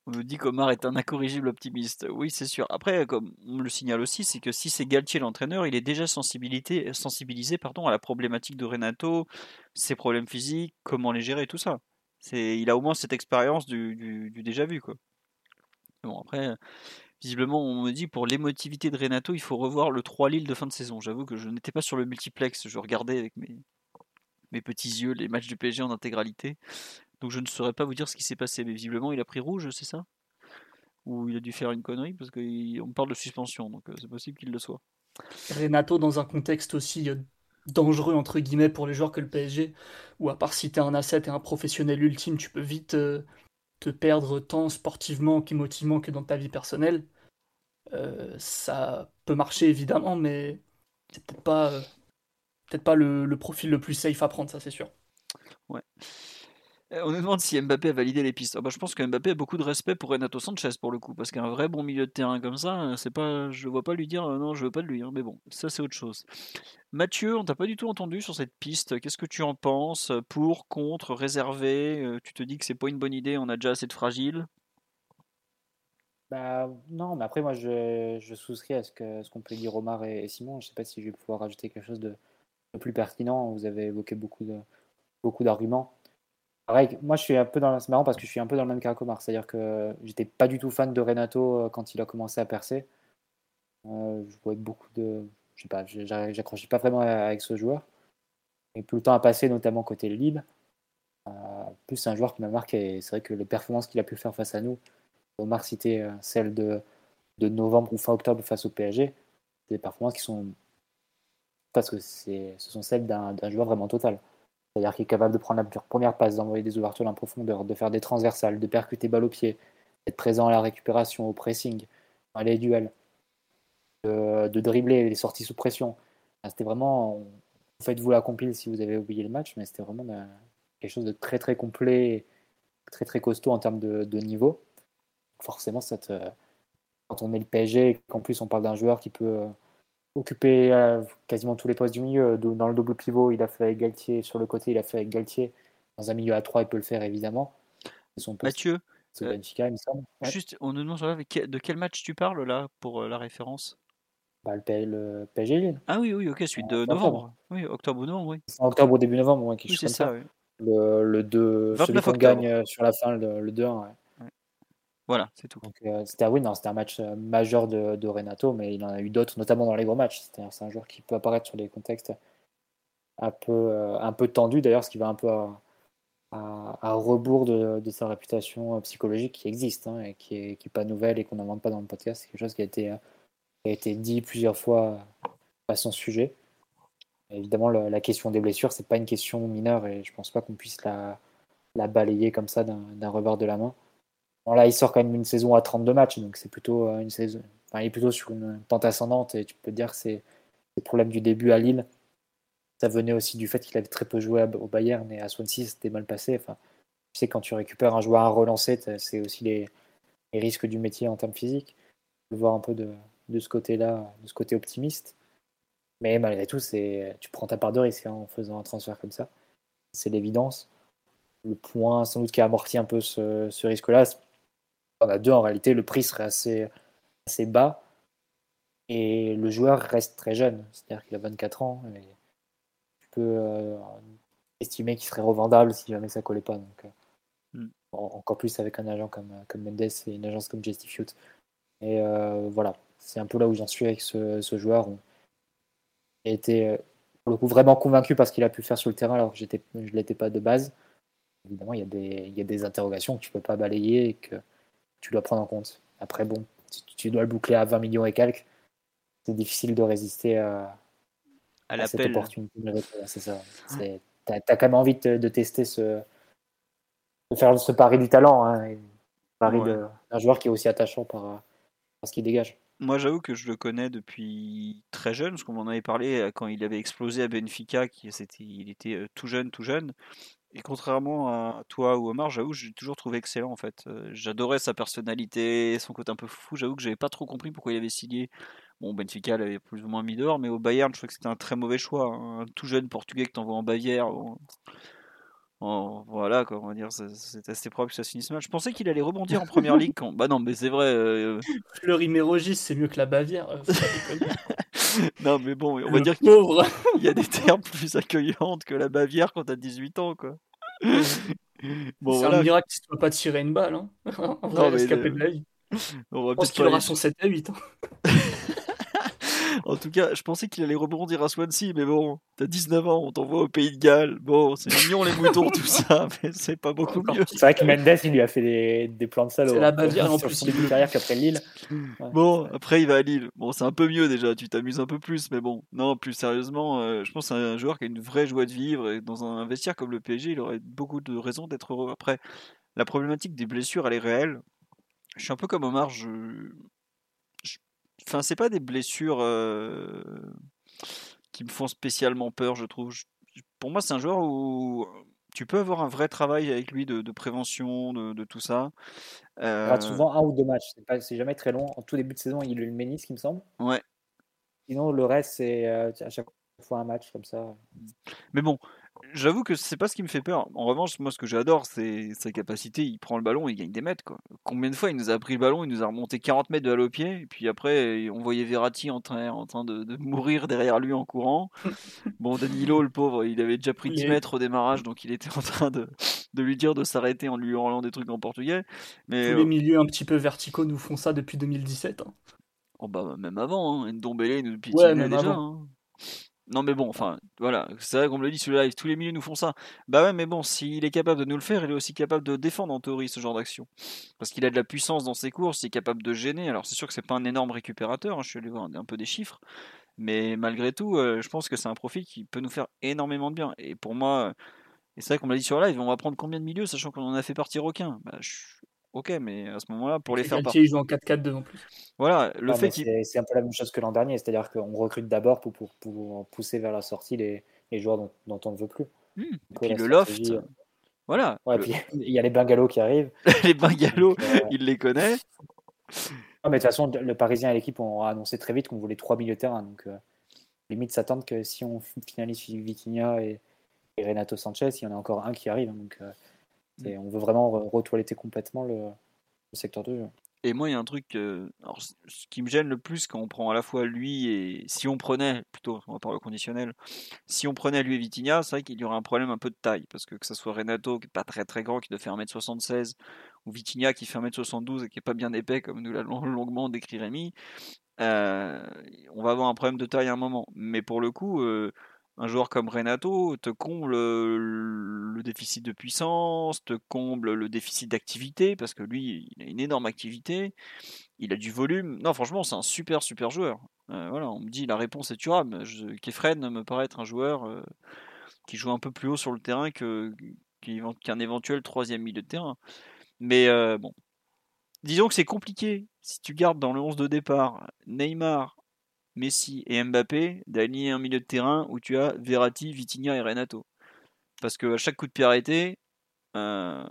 On me dit qu'Omar est un incorrigible optimiste. Oui, c'est sûr. Après, comme on me le signale aussi, c'est que si c'est Galtier l'entraîneur, il est déjà sensibilisé, sensibilisé pardon, à la problématique de Renato, ses problèmes physiques, comment les gérer, tout ça. C'est, il a au moins cette expérience du, du, du déjà vu, quoi. Bon, après, visiblement, on me dit pour l'émotivité de Renato, il faut revoir le trois Lille de fin de saison. J'avoue que je n'étais pas sur le multiplex, je regardais avec mes, mes petits yeux les matchs du P S G en intégralité. Donc je ne saurais pas vous dire ce qui s'est passé, mais visiblement il a pris rouge, c'est ça? Ou il a dû faire une connerie parce qu'on parle de suspension, donc euh, c'est possible qu'il le soit. Renato, dans un contexte aussi euh, dangereux, entre guillemets, pour les joueurs que le P S G, où à part si t'es un asset et un professionnel ultime, tu peux vite euh, te perdre tant sportivement qu'émotivement que dans ta vie personnelle, euh, ça peut marcher évidemment, mais c'est peut-être pas, euh, peut-être pas le, le profil le plus safe à prendre, ça c'est sûr. Ouais. Euh, On nous demande si Mbappé a validé les pistes. Ah bah, je pense que Mbappé a beaucoup de respect pour Renato Sanchez pour le coup, parce qu'un vrai bon milieu de terrain comme ça, euh, c'est pas, je ne vois pas lui dire euh, non, je veux pas de lui. Hein, mais bon, ça c'est autre chose. Mathieu, on t'a pas du tout entendu sur cette piste. Qu'est-ce que tu en penses? Pour, contre, réservé? Euh, Tu te dis que c'est pas une bonne idée, on a déjà assez de fragiles. Bah, non, mais après, moi, je, je souscris à ce que, ce qu'on peut dire Omar et, et Simon. Je sais pas si je vais pouvoir rajouter quelque chose de, de plus pertinent. Vous avez évoqué beaucoup de, beaucoup d'arguments. Pareil, moi, je suis un peu dans, c'est marrant parce que je suis un peu dans le même cas qu'Omar. C'est-à-dire que j'étais pas du tout fan de Renato euh, quand il a commencé à percer. Euh, je voyais beaucoup de, je sais pas, j'a- j'accrochais pas vraiment avec ce joueur. Et plus le temps a passé, notamment côté Lille, euh, plus c'est un joueur qui m'a marqué. Et c'est vrai que les performances qu'il a pu faire face à nous, Omar citait euh, celle de, de novembre ou fin octobre face au P S G, c'est des performances qui sont, parce que c'est, ce sont celles d'un, d'un joueur vraiment total. C'est-à-dire qu'il est capable de prendre la première passe, d'envoyer des ouvertures en profondeur, de faire des transversales, de percuter balle au pied, d'être présent à la récupération, au pressing, à les duels, de, de dribbler les sorties sous pression. Enfin, c'était vraiment, faites-vous la compile si vous avez oublié le match, mais c'était vraiment de, quelque chose de très très complet, très très costaud en termes de, de niveau. Forcément, ça te, quand on est le P S G et qu'en plus on parle d'un joueur qui peut euh, occuper euh, quasiment tous les postes du milieu, dans le double pivot, il a fait avec Galtier, sur le côté, il a fait avec Galtier. Dans un milieu à trois, il peut le faire évidemment. Son poste, Mathieu, c'est euh, Benfica, il me semble. Ouais. juste, on nous demande de quel match tu parles là pour euh, la référence? Bah, le, P- le P S G Lille. Ah oui, oui, ok, celui de En octobre. novembre. Oui, octobre ou novembre, oui. En octobre ou début novembre, ouais, quelque Oui, chose c'est comme ça, ça. oui. Le, le deux, celui vingt-neuf qu'on octobre. gagne sur la fin, le, le deux un. Ouais. Ouais. Voilà, c'est tout. Donc, euh, c'était, oui, non, c'était un match euh, majeur de, de Renato, mais il en a eu d'autres, notamment dans les gros matchs. C'est un, c'est un joueur qui peut apparaître sur des contextes un peu, euh, un peu tendus, d'ailleurs, ce qui va un peu à, à, à rebours de, de sa réputation euh, psychologique qui existe hein, et qui n'est qui est pas nouvelle et qu'on n'invente pas dans le podcast. C'est quelque chose qui a été, euh, qui a été dit plusieurs fois à son sujet. Et évidemment, le, la question des blessures, c'est pas une question mineure et je pense pas qu'on puisse la, la balayer comme ça d'un, d'un revers de la main. Bon, là, il sort quand même une saison à trente-deux matchs, donc c'est plutôt euh, une saison. Enfin, il est plutôt sur une pente ascendante et tu peux dire que c'est le problème du début à Lille. Ça venait aussi du fait qu'il avait très peu joué au Bayern et à Swansea, c'était mal passé. Enfin, tu sais, quand tu récupères un joueur à relancer, c'est aussi les, les risques du métier en termes physiques. Je veux voir un peu de, de ce côté-là, de ce côté optimiste. Mais malgré tout, c'est, tu prends ta part de risque hein, en faisant un transfert comme ça. C'est l'évidence. Le point sans doute qui a amorti un peu ce, ce risque-là, on a deux en réalité, le prix serait assez, assez bas et le joueur reste très jeune, c'est-à-dire qu'il a vingt-quatre ans et tu peux euh, estimer qu'il serait revendable si jamais ça collait pas. Donc, euh, mm. Encore plus avec un agent comme, comme Mendes et une agence comme Justifute. Et euh, voilà, c'est un peu là où j'en suis avec ce, ce joueur. J'ai été pour le coup vraiment convaincu parce qu'il a pu faire sur le terrain alors que j'étais, je ne l'étais pas de base. Évidemment, il y, a des, il y a des interrogations que tu ne peux pas balayer et que tu dois prendre en compte. Après, bon, si tu dois le boucler à vingt millions et quelques, c'est difficile de résister à, à, à cette opportunité. C'est ça. C'est, t'as, t'as quand même envie de, de tester ce, de faire ce pari du talent, hein, et le pari ouais. de, d'un joueur qui est aussi attachant par, par ce qu'il dégage. Moi, j'avoue que je le connais depuis très jeune, parce qu'on m'en avait parlé quand il avait explosé à Benfica, qui, c'était, il était tout jeune, tout jeune. Et contrairement à toi ou Omar, j'avoue, j'ai toujours trouvé excellent en fait. J'adorais sa personnalité, son côté un peu fou. J'avoue que j'avais pas trop compris pourquoi il avait signé. Bon, Benfica l'avait plus ou moins mis dehors, mais au Bayern, je trouvais que c'était un très mauvais choix. Un tout jeune Portugais que t'envoies en Bavière. Bon. en- voilà, quoi, on va dire, c'est c'est assez probable que ça se finisse mal. Je pensais qu'il allait rebondir en première ligue quand. Bah non, mais c'est vrai. euh, Fleury-Mérogis, c'est mieux que la Bavière. euh, Faut pas déconner. Non, mais bon, on va Le dire qu'il pauvre. y a des termes plus accueillantes que la Bavière quand t'as dix-huit ans, quoi. Bon, C'est un voilà. miracle qu'il ne soit pas tiré une balle. Hein. Un vrai Non, mais rescapé le- de la vie. on va Je pense peut-être qu'il pas aura aller. son sept à huit. Hein. En tout cas, je pensais qu'il allait rebondir à Swansea, mais bon, t'as dix-neuf ans, on t'envoie au Pays de Galles. Bon, c'est mignon les moutons, tout ça, mais c'est pas beaucoup Encore mieux. pire. C'est vrai que Mendes, il lui a fait des, des plans de salaud. C'est la hein, Bavière et en sur plus son il début de pleut. carrière qu'après Lille. Ouais. Bon, après il va à Lille. Bon, c'est un peu mieux déjà, tu t'amuses un peu plus, mais bon, non, plus sérieusement, euh, je pense que c'est un joueur qui a une vraie joie de vivre et dans un vestiaire comme le P S G, il aurait beaucoup de raisons d'être heureux. Après, la problématique des blessures, elle est réelle. Je suis un peu comme Omar, je. je- Enfin, c'est pas des blessures euh, qui me font spécialement peur, je trouve. Je- Pour moi, c'est un joueur où tu peux avoir un vrai travail avec lui de, de prévention, de, de tout ça. Il rate Euh, souvent un ou deux matchs. C'est, pas, c'est jamais très long. En tout début de saison, il a eu le ménisque, il me semble. ouais. Sinon, le reste, c'est euh, à chaque fois un match comme ça. Mais bon, j'avoue que c'est pas ce qui me fait peur. En revanche, moi, ce que j'adore, c'est sa capacité. Il prend le ballon, il gagne des mètres, quoi. Combien de fois il nous a pris le ballon, il nous a remonté quarante mètres de balle au pied, et puis après, on voyait Verratti en train, en train de, de mourir derrière lui en courant. Bon, Danilo, le pauvre, il avait déjà pris dix Les- mètres au démarrage, donc il était en train de, de lui dire de s'arrêter en lui hurlant des trucs en portugais. Mais Tous les milieux un petit peu verticaux nous font ça depuis deux mille dix-sept. Hein. oh bah, même avant, hein. Ndombele il nous Ouais, piétinait même déjà. avant. Hein. Non mais bon, enfin, voilà, c'est vrai qu'on me le dit sur le live, tous les milieux nous font ça. Bah ouais, mais bon, s'il est capable de nous le faire, il est aussi capable de défendre en théorie ce genre d'action. Parce qu'il a de la puissance dans ses courses, il est capable de gêner. Alors c'est sûr que c'est pas un énorme récupérateur, hein, je suis allé voir un, un peu des chiffres, mais malgré tout, euh, je pense que c'est un profil qui peut nous faire énormément de bien. Et pour moi, euh, et c'est vrai qu'on me l'a dit sur le live, on va prendre combien de milieux sachant qu'on en a fait partir aucun. Bah, je- ok, mais à ce moment-là, pour les Et faire Galtier, partir. il joue en quatre quatre deux en plus. Voilà, le Ouais, fait mais qu'il. c'est, c'est un peu la même chose que l'an dernier. C'est-à-dire qu'on recrute d'abord pour, pour, pour pousser vers la sortie les, les joueurs dont, dont on ne veut plus. Hmm, Et Donc, puis la le loft, stratégie, euh, voilà, ouais, le- puis il y a les bungalows qui arrivent. les bungalows, Donc, euh, il les connaît. Ah, mais de toute façon, le Parisien et l'équipe ont annoncé très vite qu'on voulait trois milieux de terrain. Donc, euh, limite, s'attendre que si on finalise Vitinha et, et Renato Sanchez, il y en a encore un qui arrive. hein. Donc, euh, c'est- on veut vraiment re- retoiletter complètement le, le secteur de jeu. Et moi, il y a un truc, euh, alors, c- ce qui me gêne le plus quand on prend à la fois lui et si on prenait, plutôt, on va parler au conditionnel, si on prenait lui et Vitinha, c'est vrai qu'il y aurait un problème un peu de taille, parce que que ce soit Renato qui est pas très très grand, qui doit faire un mètre soixante-seize, ou Vitinha qui fait un mètre soixante-douze et qui est pas bien épais, comme nous l'a long- longuement décrit Rémi, euh, on va avoir un problème de taille à un moment. Mais pour le coup, euh, un joueur comme Renato te comble euh, le déficit de puissance, te comble le déficit d'activité, parce que lui, il a une énorme activité, il a du volume. Non, franchement, c'est un super, super joueur. Euh, voilà, on me dit la réponse est Thuram. Je, Kefren me paraît être un joueur euh, qui joue un peu plus haut sur le terrain que, qu'un éventuel troisième milieu de terrain. Mais euh, bon, disons que c'est compliqué, si tu gardes dans le onze de départ Neymar, Messi et Mbappé, d'aligner un milieu de terrain où tu as Verratti, Vitinha et Renato. Parce que à chaque coup de pied arrêté, euh,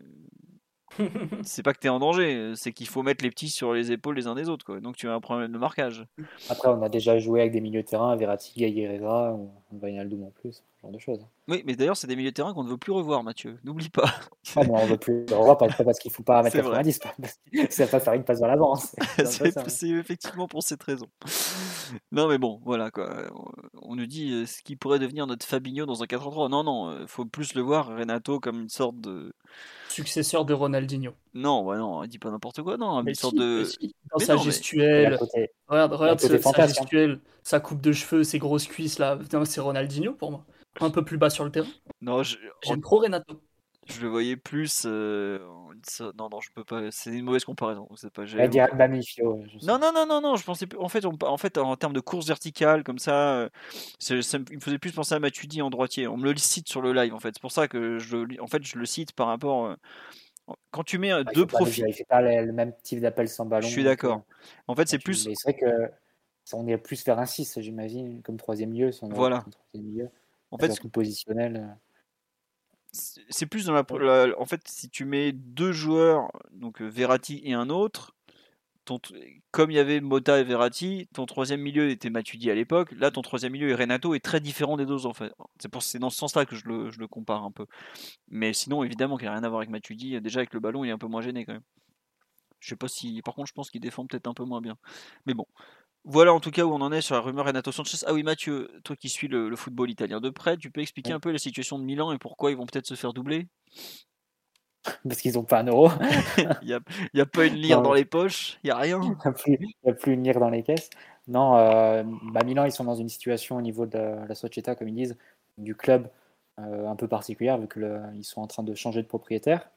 c'est pas que tu es en danger, c'est qu'il faut mettre les petits sur les épaules les uns des autres. Quoi. Donc tu as un problème de marquage. Après, on a déjà joué avec des milieux de terrain, Verratti, Gaï Herrera, ou Wijnaldum en plus, ce genre de choses. Oui, mais d'ailleurs, c'est des milieux de terrain qu'on ne veut plus revoir, Mathieu. N'oublie pas. Ah, mais on veut plus le revoir, pas pas parce qu'il ne faut pas mettre C'est vrai. quatre-vingt-dix, pas parce qu'il ne pas faire une passe dans l'avant. hein. C'est un peu c'est ça, hein. c'est effectivement pour cette raison. Non, mais bon, voilà quoi. On, on nous dit euh, ce qui pourrait devenir notre Fabinho dans un quatre trois. Non, non, euh, faut plus le voir, Renato, comme une sorte de. Successeur de Ronaldinho. Non, ouais, non, dis pas n'importe quoi, non, Mais une sorte si, de. mais si. Dans Mais sa non, mais- Et gestuelle, à côté, regarde, regarde côté ce- sa fantasme, hein. gestuelle, sa coupe de cheveux, ses grosses cuisses là, putain, c'est Ronaldinho pour moi. Un peu plus bas sur le terrain. Non, je, J'aime trop Renato. je le voyais plus. euh, en- ça- Non, non, je peux pas. C'est une mauvaise comparaison. C'est pas. elle j'avais dirait aucun- Mamifio. je sais. Non, non, non, non, non, je pensais plus- en fait, on- en fait, en termes de course verticale, comme ça, euh, c'est- ça me, il me faisait plus penser à Matuidi en droitier. On me le cite sur le live, en fait. C'est pour ça que je, le- en fait, je le cite par rapport. euh, Quand tu mets euh, Ah, il deux faut pas le profils, dire, il fait pas le, le même type d'appel sans je ballon. suis donc, d'accord. euh, En fait, c'est tu- plus, Mais c'est vrai que ça, on est plus vers un six, j'imagine, comme troisième milieu. Si on aurait voilà. un troisième milieu, En avec fait, un coup positionnel. euh. c'est c'est plus dans la, la- en fait, si tu mets deux joueurs, donc euh, Verratti et un autre, ton, comme il y avait Mota et Verratti, ton troisième milieu était Matuidi à l'époque. Là, ton troisième milieu et Renato est très différent des deux. En fait. C'est, pour, c'est dans ce sens-là que je le, je le compare un peu. Mais sinon, évidemment, qu'il n'a rien à voir avec Matuidi. Déjà, avec le ballon, il est un peu moins gêné quand même. Je sais pas si. Par contre, je pense qu'il défend peut-être un peu moins bien. Mais bon. Voilà en tout cas où on en est sur la rumeur Renato Sanchez. Ah oui, Mathieu, toi qui suis le, le football italien de près, tu peux expliquer un peu la situation de Milan et pourquoi ils vont peut-être se faire doubler? Parce qu'ils n'ont pas un euro. Il n'y a, y a pas une lire Non, dans mais- les poches, il n'y a rien. Il n'y a, plus- il y a plus une lire dans les caisses. Non, euh, bah, Milan, ils sont dans une situation au niveau de la società, comme ils disent, du club euh, un peu particulière, vu qu'ils sont en train de changer de propriétaire.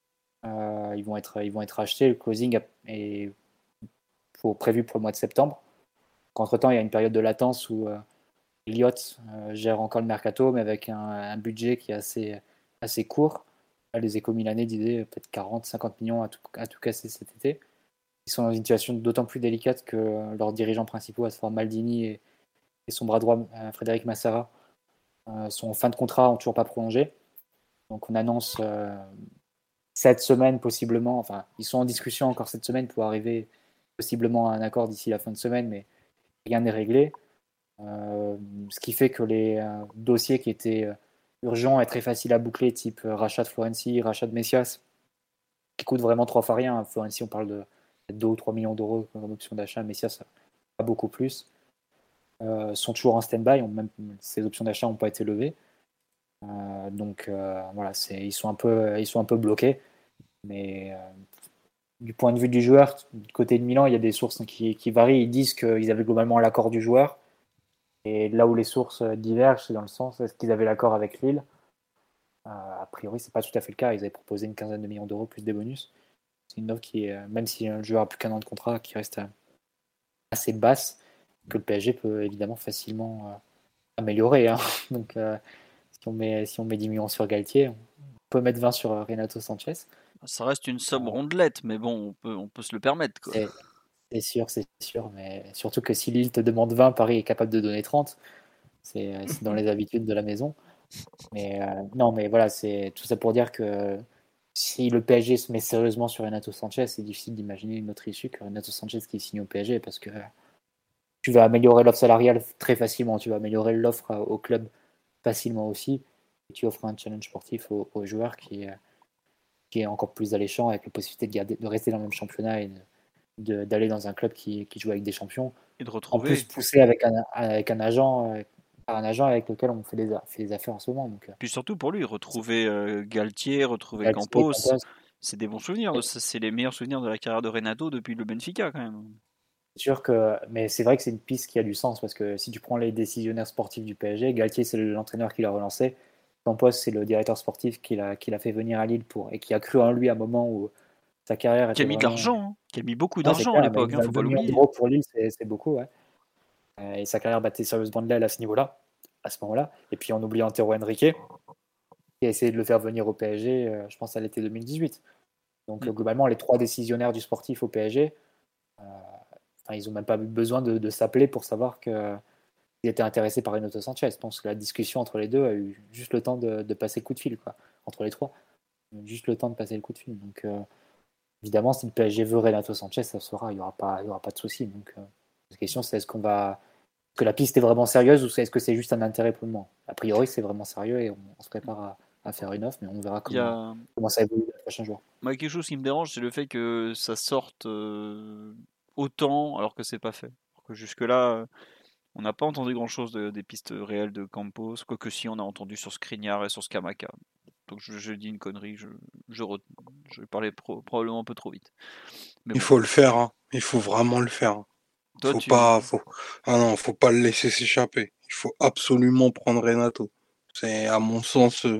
Euh, ils, vont être, ils vont être achetés. Le closing est pour, prévu pour le mois de septembre. Entre-temps, il y a une période de latence où euh, Elliott euh, gère encore le mercato, mais avec un, un budget qui est assez, assez court. Là, les échos milanais disaient peut-être quarante à cinquante millions à tout, à tout casser cet été. Ils sont dans une situation d'autant plus délicate que leurs dirigeants principaux, à savoir Maldini et, et son bras droit, euh, Frédéric Massara, euh, sont en fin de contrat, n'ont toujours pas prolongé. Donc on annonce euh, cette semaine possiblement, enfin ils sont en discussion encore cette semaine pour arriver possiblement à un accord d'ici la fin de semaine, mais rien n'est réglé. Euh, ce qui fait que les euh, dossiers qui étaient euh, urgents et très faciles à boucler, type euh, rachat de Florenzi, rachat de Messias, qui coûtent vraiment trois fois rien. Florenzi, on parle de deux ou trois millions d'euros comme option d'achat, Messias, pas beaucoup plus. Euh, sont toujours en stand-by, ont même, ces options d'achat n'ont pas été levées. Euh, donc euh, voilà, c'est, ils, sont un peu, ils sont un peu bloqués. Mais euh, du point de vue du joueur, du côté de Milan, il y a des sources qui, qui varient. Ils disent qu'ils avaient globalement l'accord du joueur. Et là où les sources divergent, c'est dans le sens, est-ce qu'ils avaient l'accord avec Lille? euh, A priori, c'est pas tout à fait le cas. Ils avaient proposé une quinzaine de millions d'euros plus des bonus. C'est une offre qui est, même si le joueur a plus qu'un an de contrat, qui reste assez basse, que le P S G peut évidemment facilement euh, améliorer. Hein. Donc, euh, si, on met, si on met dix millions sur Galtier, on peut mettre vingt sur Renato Sanchez. Ça reste une somme rondelette, mais bon, on peut, on peut se le permettre. Quoi. C'est, c'est sûr, c'est sûr. Mais surtout que si Lille te demande vingt, Paris est capable de donner trente. C'est, c'est dans les habitudes de la maison. Mais euh, non, mais voilà, c'est tout ça pour dire que si le P S G se met sérieusement sur Renato Sanchez, c'est difficile d'imaginer une autre issue que Renato Sanchez qui signe au P S G parce que tu vas améliorer l'offre salariale très facilement, tu vas améliorer l'offre au club facilement aussi, et tu offres un challenge sportif aux, aux joueurs qui est, qui est encore plus alléchant avec la possibilité de, garder, de rester dans le même championnat et de, de, d'aller dans un club qui, qui joue avec des champions. Et de retrouver. En plus, poussé avec un, avec un agent. un agent avec lequel on fait des, fait des affaires en ce moment. Donc, puis surtout pour lui, retrouver euh, Galtier, retrouver Galtier, Campos, Campos, c'est des bons souvenirs. Ouais. C'est les meilleurs souvenirs de la carrière de Renato depuis le Benfica quand même. C'est sûr que, mais c'est vrai que c'est une piste qui a du sens parce que si tu prends les décisionnaires sportifs du P S G, Galtier c'est l'entraîneur qui l'a relancé, Campos c'est le directeur sportif qui l'a, qui l'a fait venir à Lille pour, et qui a cru en lui à un moment où sa carrière était qui a mis vraiment... de l'argent, hein, qui a mis beaucoup d'argent ouais, à l'époque, il hein, faut pas l'oublier. Pour Lille c'est, c'est beaucoup, ouais. Et sa carrière battait sérieusement de l'aile à ce niveau-là. à ce moment-là. Et puis on oublie Antero Henrique, qui a essayé de le faire venir au P S G, euh, je pense à l'été deux mille dix-huit. Donc mmh. euh, globalement, les trois décisionnaires du sportif au P S G, euh, ils n'ont même pas eu besoin de, de s'appeler pour savoir qu'ils euh, étaient intéressés par Renato Sanchez. Je pense que la discussion entre les deux a eu juste le temps de, de passer le coup de fil, quoi. Entre les trois. Juste le temps de passer le coup de fil. Donc euh, évidemment, si le P S G veut Renato Sanchez, ça sera, il n'y aura, aura pas de souci. Donc euh, la question, c'est est-ce qu'on va... que la piste est vraiment sérieuse ou est-ce que c'est juste un intérêt pour le moment? A priori, c'est vraiment sérieux et on, on se prépare à, à faire une offre, mais on verra comment, a... comment ça évolue les prochains jours. Moi, quelque chose qui me dérange, c'est le fait que ça sorte euh, autant alors que c'est pas fait. Que jusque-là, euh, on n'a pas entendu grand-chose de, des pistes réelles de Campos, quoique si on a entendu sur Skriniar et sur Scamacca. Donc je, je dis une connerie, je, je, re, je parlais pro, probablement un peu trop vite. Mais il bon. faut le faire, hein. Il faut vraiment le faire. Toi, faut tu... pas, faut... Ah non, faut pas le laisser s'échapper. Il faut absolument prendre Renato. C'est à mon sens euh,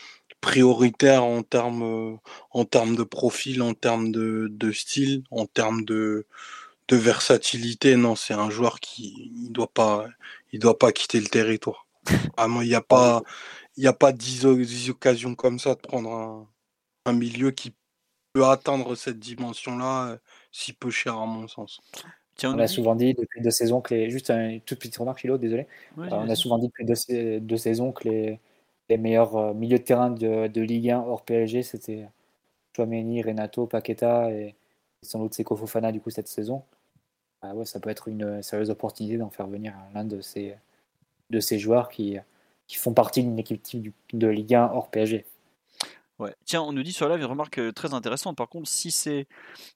prioritaire en termes, euh, en termes de profil, en termes de, de style, en termes de, de versatilité. Non, c'est un joueur qui il doit pas, il doit pas quitter le territoire. Vraiment, il n'y a pas, il y a pas dix occasions comme ça de prendre un, un milieu qui peut atteindre cette dimension-là, euh, si peu cher à mon sens. Tiens, on, on a dit... souvent dit depuis deux saisons que les. Juste une toute petite remarque, Philo, désolé. Oui, euh, on a souvent dit depuis deux, deux saisons que les, les meilleurs euh, milieux de terrain de, de Ligue un hors P S G, c'était Tchouaméni, Renato, Paqueta et sans doute Seko Fofana du coup cette saison, bah ouais, ça peut être une sérieuse opportunité d'en faire venir l'un de ces, de ces joueurs qui, qui font partie d'une équipe type de Ligue un hors P S G. Ouais. Tiens, on nous dit sur la live une remarque euh, très intéressante. Par contre, si c'est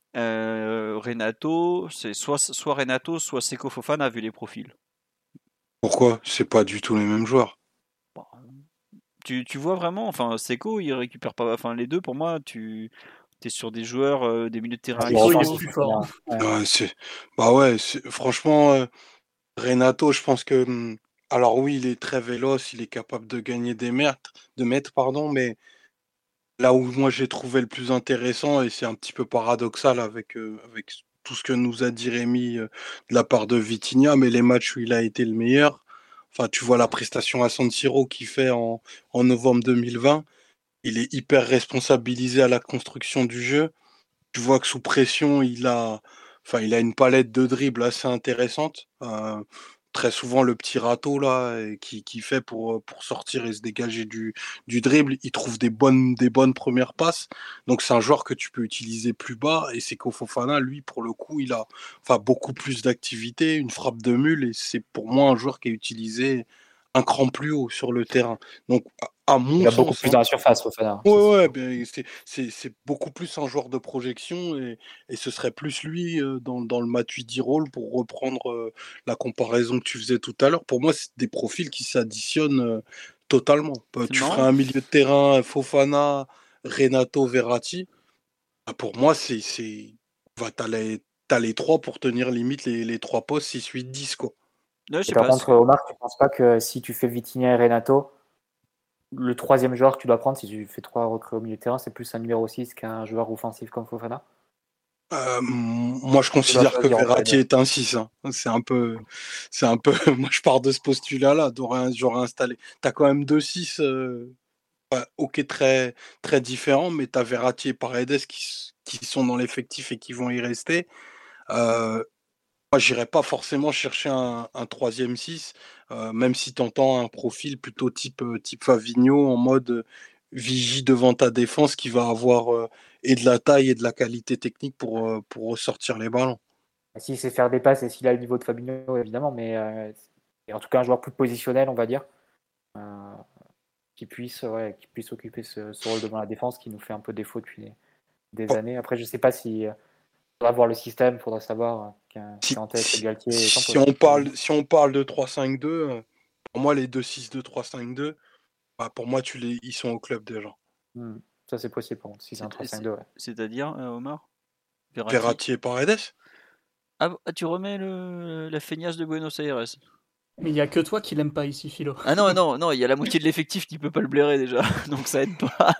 euh, Renato, c'est soit, soit Renato, soit Seko Fofana vu les profils. Pourquoi? C'est pas du tout les mêmes joueurs. Bon, tu, tu vois vraiment, enfin Seko, il récupère pas, enfin les deux pour moi, tu es sur des joueurs, euh, des milieux de terrain. Ah, Seko, il est offensif, plus fort. ouais. Ouais, c'est... Bah ouais, c'est... franchement, euh, Renato, je pense que. hum, Alors oui, il est très véloce, il est capable de gagner des mètres, de mètres, pardon, mais là où moi j'ai trouvé le plus intéressant, et c'est un petit peu paradoxal avec, euh, avec tout ce que nous a dit Rémi euh, de la part de Vitinha, mais les matchs où il a été le meilleur, enfin tu vois la prestation à San Siro qu'il fait en, en novembre deux mille vingt, il est hyper responsabilisé à la construction du jeu. Tu vois que sous pression, il a, enfin, il a une palette de dribbles assez intéressante. Euh, très souvent, le petit râteau là, et qui, qui fait pour, euh, pour sortir et se dégager du, du dribble, il trouve des bonnes, des bonnes premières passes. Donc, c'est un joueur que tu peux utiliser plus bas. Et c'est qu'au Fofana, lui, pour le coup, il a enfin, beaucoup plus d'activité, une frappe de mule. Et c'est pour moi un joueur qui est utilisé un cran plus haut sur le terrain. Donc, à, à mon Il va beaucoup sens, plus hein, dans la surface, Fofana. Ouais, Ça, c'est ouais, sûr. ben, c'est, c'est, c'est beaucoup plus un joueur de projection et, et ce serait plus lui euh, dans, dans le Matuidi rôle pour reprendre euh, la comparaison que tu faisais tout à l'heure. Pour moi, c'est des profils qui s'additionnent euh, totalement. Euh, C'est tu ferais marrant. un milieu de terrain Fofana, Renato, Verratti. Ah, pour moi, c'est, c'est... Bah, t'as les, t'as les trois pour tenir limite les, les trois postes six, huit, dix, quoi. Ouais, je sais Et par pas. contre, Omar, tu ne penses pas que si tu fais Vitinha et Renato, le troisième joueur que tu dois prendre, si tu fais trois recrues au milieu de terrain, c'est plus un numéro six qu'un joueur offensif comme Fofana? Euh, moi, je Tu dois considère que choisir entre les Verratti deux. est un six, hein. C'est un peu, c'est un peu. Moi, je pars de ce postulat-là. J'aurais, j'aurais installé. T'as quand même deux six, euh, ouais, ok, très, très différents, mais t'as Verratti et Paredes qui, s- qui sont dans l'effectif et qui vont y rester. Euh, Moi, j'irais pas forcément chercher un, un troisième six, euh, même si t'entends un profil plutôt type, euh, type Fabinho en mode euh, vigie devant ta défense qui va avoir euh, et de la taille et de la qualité technique pour, euh, pour ressortir les ballons. S'il sait faire des passes et s'il a le niveau de Fabinho, évidemment, mais euh, et en tout cas un joueur plus positionnel, on va dire, euh, qui puisse, ouais, qui puisse occuper ce, ce rôle devant la défense qui nous fait un peu défaut depuis des, des Bon, années. Après, je ne sais pas si euh, faudra voir le système, il faudra savoir euh, qu'un- si, qu'en tête si, Galtier et si Campos. on parle, si on parle de trois cinq deux, euh, pour moi, les deux six deux, trois cinq deux, bah, pour moi, tu les, ils sont au club déjà. Hmm. Ça, c'est possible, par contre, si c'est un C'est- trois cinq c'est- deux. Ouais. C'est-à-dire, euh, Omar Verratti. Verratti et Paredes. Ah, ah, tu remets le, la feignasse de Buenos Aires. Mais il y a que toi qui l'aime pas ici, Philo. Ah non, non, non, il y a la moitié de l'effectif qui peut pas le blairer déjà, donc ça aide pas.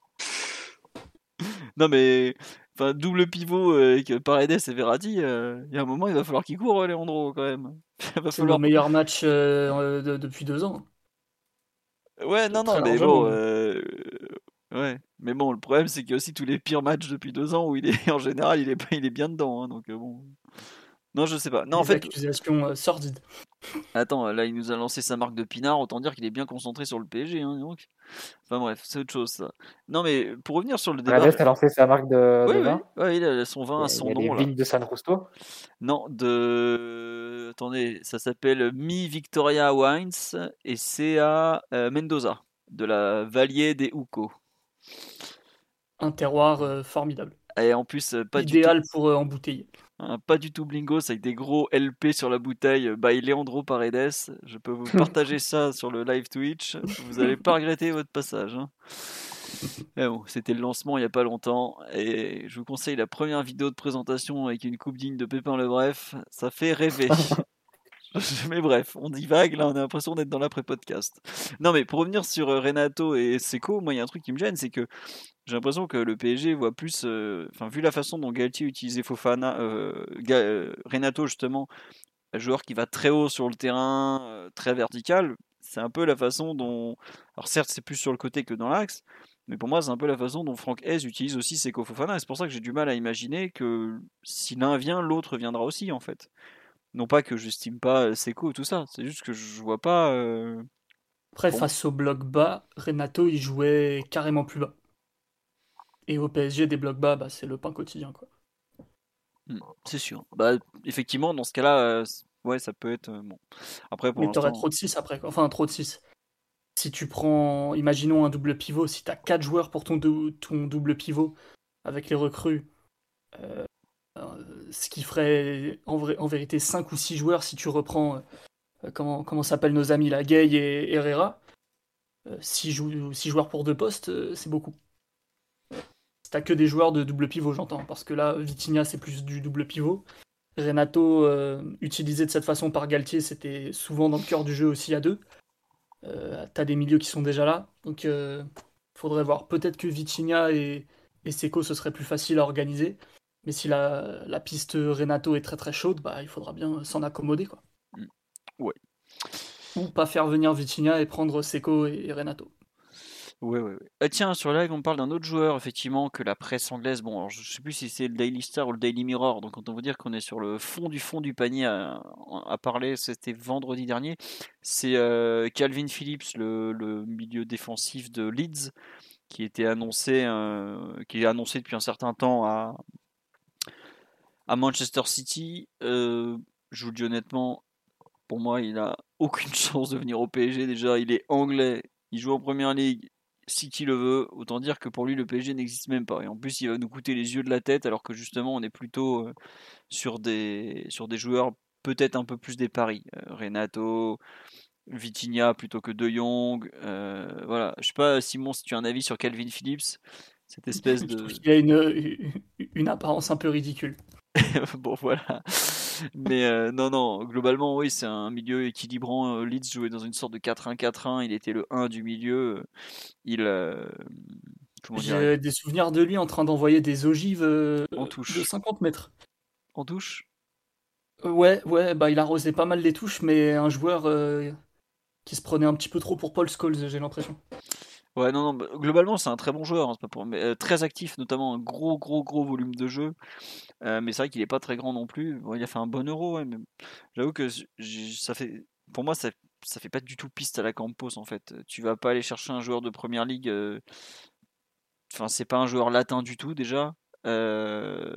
Non mais, enfin, double pivot euh, avec Paredes et Verratti, euh, il y a un moment il va falloir qu'il court, Leandro, quand même. Il va C'est nos falloir. meilleurs matchs euh, de- depuis deux ans. Ouais, non, non, Très mais largement. bon, même. euh, ouais. Mais bon, le problème c'est qu'il y a aussi tous les pires matchs depuis deux ans où il est, en général, il est, il est bien dedans, hein, donc euh, bon. Non, je sais pas. Non, en Des fait, accusations euh, sordides. attends, là il nous a lancé sa marque de pinard, autant dire qu'il est bien concentré sur le P S G, hein, donc. Enfin bref, c'est autre chose ça. Non mais pour revenir sur le débat. Paredes a lancé sa marque de, Oui, de oui, vin. ouais, il a son Il vin y à a, il son y a les nom là. vignes de San Justo. Non, de. Attendez, ça s'appelle Mi Victoria Wines et c'est à euh, Mendoza, de la Valier des Uco. Un terroir euh, formidable. Et en plus, euh, pas du tout, Idéal pour euh, embouteiller. hein, pas du tout blingos avec des gros L P sur la bouteille, euh, by Leandro Paredes. Je peux vous partager ça sur le live Twitch. Vous n'allez pas regretter votre passage, hein. Mais bon, c'était le lancement il n'y a pas longtemps et je vous conseille la première vidéo de présentation avec une coupe digne de Pépin le Bref. Ça fait rêver. Mais bref, on divague, là on a l'impression d'être dans l'après-podcast. Non mais pour revenir sur euh, Renato et Seko, moi il y a un truc qui me gêne, c'est que j'ai l'impression que le P S G voit plus, euh, enfin vu la façon dont Galtier utilisait Fofana, euh, Ga- euh, Renato justement, un joueur qui va très haut sur le terrain, euh, très vertical, c'est un peu la façon dont, alors certes c'est plus sur le côté que dans l'axe, mais pour moi c'est un peu la façon dont Franck Hez utilise aussi Seko Fofana, et c'est pour ça que j'ai du mal à imaginer que si l'un vient, l'autre viendra aussi en fait. Non pas que j'estime pas Seko ou tout ça, c'est juste que je vois pas. euh, Après, Bon. face au bloc bas, Renato, il jouait carrément plus bas. Et au P S G, des blocs bas, bah, c'est le pain quotidien, quoi. Mm, c'est sûr. Bah, effectivement, dans ce cas-là, euh, c- ouais, ça peut être euh, bon. Après, pour Mais tu aurais l'instant, trop de six après, quoi. Enfin, trop de six. Si tu prends, imaginons un double pivot, si tu as quatre joueurs pour ton, dou- ton double pivot avec les recrues, euh, euh, ce qui ferait en, vrai- en vérité cinq ou six joueurs si tu reprends, euh, comment, comment s'appellent nos amis là, Gay et Herrera, six joueurs pour deux postes, euh, c'est beaucoup. Si t'as que des joueurs de double pivot, j'entends, parce que là, Vitinha, c'est plus du double pivot. Renato, euh, utilisé de cette façon par Galtier, c'était souvent dans le cœur du jeu aussi à deux. Euh, t'as des milieux qui sont déjà là, donc euh, faudrait voir. Peut-être que Vitinha et, et Seko, ce serait plus facile à organiser, mais si la, la piste Renato est très très chaude, bah, il faudra bien s'en accommoder, quoi. mm, ouais. Ou pas faire venir Vitinha et prendre Seko et, et Renato. Ouais, ouais, ouais. Ah, tiens, sur live, on parle d'un autre joueur, effectivement, que la presse anglaise, bon, alors, je sais plus si c'est le Daily Star ou le Daily Mirror, donc quand on veut dire qu'on est sur le fond du fond du panier à, à parler, c'était vendredi dernier, c'est euh, Calvin Phillips, le, le milieu défensif de Leeds, qui était annoncé, euh, qui est annoncé depuis un certain temps à, à Manchester City. Euh, je vous le dis honnêtement, pour moi, il a aucune chance de venir au P S G. Déjà, il est anglais, il joue en première ligue. City le veut, autant dire que pour lui, le P S G n'existe même pas. Et en plus, il va nous coûter les yeux de la tête, alors que justement, on est plutôt euh, sur, des, sur des joueurs peut-être un peu plus des paris. Euh, Renato, Vitinha plutôt que De Jong. Euh, voilà. Je sais pas, Simon, si tu as un avis sur Calvin Phillips, cette espèce Je trouve de. qu'il a une, une apparence un peu ridicule. Bon, voilà. Mais euh, non, non, globalement, oui, c'est un milieu équilibrant. Euh, Leeds jouait dans une sorte de quatre un quatre un. Il était le un du milieu. Il. euh, comment dire J'ai des souvenirs de lui en train d'envoyer des ogives euh, En de touche. cinquante mètres. En touche Euh, Ouais, ouais, bah il arrosait pas mal les touches, mais un joueur euh, qui se prenait un petit peu trop pour Paul Scholes, j'ai l'impression. Ouais, non, non, bah, globalement, c'est un très bon joueur. Hein, c'est pas pour... mais, euh, très actif, notamment un gros, gros, gros volume de jeu. Euh, mais c'est vrai qu'il est pas très grand non plus. Bon, il a fait un bon euro, ouais, mais j'avoue que j- ça fait. Pour moi, ça, ça fait pas du tout piste à la Campos en fait. Tu vas pas aller chercher un joueur de première ligue. euh, Enfin, c'est pas un joueur latin du tout déjà. Euh,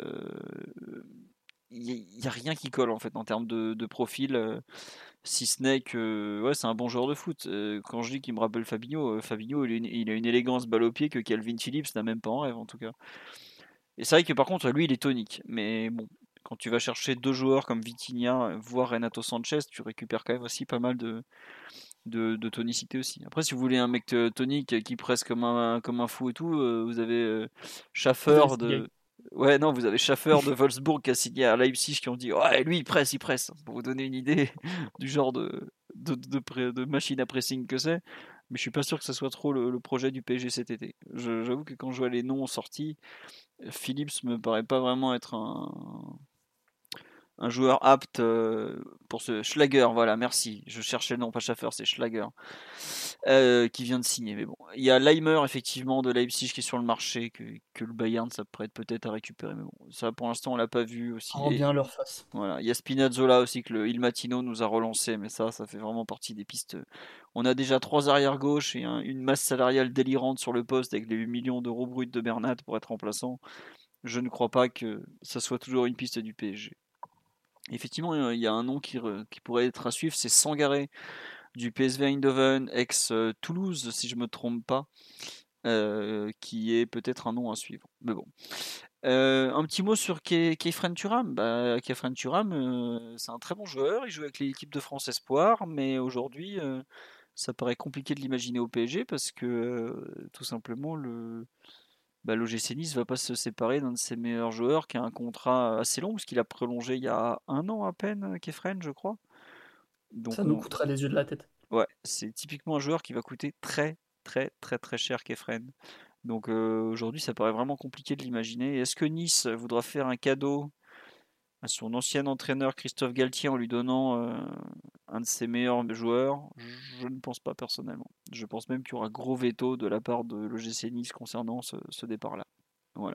Il n'y a rien qui colle en fait en termes de, de profil, euh, si ce n'est que ouais, c'est un bon joueur de foot. Euh, quand je dis qu'il me rappelle Fabinho, euh, Fabinho il a, une, il a une élégance balle au pied que Calvin Phillips n'a même pas en rêve en tout cas. Et c'est vrai que par contre lui il est tonique, mais bon, quand tu vas chercher deux joueurs comme Vitinha, voire Renato Sanchez, tu récupères quand même aussi pas mal de, de, de tonicité aussi. Après, si vous voulez un mec euh, tonique qui presse comme un, comme un fou et tout, euh, vous avez euh, Vous Schaffer avez ce gars. de. Ouais, non, vous avez Schaffer de Wolfsburg qui a signé à Leipzig qui ont dit ouais, lui il presse, il presse. Pour vous donner une idée du genre de, de, de, de- de machine à pressing que c'est. Mais je suis pas sûr que ce soit trop le, le projet du P S G cet été. Je- J'avoue que quand je vois les noms sortis, Phillips me paraît pas vraiment être un, un joueur apte euh, pour ce Schlager, voilà, merci. Je cherchais le nom, pas Schaffer, c'est Schlager, euh, qui vient de signer. Mais bon, il y a Leimer effectivement de Leipzig qui est sur le marché, que, que le Bayern ça prête peut-être à récupérer. Mais bon, ça pour l'instant on l'a pas vu aussi. Rend Et bien leur face. voilà, il y a Spinazzola aussi que le Il Matino nous a relancé, mais ça, ça fait vraiment partie des pistes. On a déjà trois arrières gauche et un- une masse salariale délirante sur le poste avec les huit millions d'euros bruts de Bernat pour être remplaçant. Je ne crois pas que ça soit toujours une piste du P S G. Effectivement, il y a un nom qui, qui pourrait être à suivre, c'est Sangaré du P S V Eindhoven, ex-Toulouse, si je ne me trompe pas, euh, qui est peut-être un nom à suivre. Mais bon. Euh, un petit mot sur Kefren Turam. Bah, Kefren Turam, euh, c'est un très bon joueur, il joue avec l'équipe de France Espoir, mais aujourd'hui, euh, ça paraît compliqué de l'imaginer au P S G parce que euh, tout simplement, le, bah, l'O G C Nice va pas se séparer d'un de ses meilleurs joueurs qui a un contrat assez long, parce qu'il a prolongé il y a un an à peine, Kefren, je crois. Ça Donc nous on... coûtera les yeux de la tête. ouais, c'est typiquement un joueur qui va coûter très très très très cher, Kefren. Donc euh, aujourd'hui, ça paraît vraiment compliqué de l'imaginer. Est-ce que Nice voudra faire un cadeau à son ancien entraîneur Christophe Galtier en lui donnant euh, un de ses meilleurs joueurs? Je ne pense pas personnellement. Je pense même qu'il y aura gros veto de la part de l'O G C Nice concernant ce, ce départ-là. Voilà.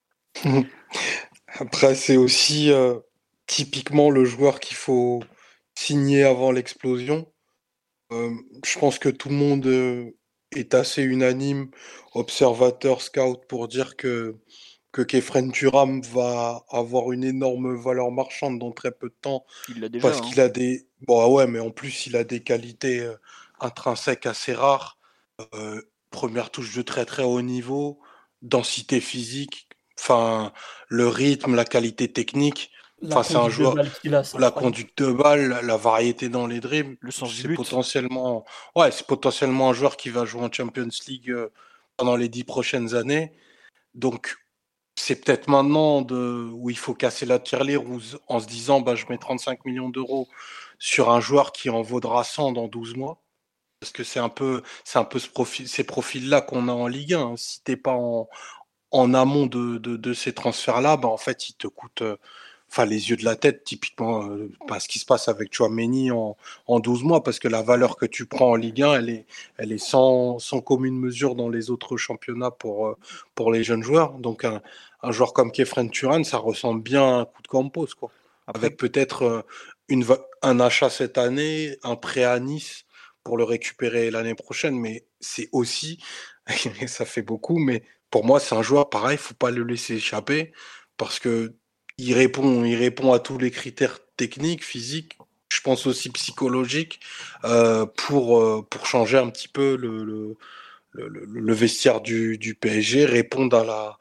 Après, c'est aussi euh, typiquement le joueur qu'il faut signer avant l'explosion. Euh, je pense que tout le monde euh, est assez unanime, observateur, scout, pour dire que que Kefren Turam va avoir une énorme valeur marchande dans très peu de temps. Il l'a déjà. Parce hein. qu'il a des. Bon, ouais, mais en plus, il a des qualités euh, intrinsèques assez rares. Euh, première touche de très très haut niveau, densité physique, enfin, le rythme, la qualité technique. La Enfin, c'est un conduite de joueur. balle qu'il a, c'est La incroyable. conduite de balle, la, la variété dans les dribbles, Le sens du c'est but. potentiellement. Ouais, c'est potentiellement un joueur qui va jouer en Champions League euh, pendant les dix prochaines années. Donc, c'est peut-être maintenant de, où il faut casser la tirelire où, en se disant bah, je mets trente-cinq millions d'euros sur un joueur qui en vaudra cent dans douze mois. Parce que c'est un peu, c'est un peu ce profil, ces profils-là qu'on a en Ligue un. Si t'es pas en, en amont de, de, de ces transferts-là, bah, en fait, ils te coûtent euh, enfin, les yeux de la tête, typiquement euh, bah, ce qui se passe avec Tchouaméni en, en douze mois, parce que la valeur que tu prends en Ligue un, elle est, elle est sans, sans commune mesure dans les autres championnats pour, euh, pour les jeunes joueurs. Donc, un, un joueur comme Kefren Turan, ça ressemble bien à un coup de Campos, quoi. Après, Avec peut-être euh, une, va- un achat cette année, un prêt à Nice pour le récupérer l'année prochaine, mais c'est aussi, et ça fait beaucoup, mais pour moi, c'est un joueur pareil, faut pas le laisser échapper parce que il répond, il répond à tous les critères techniques, physiques, je pense aussi psychologiques, euh, pour, euh, pour changer un petit peu le, le, le, le vestiaire du, du P S G, répondre à la,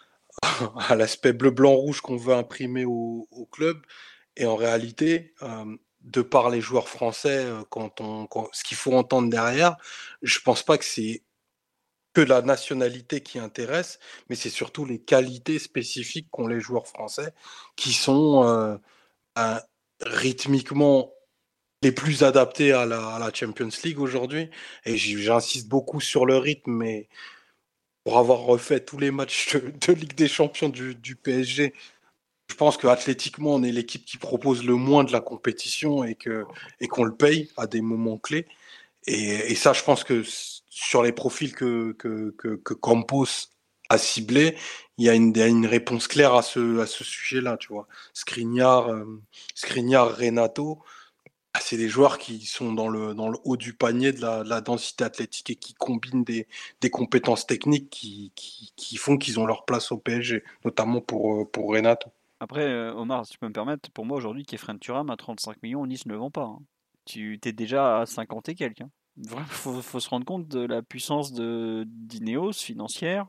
à l'aspect bleu-blanc-rouge qu'on veut imprimer au, au club. Et en réalité, euh, de par les joueurs français, euh, quand on, quand, ce qu'il faut entendre derrière, je pense pas que c'est que la nationalité qui intéresse, mais c'est surtout les qualités spécifiques qu'ont les joueurs français, qui sont euh, un, rythmiquement les plus adaptés à la, à la Champions League aujourd'hui. Et j'insiste beaucoup sur le rythme, mais pour avoir refait tous les matchs de, de Ligue des Champions du, du P S G, je pense qu'athlétiquement, on est l'équipe qui propose le moins de la compétition et que et qu'on le paye à des moments clés. Et, et ça, je pense que sur les profils que, que, que, que Campos a ciblés, il y a une, il y a une réponse claire à ce, à ce sujet-là, tu vois. Skriniar, euh, Skriniar, Renato, c'est des joueurs qui sont dans le, dans le haut du panier de la, de la densité athlétique et qui combinent des, des compétences techniques qui, qui, qui font qu'ils ont leur place au P S G, notamment pour, pour Renato. Après, euh, Omar, si tu peux me permettre, pour moi aujourd'hui, Kefren Turam à trente-cinq millions, Nice ne vend pas. hein. Tu t'es déjà à cinquante et quelques. Il hein. faut, faut se rendre compte de la puissance de d'Ineos financière.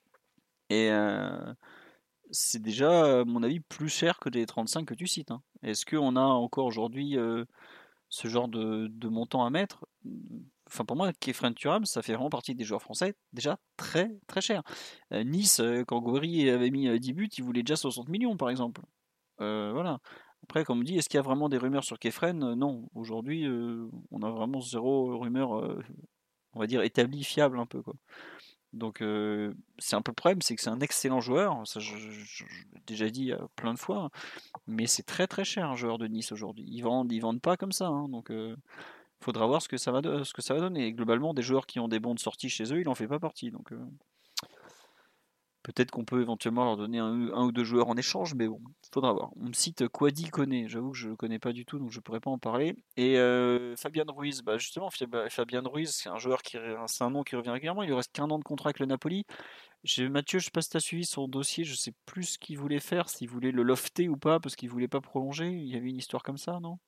Et euh, c'est déjà, à mon avis, plus cher que les trente-cinq que tu cites. hein. Est-ce qu'on a encore aujourd'hui euh, ce genre de, de montant à mettre? Enfin, pour moi, Kefren Turam, ça fait vraiment partie des joueurs français déjà très très cher. Euh, nice, euh, quand Gouiri avait mis euh, dix buts, il voulait déjà soixante millions par exemple. Euh, voilà. Après, comme on dit, est-ce qu'il y a vraiment des rumeurs sur Kefren? Euh, Non. Aujourd'hui, euh, on a vraiment zéro rumeur, euh, on va dire, établie, fiable un peu. Quoi. Donc, euh, c'est un peu le problème, c'est que c'est un excellent joueur. Ça, je, je- je- je l'ai déjà dit euh, plein de fois. Mais c'est très très cher un joueur de Nice aujourd'hui. Ils vendent, ils vendent pas comme ça. hein. donc, euh, faudra voir ce que ça va, do- ce que ça va donner. Et globalement, des joueurs qui ont des bons de sortie chez eux, il en fait pas partie. Donc, euh, peut-être qu'on peut éventuellement leur donner un, un ou deux joueurs en échange, mais bon, faudra voir. On me cite Kwadi Koné, j'avoue que je ne le connais pas du tout, donc je ne pourrais pas en parler. Et euh, Fabian Ruiz, bah justement, Fabian Ruiz, c'est un joueur qui, c'est un nom qui revient régulièrement. Il lui reste qu'un an de contrat avec le Napoli. J'ai, Mathieu, je ne sais pas si tu as suivi son dossier, je ne sais plus ce qu'il voulait faire, s'il voulait le lofter ou pas, parce qu'il ne voulait pas prolonger. Il y avait une histoire comme ça, non?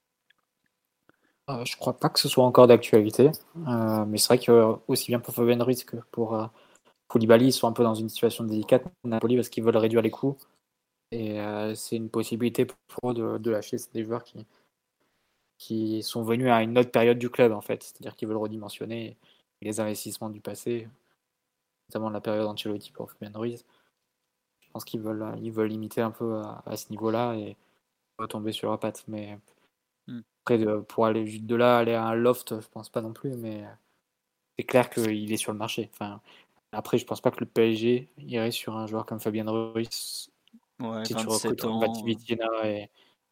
Euh, je crois pas que ce soit encore d'actualité, euh, mais c'est vrai que euh, aussi bien pour Fabian Ruiz que pour euh, Koulibaly, ils sont un peu dans une situation délicate, Napoli, parce qu'ils veulent réduire les coûts. Et euh, c'est une possibilité pour eux de, de lâcher des joueurs qui, qui sont venus à une autre période du club, en fait. C'est-à-dire qu'ils veulent redimensionner les investissements du passé, notamment la période Ancelotti pour Fabian Ruiz. Je pense qu'ils veulent, ils veulent limiter un peu à, à ce niveau-là et retomber sur la patte. Mais Hmm. après, de, pour aller juste de là, aller à un loft, je pense pas non plus, mais c'est clair qu'il est sur le marché. Enfin, après, je pense pas que le P S G irait sur un joueur comme Fabian Ruiz. Ouais, Si tu vingt-sept recrutes ans. Vitinha et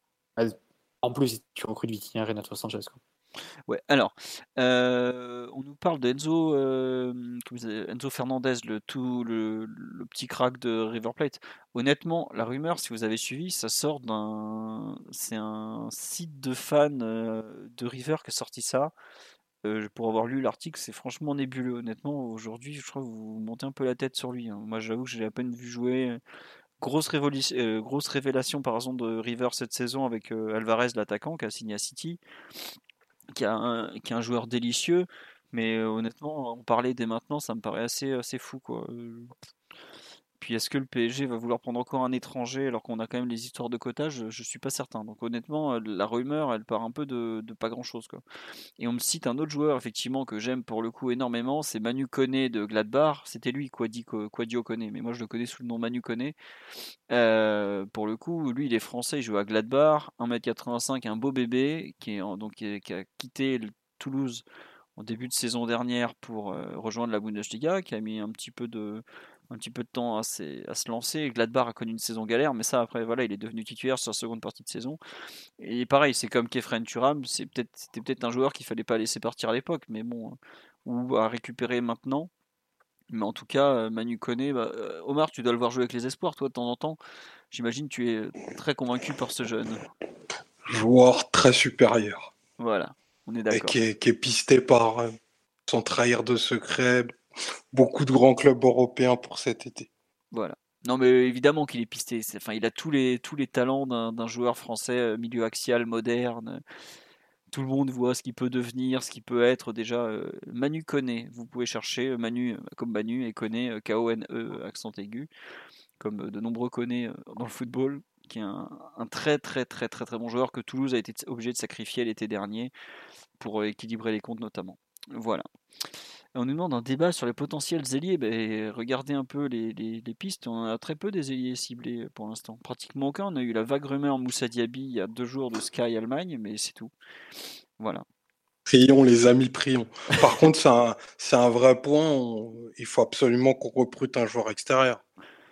en plus, si tu recrutes Vitinha et Renato Sanchez. Quoi. Ouais, alors, euh, on nous parle d'Enzo euh, comment ça- Enzo Fernandez, le, tout, le, le petit crack de River Plate. Honnêtement, la rumeur, si vous avez suivi, ça sort d'un. C'est un site de fans euh, de River qui a sorti ça. Euh, pour avoir lu l'article, c'est franchement nébuleux. Honnêtement, aujourd'hui, je crois que vous montez un peu la tête sur lui. Hein. Moi, j'avoue que j'ai à peine vu jouer. Grosse, révolu- euh, grosse révélation par exemple de River cette saison avec euh, Alvarez, l'attaquant, qui a signé à City, qui, a un, qui est un joueur délicieux. Mais euh, honnêtement, en parler dès maintenant, ça me paraît assez, assez fou, quoi. Euh, Puis est-ce que le P S G va vouloir prendre encore un étranger alors qu'on a quand même les histoires de quotage? Je, je suis pas certain. Donc honnêtement, euh, la rumeur, elle part un peu de, de pas grand-chose, quoi. Et on me cite un autre joueur effectivement que j'aime pour le coup énormément, c'est Manu Koné de Gladbach. C'était lui, Quadi, Quadio Koné, mais moi je le connais sous le nom Manu Koné. Euh, pour le coup, lui il est français, il joue à Gladbach, un mètre quatre-vingt-cinq, un beau bébé qui, est en- donc, qui, est- qui a quitté le Toulouse en début de saison dernière pour euh, rejoindre la Bundesliga, qui a mis un petit peu de, un petit peu de temps à, s'e- à se lancer. Gladbach a connu une saison galère, mais ça après voilà, il est devenu titulaire sur la seconde partie de saison. Et pareil, c'est comme Kefren Turam, c'est peut-être, c'était peut-être un joueur qu'il fallait pas laisser partir à l'époque, mais bon, ou à récupérer maintenant. Mais en tout cas, euh, Manu Koné, bah, euh, Omar, tu dois le voir jouer avec les espoirs, toi, de temps en temps. J'imagine que tu es très convaincu par ce jeune. Joueur très supérieur. Voilà, on est Et d'accord. qui est, qui est pisté par, euh, sans trahir de secret, beaucoup de grands clubs européens pour cet été. Voilà. Non, mais évidemment qu'il est pisté. C'est- Enfin, il a tous les, tous les talents d'un, d'un joueur français, euh, milieu axial, moderne. Tout le monde voit ce qu'il peut devenir, ce qu'il peut être. Déjà, euh, Manu Koné, vous pouvez chercher euh, Manu euh, comme Manu et Koné, euh, K O N E, accent aigu, comme euh, de nombreux Koné euh, dans le football, qui est un, un très très très très très bon joueur que Toulouse a été obligé de sacrifier l'été dernier pour euh, équilibrer les comptes notamment. Voilà. Et on nous demande un débat sur les potentiels ailiers. Ben, regardez un peu les, les- les pistes. On a très peu des ailiers ciblés pour l'instant. Pratiquement aucun. On a eu la vague rumeur Moussa Diaby il y a deux jours de Sky Allemagne, mais c'est tout. Voilà. Prions, les amis, prions. Par contre, c'est un, c'est un vrai point. on- Il faut absolument qu'on recrute un joueur extérieur.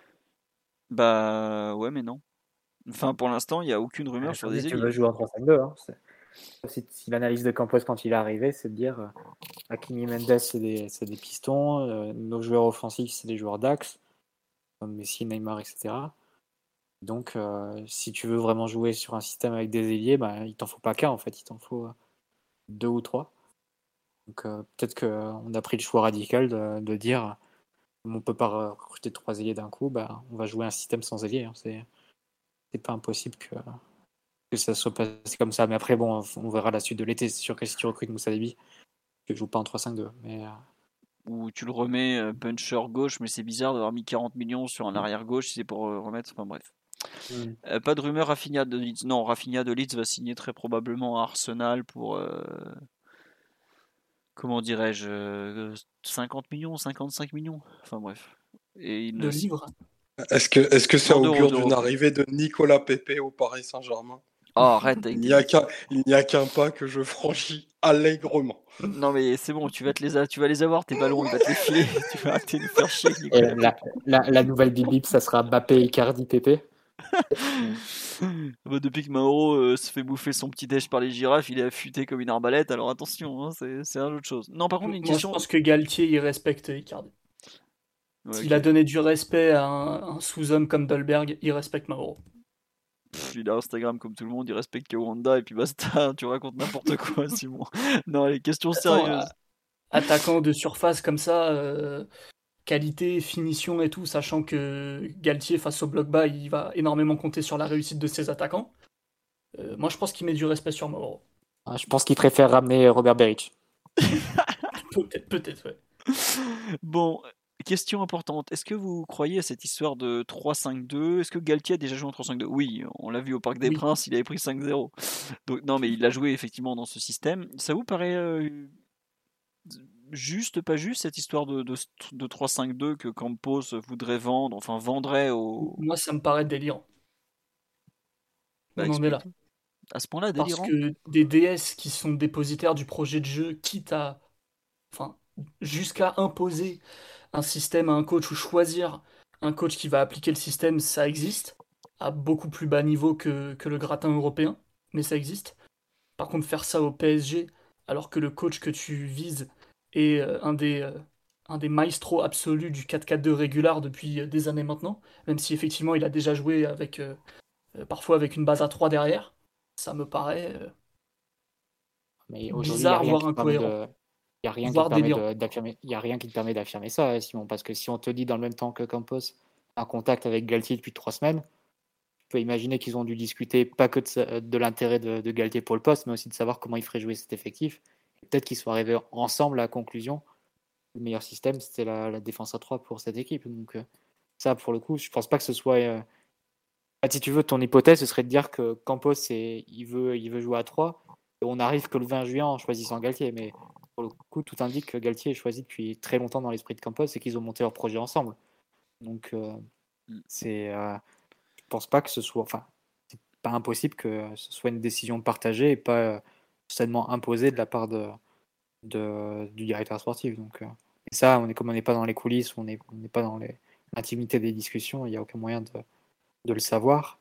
Bah ouais, mais non. Enfin, pour l'instant, il n'y a aucune rumeur Euh, sur Comme si des tu veux ailiers. jouer en trois cinq deux. Hein. C'est- Si, si l'analyse de Campos quand il est arrivé, c'est de dire euh, Hakimi Mendes, c'est des, c'est des pistons, euh, nos joueurs offensifs, c'est des joueurs d'axe, comme Messi, Neymar, et cetera. Donc, euh, si tu veux vraiment jouer sur un système avec des ailiers, bah, il t'en faut pas qu'un en fait, il t'en faut euh, deux ou trois. Donc, euh, peut-être qu'on a pris le choix radical de, de dire on peut pas recruter trois ailiers d'un coup, bah, on va jouer un système sans ailiers. Hein. C'est, c'est pas impossible que, que ça soit passé comme ça. Mais après, bon, on verra la suite de l'été. C'est sûr que si tu recrutes Moussa Diaby, tu ne joues pas en trois cinq deux. Mais, euh, Ou tu le remets euh, puncher gauche, mais c'est bizarre d'avoir mis quarante millions sur un arrière gauche si c'est pour euh, remettre. Enfin bref. Mm. Euh, pas de rumeur Rafinha de Leeds. Non, Rafinha de Leeds va signer très probablement à Arsenal pour. euh, comment dirais-je euh, cinquante millions, cinquante-cinq millions. Enfin bref. Et il De ne. livres. Est-ce que, est-ce que ça Non, d'euros, augure d'euros, d'une pardon. arrivée de Nicolas Pepe au Paris Saint-Germain? Oh, arrête avec Il tes n'y a bêtises. qu'un, il n'y a qu'un pas que je franchis allègrement. Non mais c'est bon, tu vas, te les a- tu vas les avoir tes ballons, il va te les filer. Tu vas arrêter de nous faire chier avec Et Nicolas la, Pepe. la, la nouvelle bip-bip, ça sera Mbappé, Icardi, Pépé. Bah, depuis que Mauro euh, se fait bouffer son petit déj par les girafes, il est affûté comme une arbalète, alors attention, hein, c'est, c'est un autre chose. Non, par contre, une Moi, je question. pense que Galtier, il respecte Icardi. Ouais, S'il ok. a donné du respect à un, un sous-homme comme Dolberg, il respecte Mauro. Pff, il a Instagram comme tout le monde, il respecte Kawanda et puis basta, tu racontes n'importe quoi, Simon. Non, les questions Attends, sérieuses. attaquant de surface comme ça, euh, qualité, finition et tout, sachant que Galtier, face au bloc bas, il va énormément compter sur la réussite de ses attaquants. Euh, moi, je pense qu'il met du respect sur Mauro. Ah, je pense qu'il préfère ramener Robert Beric. Peut-être, peut-être, ouais. Bon, question importante. Est-ce que vous croyez à cette histoire de trois cinq deux? Est-ce que Galtier a déjà joué en trois cinq deux? Oui, on l'a vu au Parc des Oui. Princes, il avait pris cinq zéro. Donc, non, mais il a joué effectivement dans ce système. Ça vous paraît euh, juste, pas juste, cette histoire de, de, de trois cinq deux que Campos voudrait vendre, enfin vendrait au. Moi, ça me paraît délirant. Bah, On en est là. explique. À ce point-là, Parce délirant. que des D S qui sont dépositaires du projet de jeu, quitte à, enfin, jusqu'à imposer un système à un coach ou choisir un coach qui va appliquer le système, ça existe, à beaucoup plus bas niveau que, que le gratin européen, mais ça existe. Par contre, faire ça au P S G, alors que le coach que tu vises est euh, un des, euh, un des maestros absolus du quatre quatre deux régular depuis euh, des années maintenant, même si effectivement il a déjà joué avec, euh, euh, parfois avec une base à trois derrière, ça me paraît euh, Mais aujourd'hui, il n'y a bizarre, rien voire qui permet incohérent. de, Il n'y a rien qui voire te permet déliant. de- d'affirmer, il y a rien qui te permet d'affirmer ça, Simon, parce que si on te dit dans le même temps que Campos a un contact avec Galtier depuis trois semaines, tu peux imaginer qu'ils ont dû discuter pas que de, sa- de l'intérêt de, de Galtier pour le poste, mais aussi de savoir comment il ferait jouer cet effectif. Et peut-être qu'ils sont arrivés ensemble à la conclusion. Le meilleur système, c'était la, la défense à trois pour cette équipe. Donc euh, ça, pour le coup, je pense pas que ce soit. euh, ah, si tu veux, ton hypothèse, ce serait de dire que Campos, c'est- il veut, il veut jouer à trois. Et on arrive que le vingt juin en choisissant Galtier. Mais pour le coup, tout indique que Galtier est choisi depuis très longtemps dans l'esprit de Campos et qu'ils ont monté leur projet ensemble. Donc, euh, Mm. c'est, euh, je pense pas que ce soit. Enfin, c'est pas impossible que ce soit une décision partagée et pas euh, seulement imposée de la part de, de- du directeur sportif. Donc, euh, et ça, on est, comme on n'est pas dans les coulisses, on n'est on n'est pas dans les- l'intimité des discussions, il n'y a aucun moyen de, de le savoir.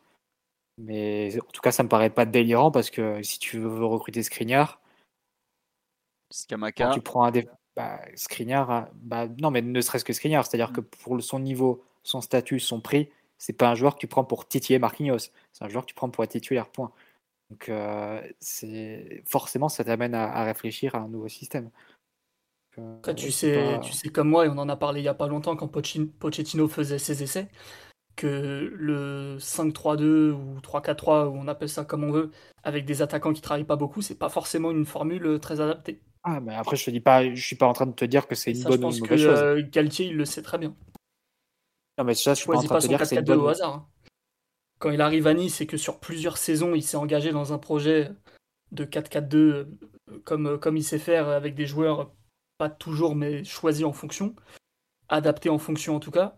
Mais en tout cas, ça me paraît pas délirant parce que si tu veux recruter Skriniar, quand Scamaca. tu prends un dé... bah, Skriniar, hein, bah, non, mais ne serait-ce que Skriniar, c'est-à-dire Mm. que pour le- son niveau, son statut, son prix, c'est pas un joueur que tu prends pour titiller Marquinhos, c'est un joueur que tu prends pour être titulaire, point. Donc, euh, c'est... forcément, ça t'amène à, à réfléchir à un nouveau système. Donc, euh, Après, tu ouais, c'est sais, pas... tu sais comme moi, et on en a parlé il y a pas longtemps quand Pochin- Pochettino faisait ses essais, que le cinq trois deux ou trois quatre trois, ou on appelle ça comme on veut, avec des attaquants qui travaillent pas beaucoup, c'est pas forcément une formule euh, très adaptée. Ah, mais après, je te dis pas, je suis pas en train de te dire que c'est Et une ça, je bonne ou une pense que mauvaise chose. euh, Galtier, il le sait très bien. Non, mais ça, Il je suis pas en choisit train de pas te son dire que quatre c'est une quatre deux bonne au ou... hasard, hein. Quand il arrive à Nice, c'est que sur plusieurs saisons, il s'est engagé dans un projet de quatre quatre deux euh, comme, euh, comme il sait faire avec des joueurs, pas toujours, mais choisis en fonction, adaptés en fonction en tout cas.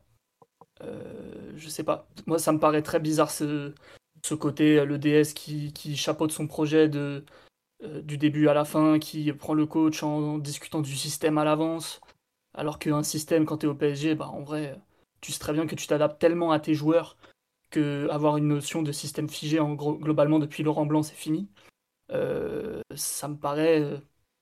Euh, je sais pas. Moi, ça me paraît très bizarre ce, ce côté, euh, le D S qui, qui chapeaute son projet de, euh, du début à la fin, qui prend le coach en, discutant du système à l'avance. Alors qu'un système, quand tu es au P S G, bah, en vrai, tu sais très bien que tu t'adaptes tellement à tes joueurs que avoir une notion de système figé en gros, globalement depuis Laurent Blanc, c'est fini. Euh, ça me paraît euh,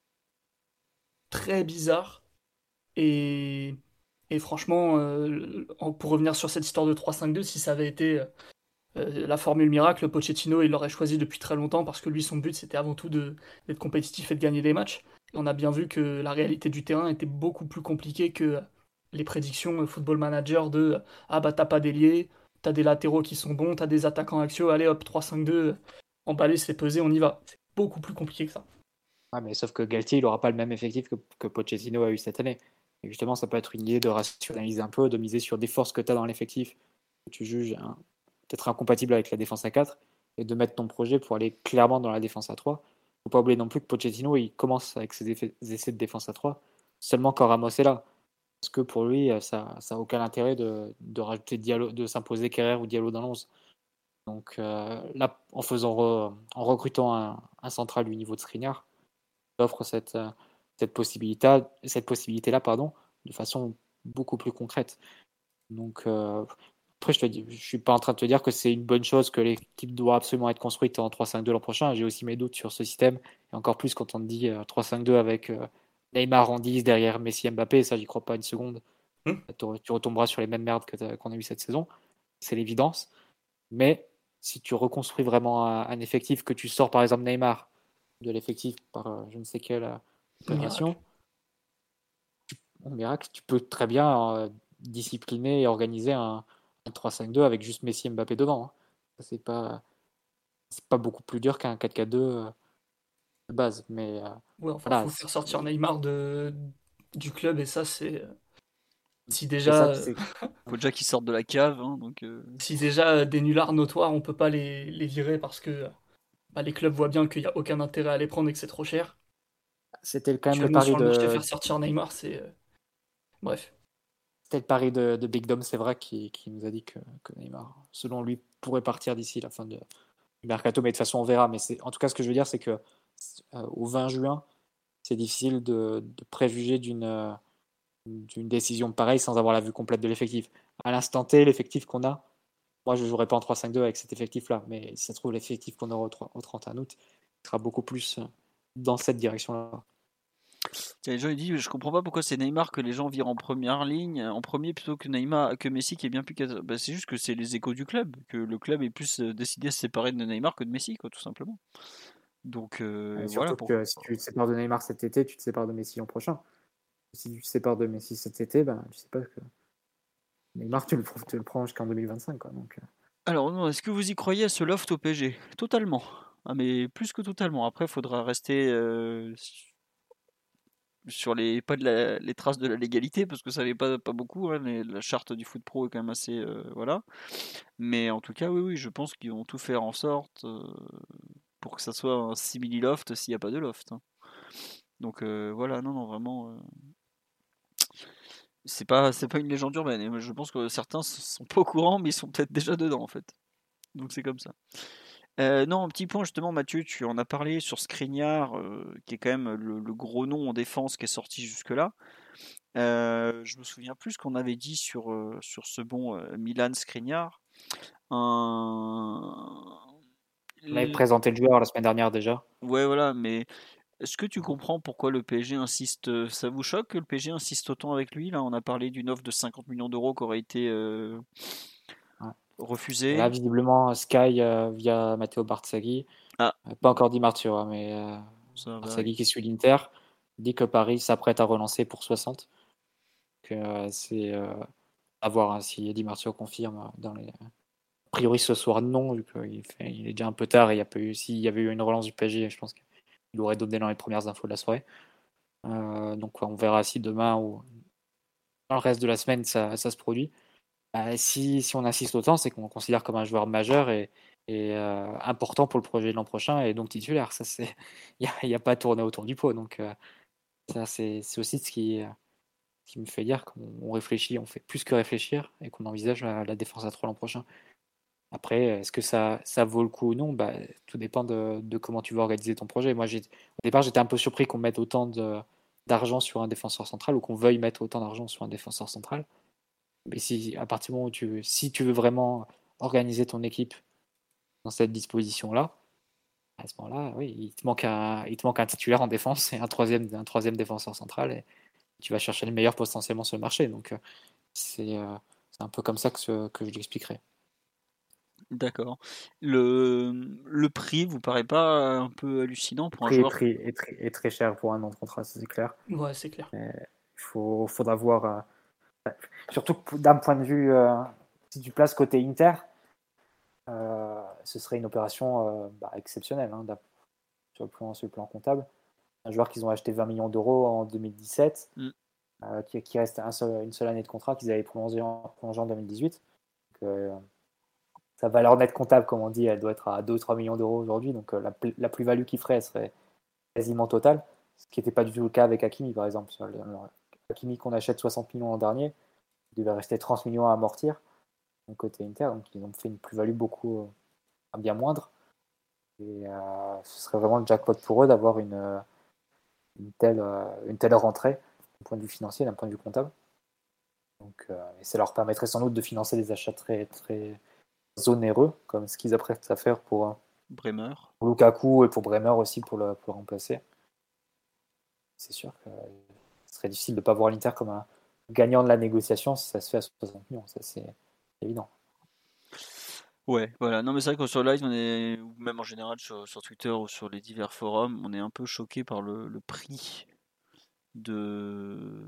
très bizarre. Et, et franchement, euh, en- pour revenir sur cette histoire de trois cinq deux, si ça avait été euh, la formule miracle, Pochettino, il l'aurait choisi depuis très longtemps parce que lui, son but, c'était avant tout de, d'être compétitif et de gagner des matchs. Et on a bien vu que la réalité du terrain était beaucoup plus compliquée que les prédictions euh, Football Manager de ah bah t'as pas d'ailier, t'as des latéraux qui sont bons, t'as des attaquants axiaux, allez hop, trois cinq deux, emballé, c'est pesé, on y va. C'est beaucoup plus compliqué que ça. Ah, mais sauf que Galtier, il n'aura pas le même effectif que, que Pochettino a eu cette année. Et justement, ça peut être une idée de rationaliser un peu, de miser sur des forces que tu as dans l'effectif, que tu juges hein, peut-être incompatibles avec la défense à quatre, et de mettre ton projet pour aller clairement dans la défense à trois. Il ne faut pas oublier non plus que Pochettino, il commence avec ses effets- essais de défense à trois seulement quand Ramos est là. Parce que pour lui, ça n'a aucun intérêt de, de rajouter Diallo, de s'imposer Kerrer ou Diallo dans l'onze. Donc euh, là, en, faisant re- en recrutant un, un central du niveau de Skriniar, offre cette, euh, cette possibilité, cette possibilité-là, pardon, de façon beaucoup plus concrète. Donc, euh, après, je te dis, je suis pas en train de te dire que c'est une bonne chose, que l'équipe doit absolument être construite en trois cinq deux l'an prochain. J'ai aussi mes doutes sur ce système, et encore plus quand on te dit euh, trois cinq deux avec euh, Neymar en dix derrière Messi et Mbappé, ça, j'y crois pas une seconde. Hmm. Tu, tu retomberas sur les mêmes merdes que qu'on a eu cette saison, c'est l'évidence. Mais si tu reconstruis vraiment un, un effectif, que tu sors par exemple Neymar de l'effectif par euh, je ne sais quelle euh, opération, Miracle. au miracle, tu peux très bien euh, discipliner et organiser un, un trois cinq deux avec juste Messi et Mbappé devant. Hein. Ça, C'est pas, c'est pas beaucoup plus dur qu'un quatre quatre deux euh, de base. Mais euh, Ouais, enfin, voilà, faut faire sortir Neymar de, du club et ça, c'est. Si c'est ça, déjà, c'est Faut déjà qu'ils sortent de la cave, hein, donc. euh, si déjà des nullards notoires, on peut pas les, les virer parce que bah, les clubs voient bien qu'il n'y a aucun intérêt à les prendre et que c'est trop cher. c'était quand même le Actuellement, pari sur le marché, de, faire sortir Neymar, c'est. euh, Bref. c'était le pari de, de Big Dom, c'est vrai, qui, qui nous a dit que, que Neymar, selon lui, pourrait partir d'ici la fin de, du mercato. Mais de toute façon, on verra. Mais c'est, en tout cas, ce que je veux dire, c'est que euh, au vingt juin, c'est difficile de, de préjuger d'une euh, d'une décision pareille sans avoir la vue complète de l'effectif. À l'instant T, l'effectif qu'on a, moi je ne jouerai pas en trois cinq deux avec cet effectif-là, mais si ça se trouve, l'effectif qu'on aura au trente et un août sera beaucoup plus euh, dans cette direction-là. Tiens, les gens ils disent, je comprends pas pourquoi c'est Neymar que les gens virent en première ligne, en premier plutôt que Neymar, que Messi qui est bien plus. qu'à- Bah, c'est juste que c'est les échos du club, que le club est plus euh, décidé à se séparer de Neymar que de Messi, quoi, tout simplement. Donc euh, Et voilà surtout pour. que si tu te sépares de Neymar cet été, tu te sépares de Messi l'an prochain. Si tu te sépares de Messi cet été, ben, tu sais pas que Neymar, tu le, tu le prends jusqu'en deux mille vingt-cinq. Quoi, donc, euh. Alors non, est-ce que vous y croyez à ce loft au P S G? Totalement. Ah mais plus que totalement. Après, il faudra rester euh, sur les pas de la- les traces de la légalité parce que ça n'est pas pas beaucoup. Hein, les- la charte du foot pro est quand même assez euh, voilà. Mais en tout cas, oui, oui, je pense qu'ils vont tout faire en sorte euh, pour que ça soit un simili loft s'il n'y a pas de loft. Hein. Donc euh, voilà, non, non, vraiment. euh, C'est pas, c'est pas une légende urbaine. Et moi, je pense que certains s- sont pas au courant, mais ils sont peut-être déjà dedans en fait. Donc c'est comme ça. Euh, non, un petit point justement, Mathieu, tu en as parlé sur Skriniar, euh, qui est quand même le, le gros nom en défense qui est sorti jusque-là. Euh, je me souviens plus ce qu'on avait dit sur, euh, sur ce bon euh, Milan Skriniar. Un... On avait L- présenté le joueur la semaine dernière déjà. Ouais, voilà, mais est-ce que tu comprends pourquoi le P S G insiste? Ça vous choque que le P S G insiste autant avec lui? Là, on a parlé d'une offre de cinquante millions d'euros qui aurait été euh, Ouais. Et là, refusée. visiblement, Sky, euh, via Matteo Barzagli, Ah, euh, pas encore dit Martio, hein, mais euh, ça va Barzagli arriver. qui suit l'Inter, dit que Paris s'apprête à relancer pour soixante. Que euh, c'est euh, à voir hein, si Di Martio confirme dans les. A priori ce soir non, vu qu'il fait, il est déjà un peu tard et il y a pas eu, s'il y avait eu une relance du P S G, je pense qu'il aurait donné dans les premières infos de la soirée. Euh, donc ouais, on verra si demain ou dans le reste de la semaine ça, ça se produit. Euh, si, si on insiste autant, c'est qu'on le considère comme un joueur majeur et, et euh, important pour le projet de l'an prochain et donc titulaire. Ça c'est, il n'y a, y a pas à tourner autour du pot. Donc euh, ça c'est, c'est aussi ce qui, qui me fait dire qu'on on réfléchit, on fait plus que réfléchir et qu'on envisage la, la défense à trois l'an prochain. Après, est-ce que ça, ça vaut le coup ou non? Bah, tout dépend de, de comment tu veux organiser ton projet. Moi, j'ai, au départ, j'étais un peu surpris qu'on mette autant de, d'argent sur un défenseur central ou qu'on veuille mettre autant d'argent sur un défenseur central. Mais si, à partir du moment où tu veux, si tu veux vraiment organiser ton équipe dans cette disposition-là, à ce moment-là, oui, il te manque un, il te manque un titulaire en défense et un troisième, un troisième défenseur central. Et tu vas chercher le meilleur potentiellement sur le marché. Donc, euh, c'est, euh, c'est un peu comme ça que, ce- que je l'expliquerai. D'accord. Le, le prix vous paraît pas un peu hallucinant Le pour un prix est joueur? très, est très, est très cher pour un an de contrat, ça, c'est clair. Ouais, c'est clair. Mais il faut, faudra voir. euh, surtout que d'un point de vue, euh, si tu places côté Inter, euh, ce serait une opération euh, bah, exceptionnelle hein, sur, le plan, sur le plan comptable. Un joueur qu'ils ont acheté vingt millions d'euros en deux mille dix-sept, Mm. euh, qui, qui reste un seul, une seule année de contrat qu'ils avaient prolongé en, prolongé en deux mille dix-huit. Donc, euh, sa valeur nette comptable, comme on dit, elle doit être à deux ou trois millions d'euros aujourd'hui. Donc euh, la, la plus-value qu'il ferait serait quasiment totale, ce qui n'était pas du tout le cas avec Hakimi, par exemple. Sur le, le, Hakimi qu'on achète soixante millions l'an dernier, il devait rester trente millions à amortir donc côté Inter. Donc ils ont fait une plus-value beaucoup euh, bien moindre. Et euh, ce serait vraiment le jackpot pour eux d'avoir une, une, telle, euh, une telle rentrée d'un point de vue financier, d'un point de vue comptable. Donc, euh, et ça leur permettrait sans doute de financer des achats très, très onéreux, comme ce qu'ils apprêtent à faire pour, Bremer. pour Lukaku et pour Bremer aussi pour le, pour le remplacer. C'est sûr que ce serait difficile de ne pas voir l'Inter comme un gagnant de la négociation si ça se fait à soixante millions, ça c'est évident. Ouais, voilà. Non, mais c'est vrai que sur Live, on est, ou même en général sur, sur Twitter ou sur les divers forums, on est un peu choqué par le, le prix de,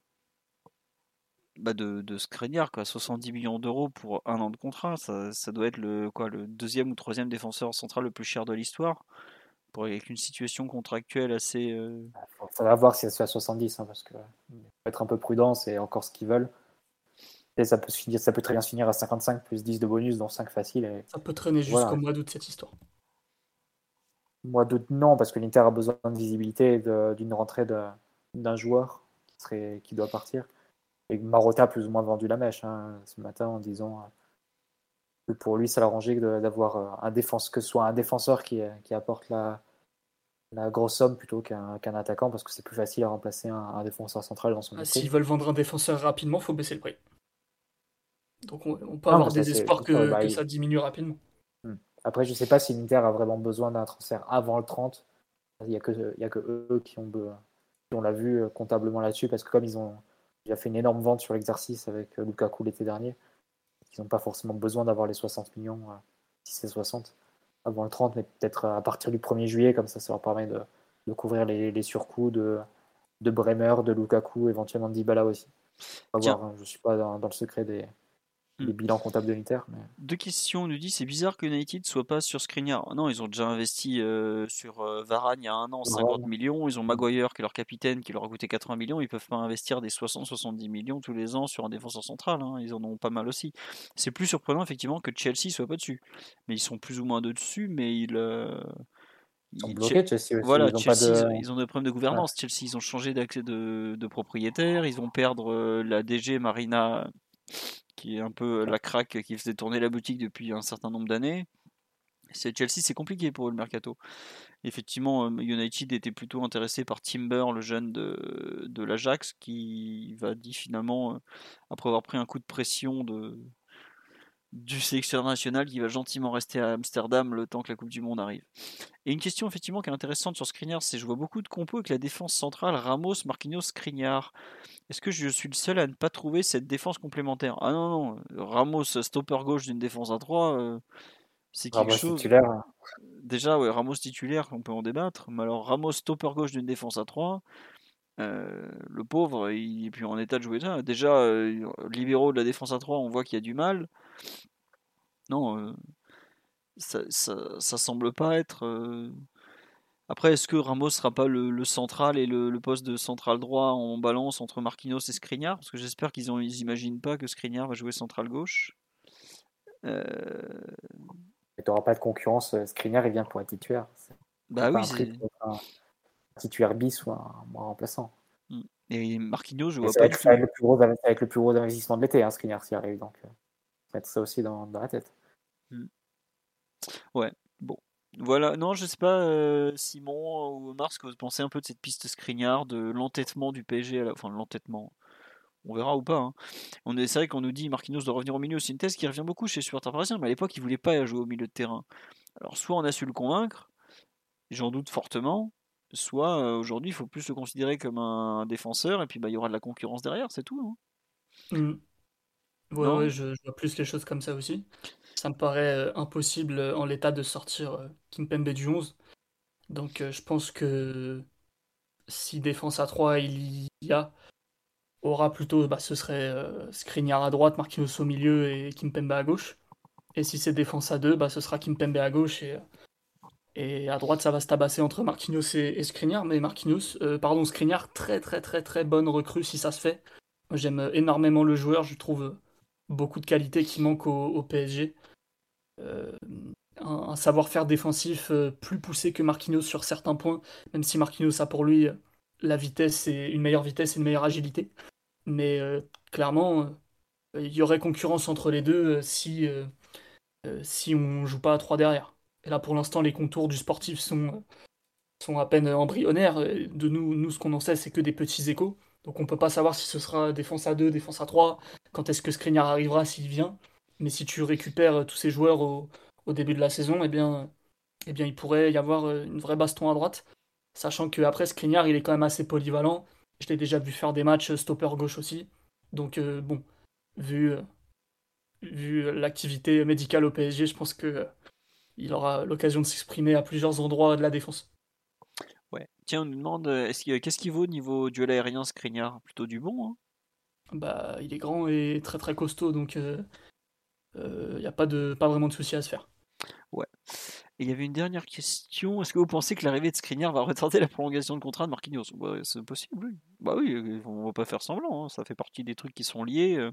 bah de, de Skriniar, quoi. soixante-dix millions d'euros pour un an de contrat. Ça, ça doit être le, quoi, le deuxième ou troisième défenseur central le plus cher de l'histoire. Pour, avec une situation contractuelle assez. euh, Il faudra voir si ça se fait à soixante-dix, hein, parce que faut être un peu prudent, c'est encore ce qu'ils veulent. Et ça peut, se finir, ça peut très bien se finir à cinquante-cinq plus dix de bonus, dont cinq faciles. Et Ça peut traîner voilà. jusqu'au mois d'août cette histoire. Mois d'août, non, parce que l'Inter a besoin de visibilité de, d'une rentrée de, d'un joueur qui, serait, qui doit partir. Et Marotta a plus ou moins vendu la mèche hein, ce matin en disant euh, que pour lui, ça l'arrangeait de, d'avoir un défense, que ce soit un défenseur qui, qui apporte la, la grosse somme plutôt qu'un, qu'un attaquant, parce que c'est plus facile à remplacer un, un défenseur central dans son Ah, esprit. s'ils veulent vendre un défenseur rapidement, faut baisser le prix. Donc on, on peut Non, avoir mais ça, des c'est, espoirs c'est sûr, que, bah, que il- ça diminue rapidement. Après, je ne sais pas si l'Inter a vraiment besoin d'un transfert avant le trente. Il n'y a, que, il y a que eux qui ont, be- qui ont la vue euh, comptablement là-dessus, parce que comme ils ont déjà fait une énorme vente sur l'exercice avec euh, Lukaku l'été dernier, ils n'ont pas forcément besoin d'avoir les soixante millions, euh, si c'est soixante, avant le trente, mais peut-être à partir du premier juillet, comme ça, ça leur permet de, de couvrir les, les surcoûts de, de Bremer, de Lukaku, éventuellement de Dybala aussi. On va Tiens. voir, hein, je ne suis pas dans, dans le secret des, des Hmm. bilans comptables de l'Inter. Mais... Deux questions, on nous dit c'est bizarre que United soit pas sur Skriniar. Non, ils ont déjà investi euh, sur euh, Varane il y a un an, cinquante Varane. millions. Ils ont Maguire qui est leur capitaine, qui leur a coûté quatre-vingts millions. Ils peuvent pas investir des soixante à soixante-dix millions tous les ans sur un défenseur central. Hein. Ils en ont pas mal aussi. C'est plus surprenant effectivement que Chelsea soit pas dessus. Mais ils sont plus ou moins de dessus, mais ils. Euh, Ils sont ils- bloqués, Chelsea aussi. Voilà, Ils ont Chelsea, pas ils de... ont- ils ont des problèmes de gouvernance. Ouais. Chelsea, ils ont changé d'accès de, de propriétaire. Ils vont perdre euh, la D G Marina, qui est un peu la craque qui faisait tourner la boutique depuis un certain nombre d'années. C'est Chelsea, c'est compliqué pour eux, le mercato. Effectivement, United était plutôt intéressé par Timber, le jeune de, de l'Ajax, qui va dit finalement, après avoir pris un coup de pression de, du sélectionneur national, qui va gentiment rester à Amsterdam le temps que la Coupe du Monde arrive. Et une question effectivement qui est intéressante sur Skriniar, c'est je vois beaucoup de compos avec la défense centrale Ramos, Marquinhos, Skriniar. Est-ce que je suis le seul à ne pas trouver cette défense complémentaire? Ah non, non, Ramos, stopper gauche d'une défense à trois, euh, c'est quelque Ramos chose. titulaire. Déjà, ouais, Ramos titulaire, on peut en débattre. Mais alors, Ramos, stopper gauche d'une défense à trois, euh, le pauvre, il est plus en état de jouer ça. Déjà, euh, libéraux de la défense à trois, on voit qu'il y a du mal. Non, euh, ça, ça, ça semble pas être. euh, Après, est-ce que Ramos sera pas le, le central et le, le poste de central droit en balance entre Marquinhos et Skriniar? Parce que j'espère qu'ils ont, ils imaginent pas que Skriniar va jouer central gauche. Euh, Et tu n'auras pas de concurrence. Skriniar, il vient pour être titulaire. C'est Bah pas oui, un prix c'est. pour être un titulaire bis ou un, un remplaçant. Mm. Et Marquinhos, je Et vois c'est pas avec, du c'est tout. avec le plus gros, avec le plus gros investissement de l'été, hein, Skriniar, s'il arrive. Donc, euh, mettre ça aussi dans, dans la tête. Mm. Ouais, bon. Voilà, non, je sais pas, euh, Simon ou Omar, ce que vous pensez un peu de cette piste Skriniar, de l'entêtement du P S G, à la... enfin l'entêtement, on verra ou pas. Hein. On est, c'est vrai qu'on nous dit Marquinhos doit revenir au milieu, c'est une thèse qui revient beaucoup chez les supporters parisiens, mais à l'époque il voulait pas jouer au milieu de terrain. Alors soit on a su le convaincre, j'en doute fortement, soit euh, aujourd'hui il faut plus le considérer comme un défenseur, et puis bah, il y aura de la concurrence derrière, c'est tout. Hein. Mm. Ouais, Non ouais, je, je vois plus les choses comme ça aussi. Ça me paraît euh, impossible euh, en l'état de sortir euh, Kimpembe du onze. Donc euh, je pense que si défense à trois il y a, aura plutôt, bah, ce serait euh, Skriniar à droite, Marquinhos au milieu et Kimpembe à gauche. Et si c'est défense à deux, bah, ce sera Kimpembe à gauche et, et à droite ça va se tabasser entre Marquinhos et, et Skriniar. Mais Marquinhos, euh, pardon, Skriniar, très très très très bonne recrue si ça se fait. Moi, j'aime énormément le joueur, je trouve beaucoup de qualités qui manquent au, au P S G. Euh, un, un savoir-faire défensif euh, plus poussé que Marquinhos sur certains points, même si Marquinhos a pour lui euh, la vitesse et une meilleure vitesse et une meilleure agilité. Mais euh, clairement, euh, il y aurait concurrence entre les deux euh, si, euh, euh, si on joue pas à trois derrière. Et là, pour l'instant, les contours du sportif sont, sont à peine embryonnaires. De nous, nous ce qu'on en sait, c'est que des petits échos. Donc on peut pas savoir si ce sera défense à deux, défense à trois, quand est-ce que Skriniar arrivera, s'il vient. Mais si tu récupères tous ces joueurs au, au début de la saison, eh bien, eh bien, il pourrait y avoir une vraie baston à droite. Sachant qu'après, Skriniar, il est quand même assez polyvalent. Je l'ai déjà vu faire des matchs stopper gauche aussi. Donc euh, bon, vu, euh, vu l'activité médicale au P S G, je pense que euh, il aura l'occasion de s'exprimer à plusieurs endroits de la défense. Ouais. Tiens, on nous demande est-ce qu'il, qu'est-ce qu'il vaut au niveau duel aérien Skriniar? Plutôt du bon, hein. Bah, il est grand et très très costaud, donc il euh, euh, n'y a pas, de, pas vraiment de souci à se faire. Ouais. Et il y avait une dernière question. Est-ce que vous pensez que l'arrivée de Skriniar va retarder la prolongation de contrat de Marquinhos? Bah, c'est possible, oui. Bah oui, on va pas faire semblant. Hein. Ça fait partie des trucs qui sont liés.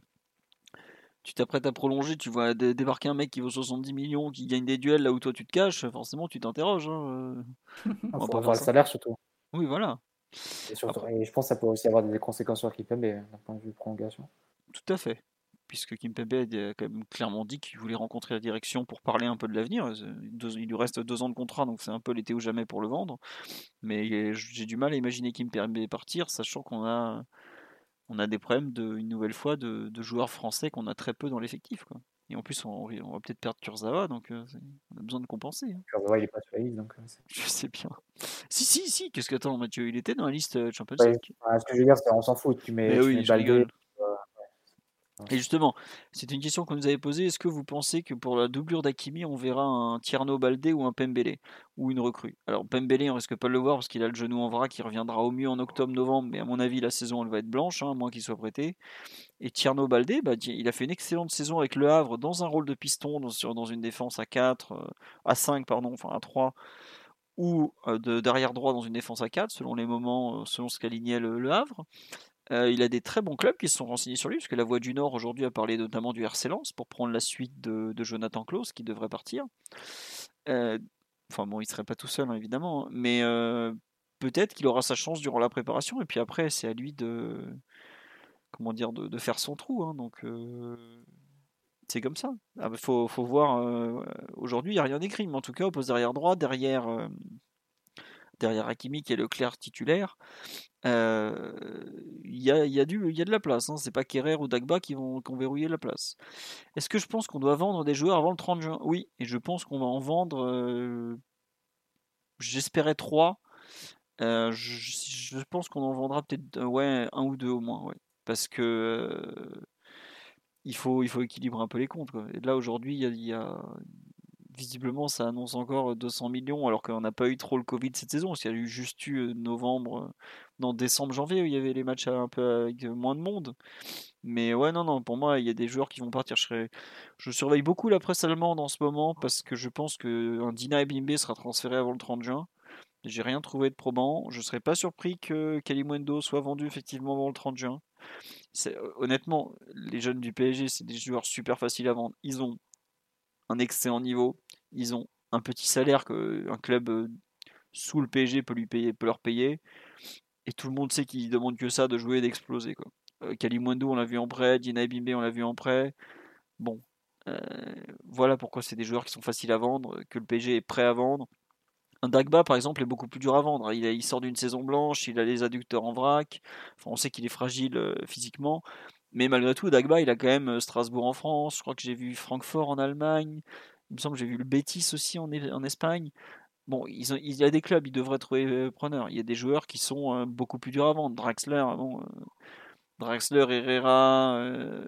Tu t'apprêtes à prolonger, tu vois dé- débarquer un mec qui vaut soixante-dix millions, qui gagne des duels là où toi tu te caches, forcément tu t'interroges. Hein. Il On va faut pas revoir faire le ça. salaire surtout. Oui, voilà. Et, surtout, Après, et je pense que ça peut aussi avoir des conséquences sur Kimpembe d'un point de vue prolongation. tout à fait. Puisque Kimpembe a quand même clairement dit qu'il voulait rencontrer la direction pour parler un peu de l'avenir. Deux- Il lui reste deux ans de contrat, donc c'est un peu l'été ou jamais pour le vendre. Mais j'ai du mal à imaginer Kimpembe partir, sachant qu'on a, on a des problèmes de, une nouvelle fois de, de joueurs français qu'on a très peu dans l'effectif. Quoi. Et en plus, on, on va peut-être perdre Kurzawa, donc euh, on a besoin de compenser. Hein. Kurzawa, il est pas sur la liste, donc. Euh, je sais bien. Si, si, si, qu'est-ce que attends, Mathieu? Il était dans la liste Champions ouais, League. ce que je veux dire, c'est qu'on s'en fout. Tu mets, Mais tu oui, mets je Baldé. rigole. Euh, Et justement, c'est une question qu'on nous avait posée. Est-ce que vous pensez que pour la doublure d'Hakimi, on verra un Tierno Baldé ou un Pembele ou une recrue? Alors Pembele, on risque pas de le voir parce qu'il a le genou en vrac, qui reviendra au mieux en octobre-novembre, mais à mon avis, la saison elle va être blanche, hein, à moins qu'il soit prêté. Et Tierno Baldé, bah, il a fait une excellente saison avec Le Havre dans un rôle de piston, dans, sur, dans une défense à quatre, euh, à cinq, pardon, enfin à trois, ou euh, de derrière droit dans une défense à quatre, selon les moments, euh, selon ce qu'alignait le, le Havre. Euh, il a des très bons clubs qui se sont renseignés sur lui, parce que la Voix du Nord aujourd'hui a parlé notamment du R C Lens pour prendre la suite de, de Jonathan Claus qui devrait partir. Euh, enfin bon, il serait pas tout seul hein, évidemment, mais euh, peut-être qu'il aura sa chance durant la préparation et puis après c'est à lui de comment dire de, de faire son trou. Hein, donc euh, c'est comme ça. Il ah, faut, faut voir. Euh, aujourd'hui il n'y a rien d'écrit, mais en tout cas au poste derrière droit, derrière euh, derrière Hakimi qui est le clair titulaire. Il euh, y, a, y, a y a de la place, hein. C'est pas Kerrer ou Dagba qui vont, qui vont verrouiller la place. Est-ce que je pense qu'on doit vendre des joueurs avant le trente juin? Oui, et je pense qu'on va en vendre, euh, j'espérais trois. Euh, je, je pense qu'on en vendra peut-être euh, ouais, un ou deux au moins, ouais. Parce que euh, il, faut, il faut équilibrer un peu les comptes. Quoi. Et là aujourd'hui, il y a, y a visiblement ça annonce encore deux cents millions alors qu'on n'a pas eu trop le Covid cette saison, parce qu'il y a eu juste eu novembre, non décembre, janvier où il y avait les matchs un peu avec moins de monde. Mais ouais non non pour moi il y a des joueurs qui vont partir. Je, serais... je surveille beaucoup la presse allemande en ce moment parce que je pense qu'un Dina Ebimbe sera transféré avant le trente juin. J'ai rien trouvé de probant. Je serais pas surpris que Kalimundo soit vendu effectivement avant le trente juin. C'est... Honnêtement, les jeunes du P S G c'est des joueurs super faciles à vendre. Ils ont un excellent niveau, ils ont un petit salaire qu'un club sous le P S G peut, lui payer, peut leur payer, et tout le monde sait qu'ils demandent que ça de jouer et d'exploser. Quoi. Euh, Kalimundo, on l'a vu en prêt, Dina Ebimbe, on l'a vu en prêt. Bon, euh, voilà pourquoi c'est des joueurs qui sont faciles à vendre, que le P S G est prêt à vendre. Un Dagba, par exemple, est beaucoup plus dur à vendre. Il, a, il sort d'une saison blanche, il a les adducteurs en vrac, enfin, on sait qu'il est fragile euh, physiquement. Mais malgré tout, Dagba, il a quand même Strasbourg en France, je crois que j'ai vu Francfort en Allemagne, il me semble que j'ai vu le Betis aussi en, en Espagne. Bon, ils ont, il y a des clubs, ils devraient trouver euh, preneur. Il y a des joueurs qui sont euh, beaucoup plus durs à vendre. Draxler, bon, euh, Draxler, Herrera, euh,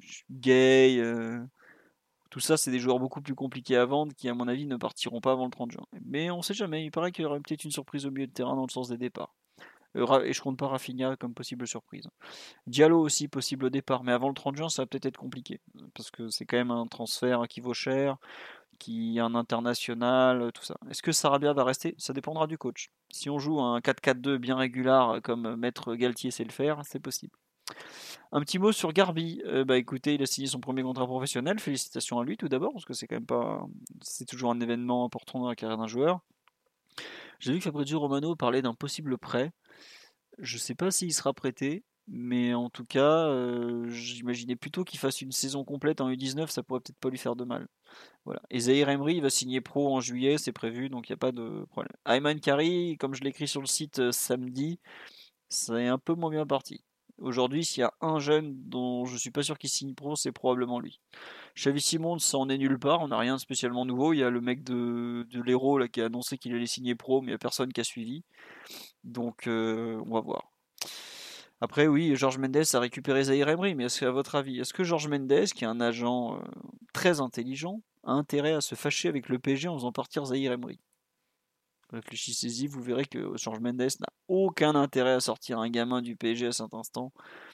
Gay, euh, tout ça, c'est des joueurs beaucoup plus compliqués à vendre qui, à mon avis, ne partiront pas avant le trente juin. Mais on sait jamais, il paraît qu'il y aurait peut-être une surprise au milieu de terrain dans le sens des départs. Et je compte pas Rafinha comme possible surprise. Diallo aussi possible au départ, mais avant le trente juin ça va peut-être être compliqué, parce que c'est quand même un transfert qui vaut cher, qui est un international, tout ça. Est-ce que Sarabia va rester? Ça dépendra du coach. Si on joue un quatre quatre deux bien régulier comme Maître Galtier sait le faire, c'est possible. Un petit mot sur Garbi. Euh, bah écoutez, il a signé son premier contrat professionnel. Félicitations à lui tout d'abord, parce que c'est quand même pas, c'est toujours un événement important dans la carrière d'un joueur. J'ai vu que Fabrizio Romano parlait d'un possible prêt. Je sais pas s'il sera prêté, mais en tout cas, euh, j'imaginais plutôt qu'il fasse une saison complète en U dix-neuf, ça pourrait peut-être pas lui faire de mal. Voilà. Et Zahir Emery, il va signer pro en juillet, c'est prévu, donc il n'y a pas de problème. Ayman Kari, comme je l'écris sur le site euh, samedi, c'est un peu moins bien parti. Aujourd'hui, s'il y a un jeune dont je suis pas sûr qu'il signe pro, c'est probablement lui. Xavi Simons, ça en est nulle part, on n'a rien de spécialement nouveau. Il y a le mec de, de l'Hérault là, qui a annoncé qu'il allait signer pro, mais il n'y a personne qui a suivi. Donc euh, on va voir. Après oui, Georges Mendes a récupéré Zahir Emery, mais est-ce qu'à votre avis, est-ce que Georges Mendes, qui est un agent euh, très intelligent, a intérêt à se fâcher avec le P S G en faisant partir Zahir Emery? Réfléchissez-y, vous verrez que Georges Mendes n'a aucun intérêt à sortir un gamin du P S G à cet instant.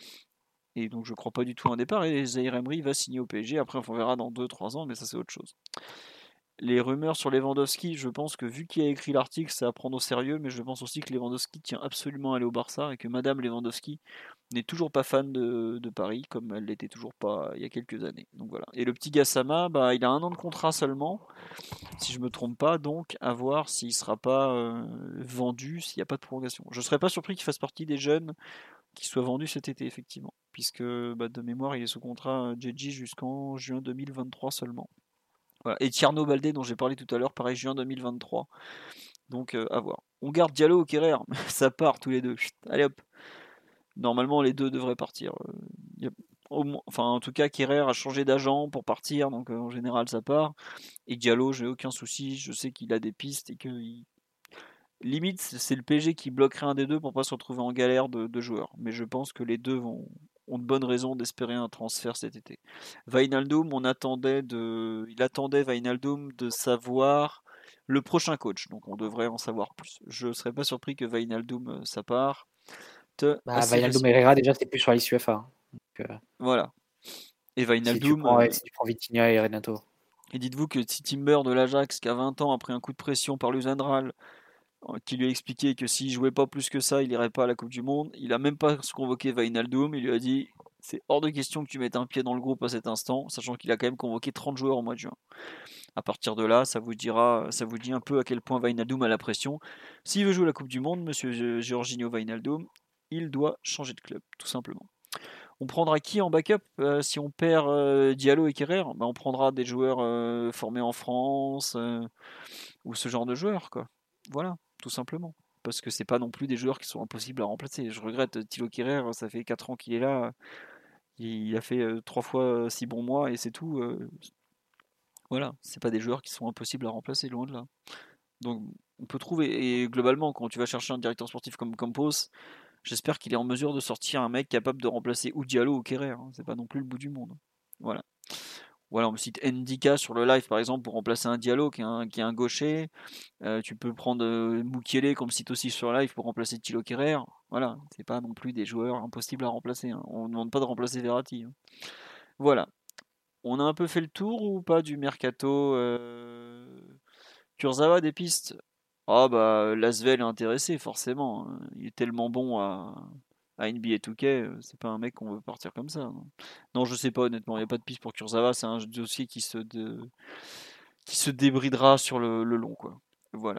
Et donc je ne crois pas du tout à un départ, et Zahir Emery va signer au P S G, après on verra dans deux trois ans, mais ça c'est autre chose. Les rumeurs sur Lewandowski, je pense que vu qui a écrit l'article, c'est à prendre au sérieux, mais je pense aussi que Lewandowski tient absolument à aller au Barça et que Madame Lewandowski n'est toujours pas fan de, de Paris, comme elle l'était toujours pas il y a quelques années. Donc voilà. Et le petit Gassama, bah, il a un an de contrat seulement, si je me trompe pas, donc à voir s'il sera pas euh, vendu, s'il n'y a pas de prolongation. Je serais pas surpris qu'il fasse partie des jeunes qui soient vendus cet été, effectivement, puisque bah, de mémoire, il est sous contrat J J jusqu'en juin deux mille vingt-trois seulement. Voilà. Et Tierno Baldé, dont j'ai parlé tout à l'heure, pareil, juin deux mille vingt-trois. Donc, euh, à voir. On garde Diallo ou Kerrer, ça part tous les deux. Chut, allez hop. Normalement, les deux devraient partir. Euh, a, au moins, enfin, en tout cas, Kerrer a changé d'agent pour partir, donc euh, en général, ça part. Et Diallo, j'ai aucun souci. Je sais qu'il a des pistes et que. Il... Limite, c'est le P S G qui bloquerait un des deux pour pas se retrouver en galère de, de joueurs. Mais je pense que les deux vont, ont de bonnes raisons d'espérer un transfert cet été. Wijnaldum, on attendait de, il attendait Wijnaldum de savoir le prochain coach, donc on devrait en savoir plus. Je ne serais pas surpris que Wijnaldum euh, ça part. Bah, Wijnaldum et Herrera, déjà, c'était plus sur l'issue F A. Donc, euh, voilà. Et Wijnaldum. Si tu prends, euh, si tu prends Vitinha et Renato. Et dites-vous que si Timber de l'Ajax, qui a vingt ans, a pris un coup de pression par Luzandral, qui lui a expliqué que s'il jouait pas plus que ça, il irait pas à la Coupe du Monde, il a même pas convoqué Wijnaldum, il lui a dit c'est hors de question que tu mettes un pied dans le groupe à cet instant, sachant qu'il a quand même convoqué trente joueurs au mois de juin. À partir de là, ça vous dira, ça vous dit un peu à quel point Wijnaldum a la pression. S'il veut jouer la Coupe du Monde, monsieur Georginio Wijnaldum, il doit changer de club, tout simplement. On prendra qui en backup euh, si on perd euh, Diallo et Kerrer? Ben, on prendra des joueurs euh, formés en France euh, ou ce genre de joueurs, quoi. Voilà, tout simplement. Parce que c'est pas non plus des joueurs qui sont impossibles à remplacer. Je regrette Thilo Kerrer, ça fait quatre ans qu'il est là. Il a fait euh, trois fois six bons mois et c'est tout. Euh, voilà, c'est pas des joueurs qui sont impossibles à remplacer, loin de là. Donc on peut trouver. Et globalement, quand tu vas chercher un directeur sportif comme Campos, j'espère qu'il est en mesure de sortir un mec capable de remplacer ou Diallo ou Kerrer. Hein. C'est pas non plus le bout du monde. Voilà. Voilà, on me cite Ndika sur le live par exemple pour remplacer un Diallo qui est un, qui est un gaucher. Euh, tu peux prendre euh, Mukiele qu'on me cite aussi sur le live pour remplacer Thilo Kerrer. Voilà, c'est pas non plus des joueurs impossibles à remplacer. Hein. On ne demande pas de remplacer Verratti. Hein. Voilà. On a un peu fait le tour ou pas du mercato euh... Kurzawa des pistes. Ah bah Lasvel est intéressé forcément. Il est tellement bon à, à N B A deux K, c'est pas un mec qu'on veut partir comme ça. Non, non je sais pas honnêtement, il n'y a pas de piste pour Kurzawa, c'est un dossier qui se, de... qui se débridera sur le, le long quoi. Voilà.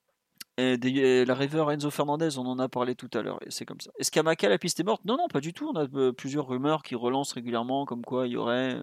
Et des, la River Enzo Fernandez, on en a parlé tout à l'heure, et c'est comme ça. Est-ce qu'à Maca la piste est morte? Non, non, pas du tout. On a euh, plusieurs rumeurs qui relancent régulièrement, comme quoi il y aurait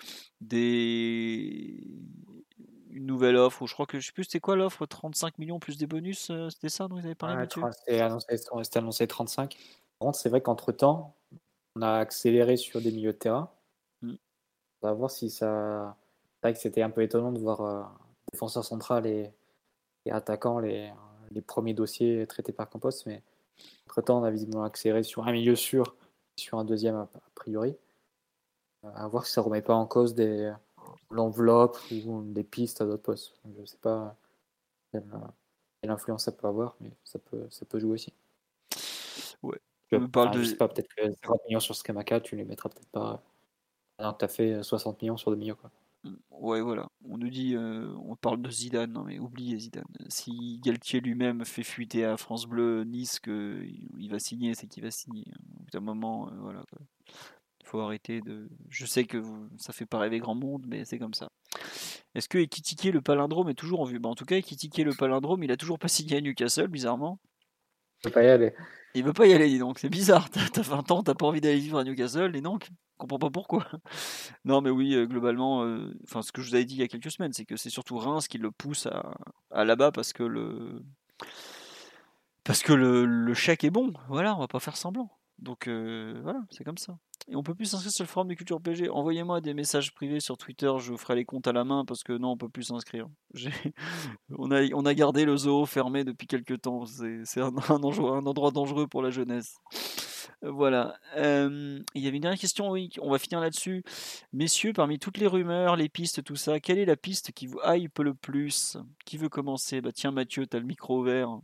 des une nouvelle offre, ou je crois que je sais plus c'était quoi l'offre, trente-cinq millions plus des bonus, euh, c'était ça dont vous avez parlé, Ouais, Mathieu? C'était annoncé, c'était annoncé trente-cinq. Par contre, c'est vrai qu'entre temps, on a accéléré sur des milieux de terrain. Mm. On va voir si ça. C'est vrai que c'était un peu étonnant de voir euh, défenseur central et, et attaquant les, les premiers dossiers traités par Campos, mais entre temps, on a visiblement accéléré sur un milieu sûr et sur un deuxième a, a priori. À voir si ça ne remet pas en cause des, l'enveloppe ou des pistes à d'autres postes. Donc, je ne sais pas quelle, quelle influence ça peut avoir, mais ça peut, ça peut jouer aussi. Ouais. Je, On parle enfin, de... je sais pas, peut-être que trente millions sur Skamaka, tu les mettras peut-être pas. Alors que tu as fait soixante millions sur deux milieux. Quoi. Ouais, voilà. On nous dit, euh, on parle de Zidane, non mais oubliez Zidane. Si Galtier lui-même fait fuiter à France Bleu Nice qu'il va signer, c'est qu'il va signer. Au bout d'un moment, euh, voilà. Quoi. Faut arrêter de. Je sais que vous... ça fait pas rêver grand monde, mais c'est comme ça. Est-ce que Ekitike le palindrome est toujours en vue? Bah, en tout cas, Ekitike le palindrome, il a toujours pas signé à Newcastle, bizarrement. Il veut pas y aller. Il veut pas y aller, dis donc. C'est bizarre. T'as vingt ans, t'as pas envie d'aller vivre à Newcastle, et donc, je comprends pas pourquoi. Non, mais oui, euh, globalement, euh... enfin, ce que je vous avais dit il y a quelques semaines, c'est que c'est surtout Reims qui le pousse à, à là-bas parce que le parce que le... le chèque est bon. Voilà, on va pas faire semblant. Donc euh, voilà, c'est comme ça. Et on peut plus s'inscrire sur le forum de Culture P G. Envoyez-moi des messages privés sur Twitter, je vous ferai les comptes à la main parce que non, on peut plus s'inscrire. on, a, on a gardé le zoo fermé depuis quelques temps. C'est, c'est un, un, endroit, un endroit dangereux pour la jeunesse. Voilà. Euh, il y avait une dernière question, oui, on va finir là-dessus. Messieurs, parmi toutes les rumeurs, les pistes, tout ça, quelle est la piste qui vous hype le plus? Qui veut commencer? Bah tiens Mathieu, t'as le micro ouvert.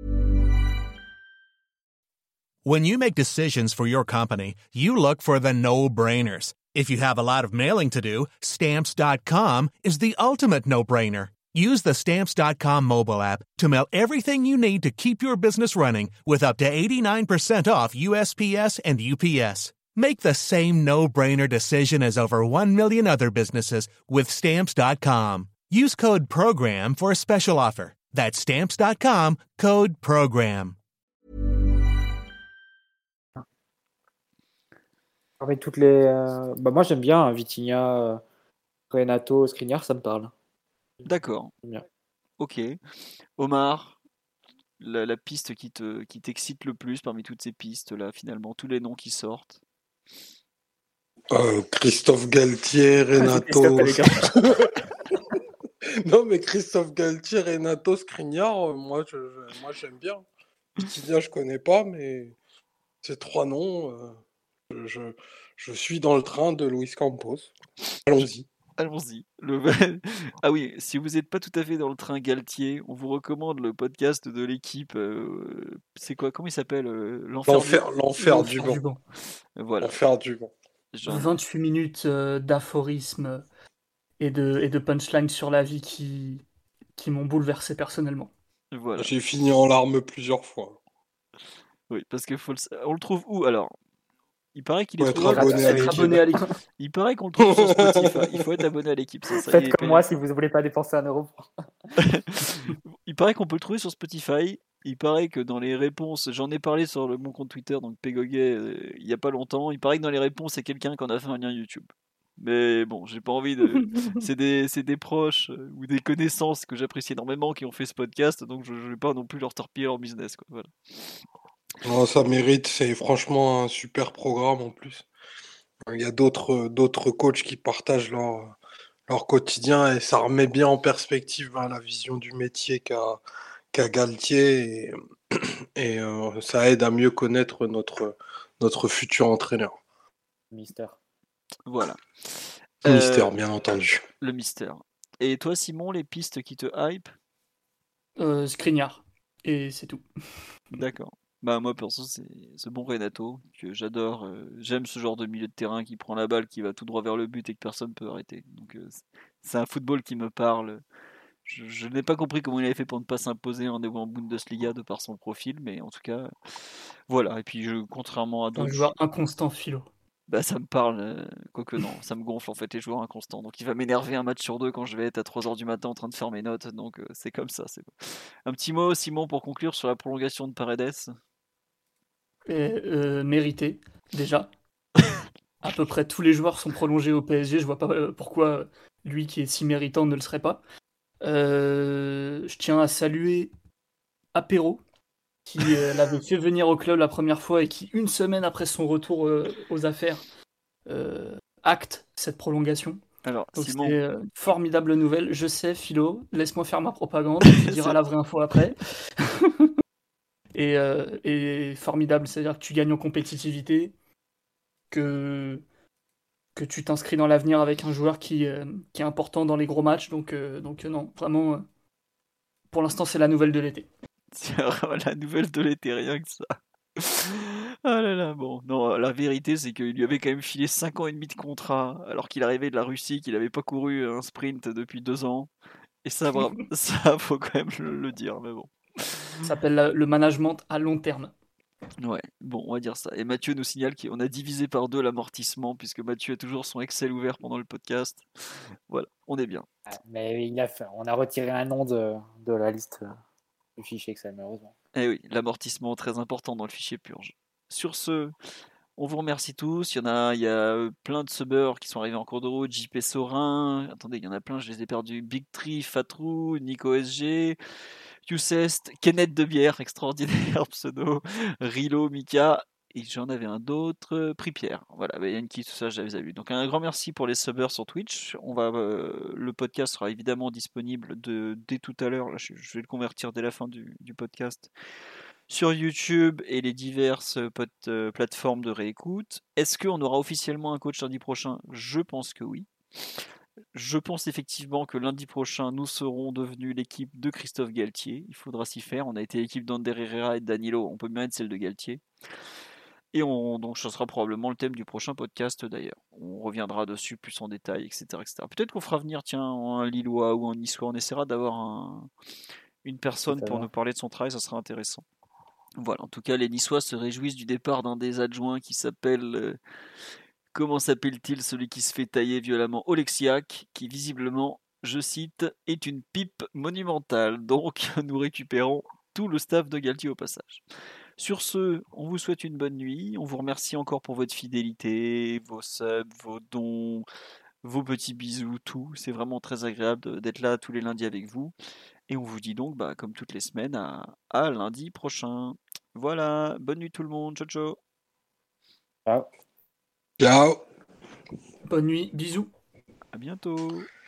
When you make decisions for your company, you look for the no-brainers. If you have a lot of mailing to do, Stamps dot com is the ultimate no-brainer. Use the Stamps dot com mobile app to mail everything you need to keep your business running with up to eighty-nine percent off U S P S and U P S. Make the same no-brainer decision as over one million other businesses with Stamps dot com. Use code PROGRAM for a special offer. That's Stamps dot com, code PROGRAM. Parmi toutes les, euh, bah moi j'aime bien Vitinha, euh, Renato, Skriniar, ça me parle. D'accord. Ok. Omar, la, la piste qui te qui t'excite le plus parmi toutes ces pistes là, finalement, tous les noms qui sortent. Euh, Christophe Galtier, Renato. Non mais Christophe Galtier, Renato, Skriniar, euh, moi je, je, moi j'aime bien. Vitinha je connais pas, mais ces trois noms. Euh... je, je suis dans le train de Luis Campos. Allons-y. Allons-y. Le... ah oui, si vous n'êtes pas tout à fait dans le train Galtier, on vous recommande le podcast de l'équipe. Euh, c'est quoi? Comment il s'appelle? euh, L'enfer, L'enfer, du... l'enfer du L'enfer vent. du banc. Voilà. L'enfer du vent. J'en- vingt-huit minutes euh, d'aphorismes et de, et de punchlines sur la vie qui, qui m'ont bouleversé personnellement. Voilà. J'ai fini en larmes plusieurs fois. Oui, parce que faut le... on le trouve où alors? Il paraît qu'il est Faut être trouvable. abonné à Être l'équipe. abonné à l'équipe. Il paraît qu'on le trouve sur Spotify. Il faut être abonné à l'équipe. Ça, ça, il Faites est comme payant. moi si vous ne voulez pas dépenser un euro. Il paraît qu'on peut le trouver sur Spotify. Il paraît que dans les réponses, j'en ai parlé sur le, mon compte Twitter, donc Pégoguet, euh, il y a pas longtemps. Il paraît que dans les réponses, c'est quelqu'un qui en a fait un lien YouTube. Mais bon, j'ai pas envie de. C'est des, c'est des proches euh, ou des connaissances que j'apprécie énormément qui ont fait ce podcast, donc je, je vais pas non plus leur torpiller leur business. Quoi. Voilà. Non, ça mérite, c'est franchement un super programme en plus. Il y a d'autres d'autres coachs qui partagent leur, leur quotidien et ça remet bien en perspective hein, la vision du métier qu'a qu'a Galtier et, et euh, ça aide à mieux connaître notre, notre futur entraîneur. Mister. Voilà. Mystère, Euh, bien entendu. Le mystère. Et toi, Simon, les pistes qui te hype? Euh, Skriniar. Et c'est tout. D'accord. Bah moi perso c'est ce bon Renato que j'adore. euh, J'aime ce genre de milieu de terrain qui prend la balle, qui va tout droit vers le but et que personne peut arrêter. Donc euh, c'est c'est un football qui me parle. Je, je n'ai pas compris comment il avait fait pour ne pas s'imposer en, en Bundesliga de par son profil, mais en tout cas voilà. Et puis je, contrairement à Un d'autres, joueur inconstant philo. bah ça me parle. euh, Quoique non, ça me gonfle en fait les joueurs inconstants. Donc il va m'énerver un match sur deux quand je vais être à trois heures du matin en train de faire mes notes. Donc euh, c'est comme ça. C'est un petit mot Simon pour conclure sur la prolongation de Paredes. Et, euh, mérité, déjà. À peu près tous les joueurs sont prolongés au P S G. Je vois pas euh, pourquoi lui qui est si méritant ne le serait pas. Euh, je tiens à saluer Apéro, qui euh, l'avait fait venir au club la première fois et qui, une semaine après son retour euh, aux affaires, euh, acte cette prolongation. Alors Donc Simon. c'est euh, une formidable nouvelle. Je sais, Philo, laisse-moi faire ma propagande, tu diras la vraie info après. et, euh, et formidable, c'est-à-dire que tu gagnes en compétitivité, que, que tu t'inscris dans l'avenir avec un joueur qui, euh, qui est important dans les gros matchs. Donc, euh, donc euh, non, vraiment, euh, pour l'instant, c'est la nouvelle de l'été. C'est vraiment la nouvelle de l'été, rien que ça. Ah là là, bon. Non, la vérité, c'est qu'il lui avait quand même filé cinq ans et demi de contrat, alors qu'il arrivait de la Russie, qu'il n'avait pas couru un sprint depuis deux ans. Et ça, vra- ça faut quand même le, le dire, mais bon. Ça s'appelle la- le management à long terme. Ouais, bon, on va dire ça. Et Mathieu nous signale qu'on a divisé par deux l'amortissement, puisque Mathieu a toujours son Excel ouvert pendant le podcast. Voilà, on est bien. Ah, mais il a fait, on a retiré un nom de, de la liste euh, du fichier Excel, malheureusement. Eh oui, l'amortissement très important dans le fichier purge. Sur ce, on vous remercie tous. Il y en a, il y a euh, plein de subbers qui sont arrivés en cours de route. J P Sorin, attendez, il y en a plein, je les ai perdus. Big Tree, Fatrou, Nico S G, Youcest, Kenneth de Bière, extraordinaire pseudo, Rilo, Mika, et j'en avais un d'autre, euh, Pripierre. Voilà, bah, Yankee, tout ça, je l'avais vu. Donc un grand merci pour les subbers sur Twitch. On va, euh, le podcast sera évidemment disponible de, dès tout à l'heure. Là, je, je vais le convertir dès la fin du, du podcast sur YouTube et les diverses pot- euh, plateformes de réécoute. Est-ce qu'on aura officiellement un coach lundi prochain? Je pense que oui. Je pense effectivement que lundi prochain, nous serons devenus l'équipe de Christophe Galtier. Il faudra s'y faire. On a été l'équipe d'Ander Herrera et de Danilo. On peut bien être celle de Galtier. Et on, donc, ce sera probablement le thème du prochain podcast d'ailleurs. On reviendra dessus plus en détail, et cetera et cetera. Peut-être qu'on fera venir tiens, un Lillois ou un Niçois. On essaiera d'avoir un, une personne pour nous parler de son travail. Ça sera intéressant. Voilà, en tout cas, les Niçois se réjouissent du départ d'un des adjoints qui s'appelle. Euh, comment s'appelle-t-il celui qui se fait tailler violemment? Oleksiak, qui visiblement, je cite, est une pipe monumentale. Donc, nous récupérons tout le staff de Galtier au passage. Sur ce, on vous souhaite une bonne nuit. On vous remercie encore pour votre fidélité, vos subs, vos dons, vos petits bisous, tout. C'est vraiment très agréable d'être là tous les lundis avec vous. Et on vous dit donc, bah, comme toutes les semaines, à, à lundi prochain. Voilà, bonne nuit tout le monde, ciao ciao. Ciao. Ciao. Bonne nuit, bisous. À bientôt.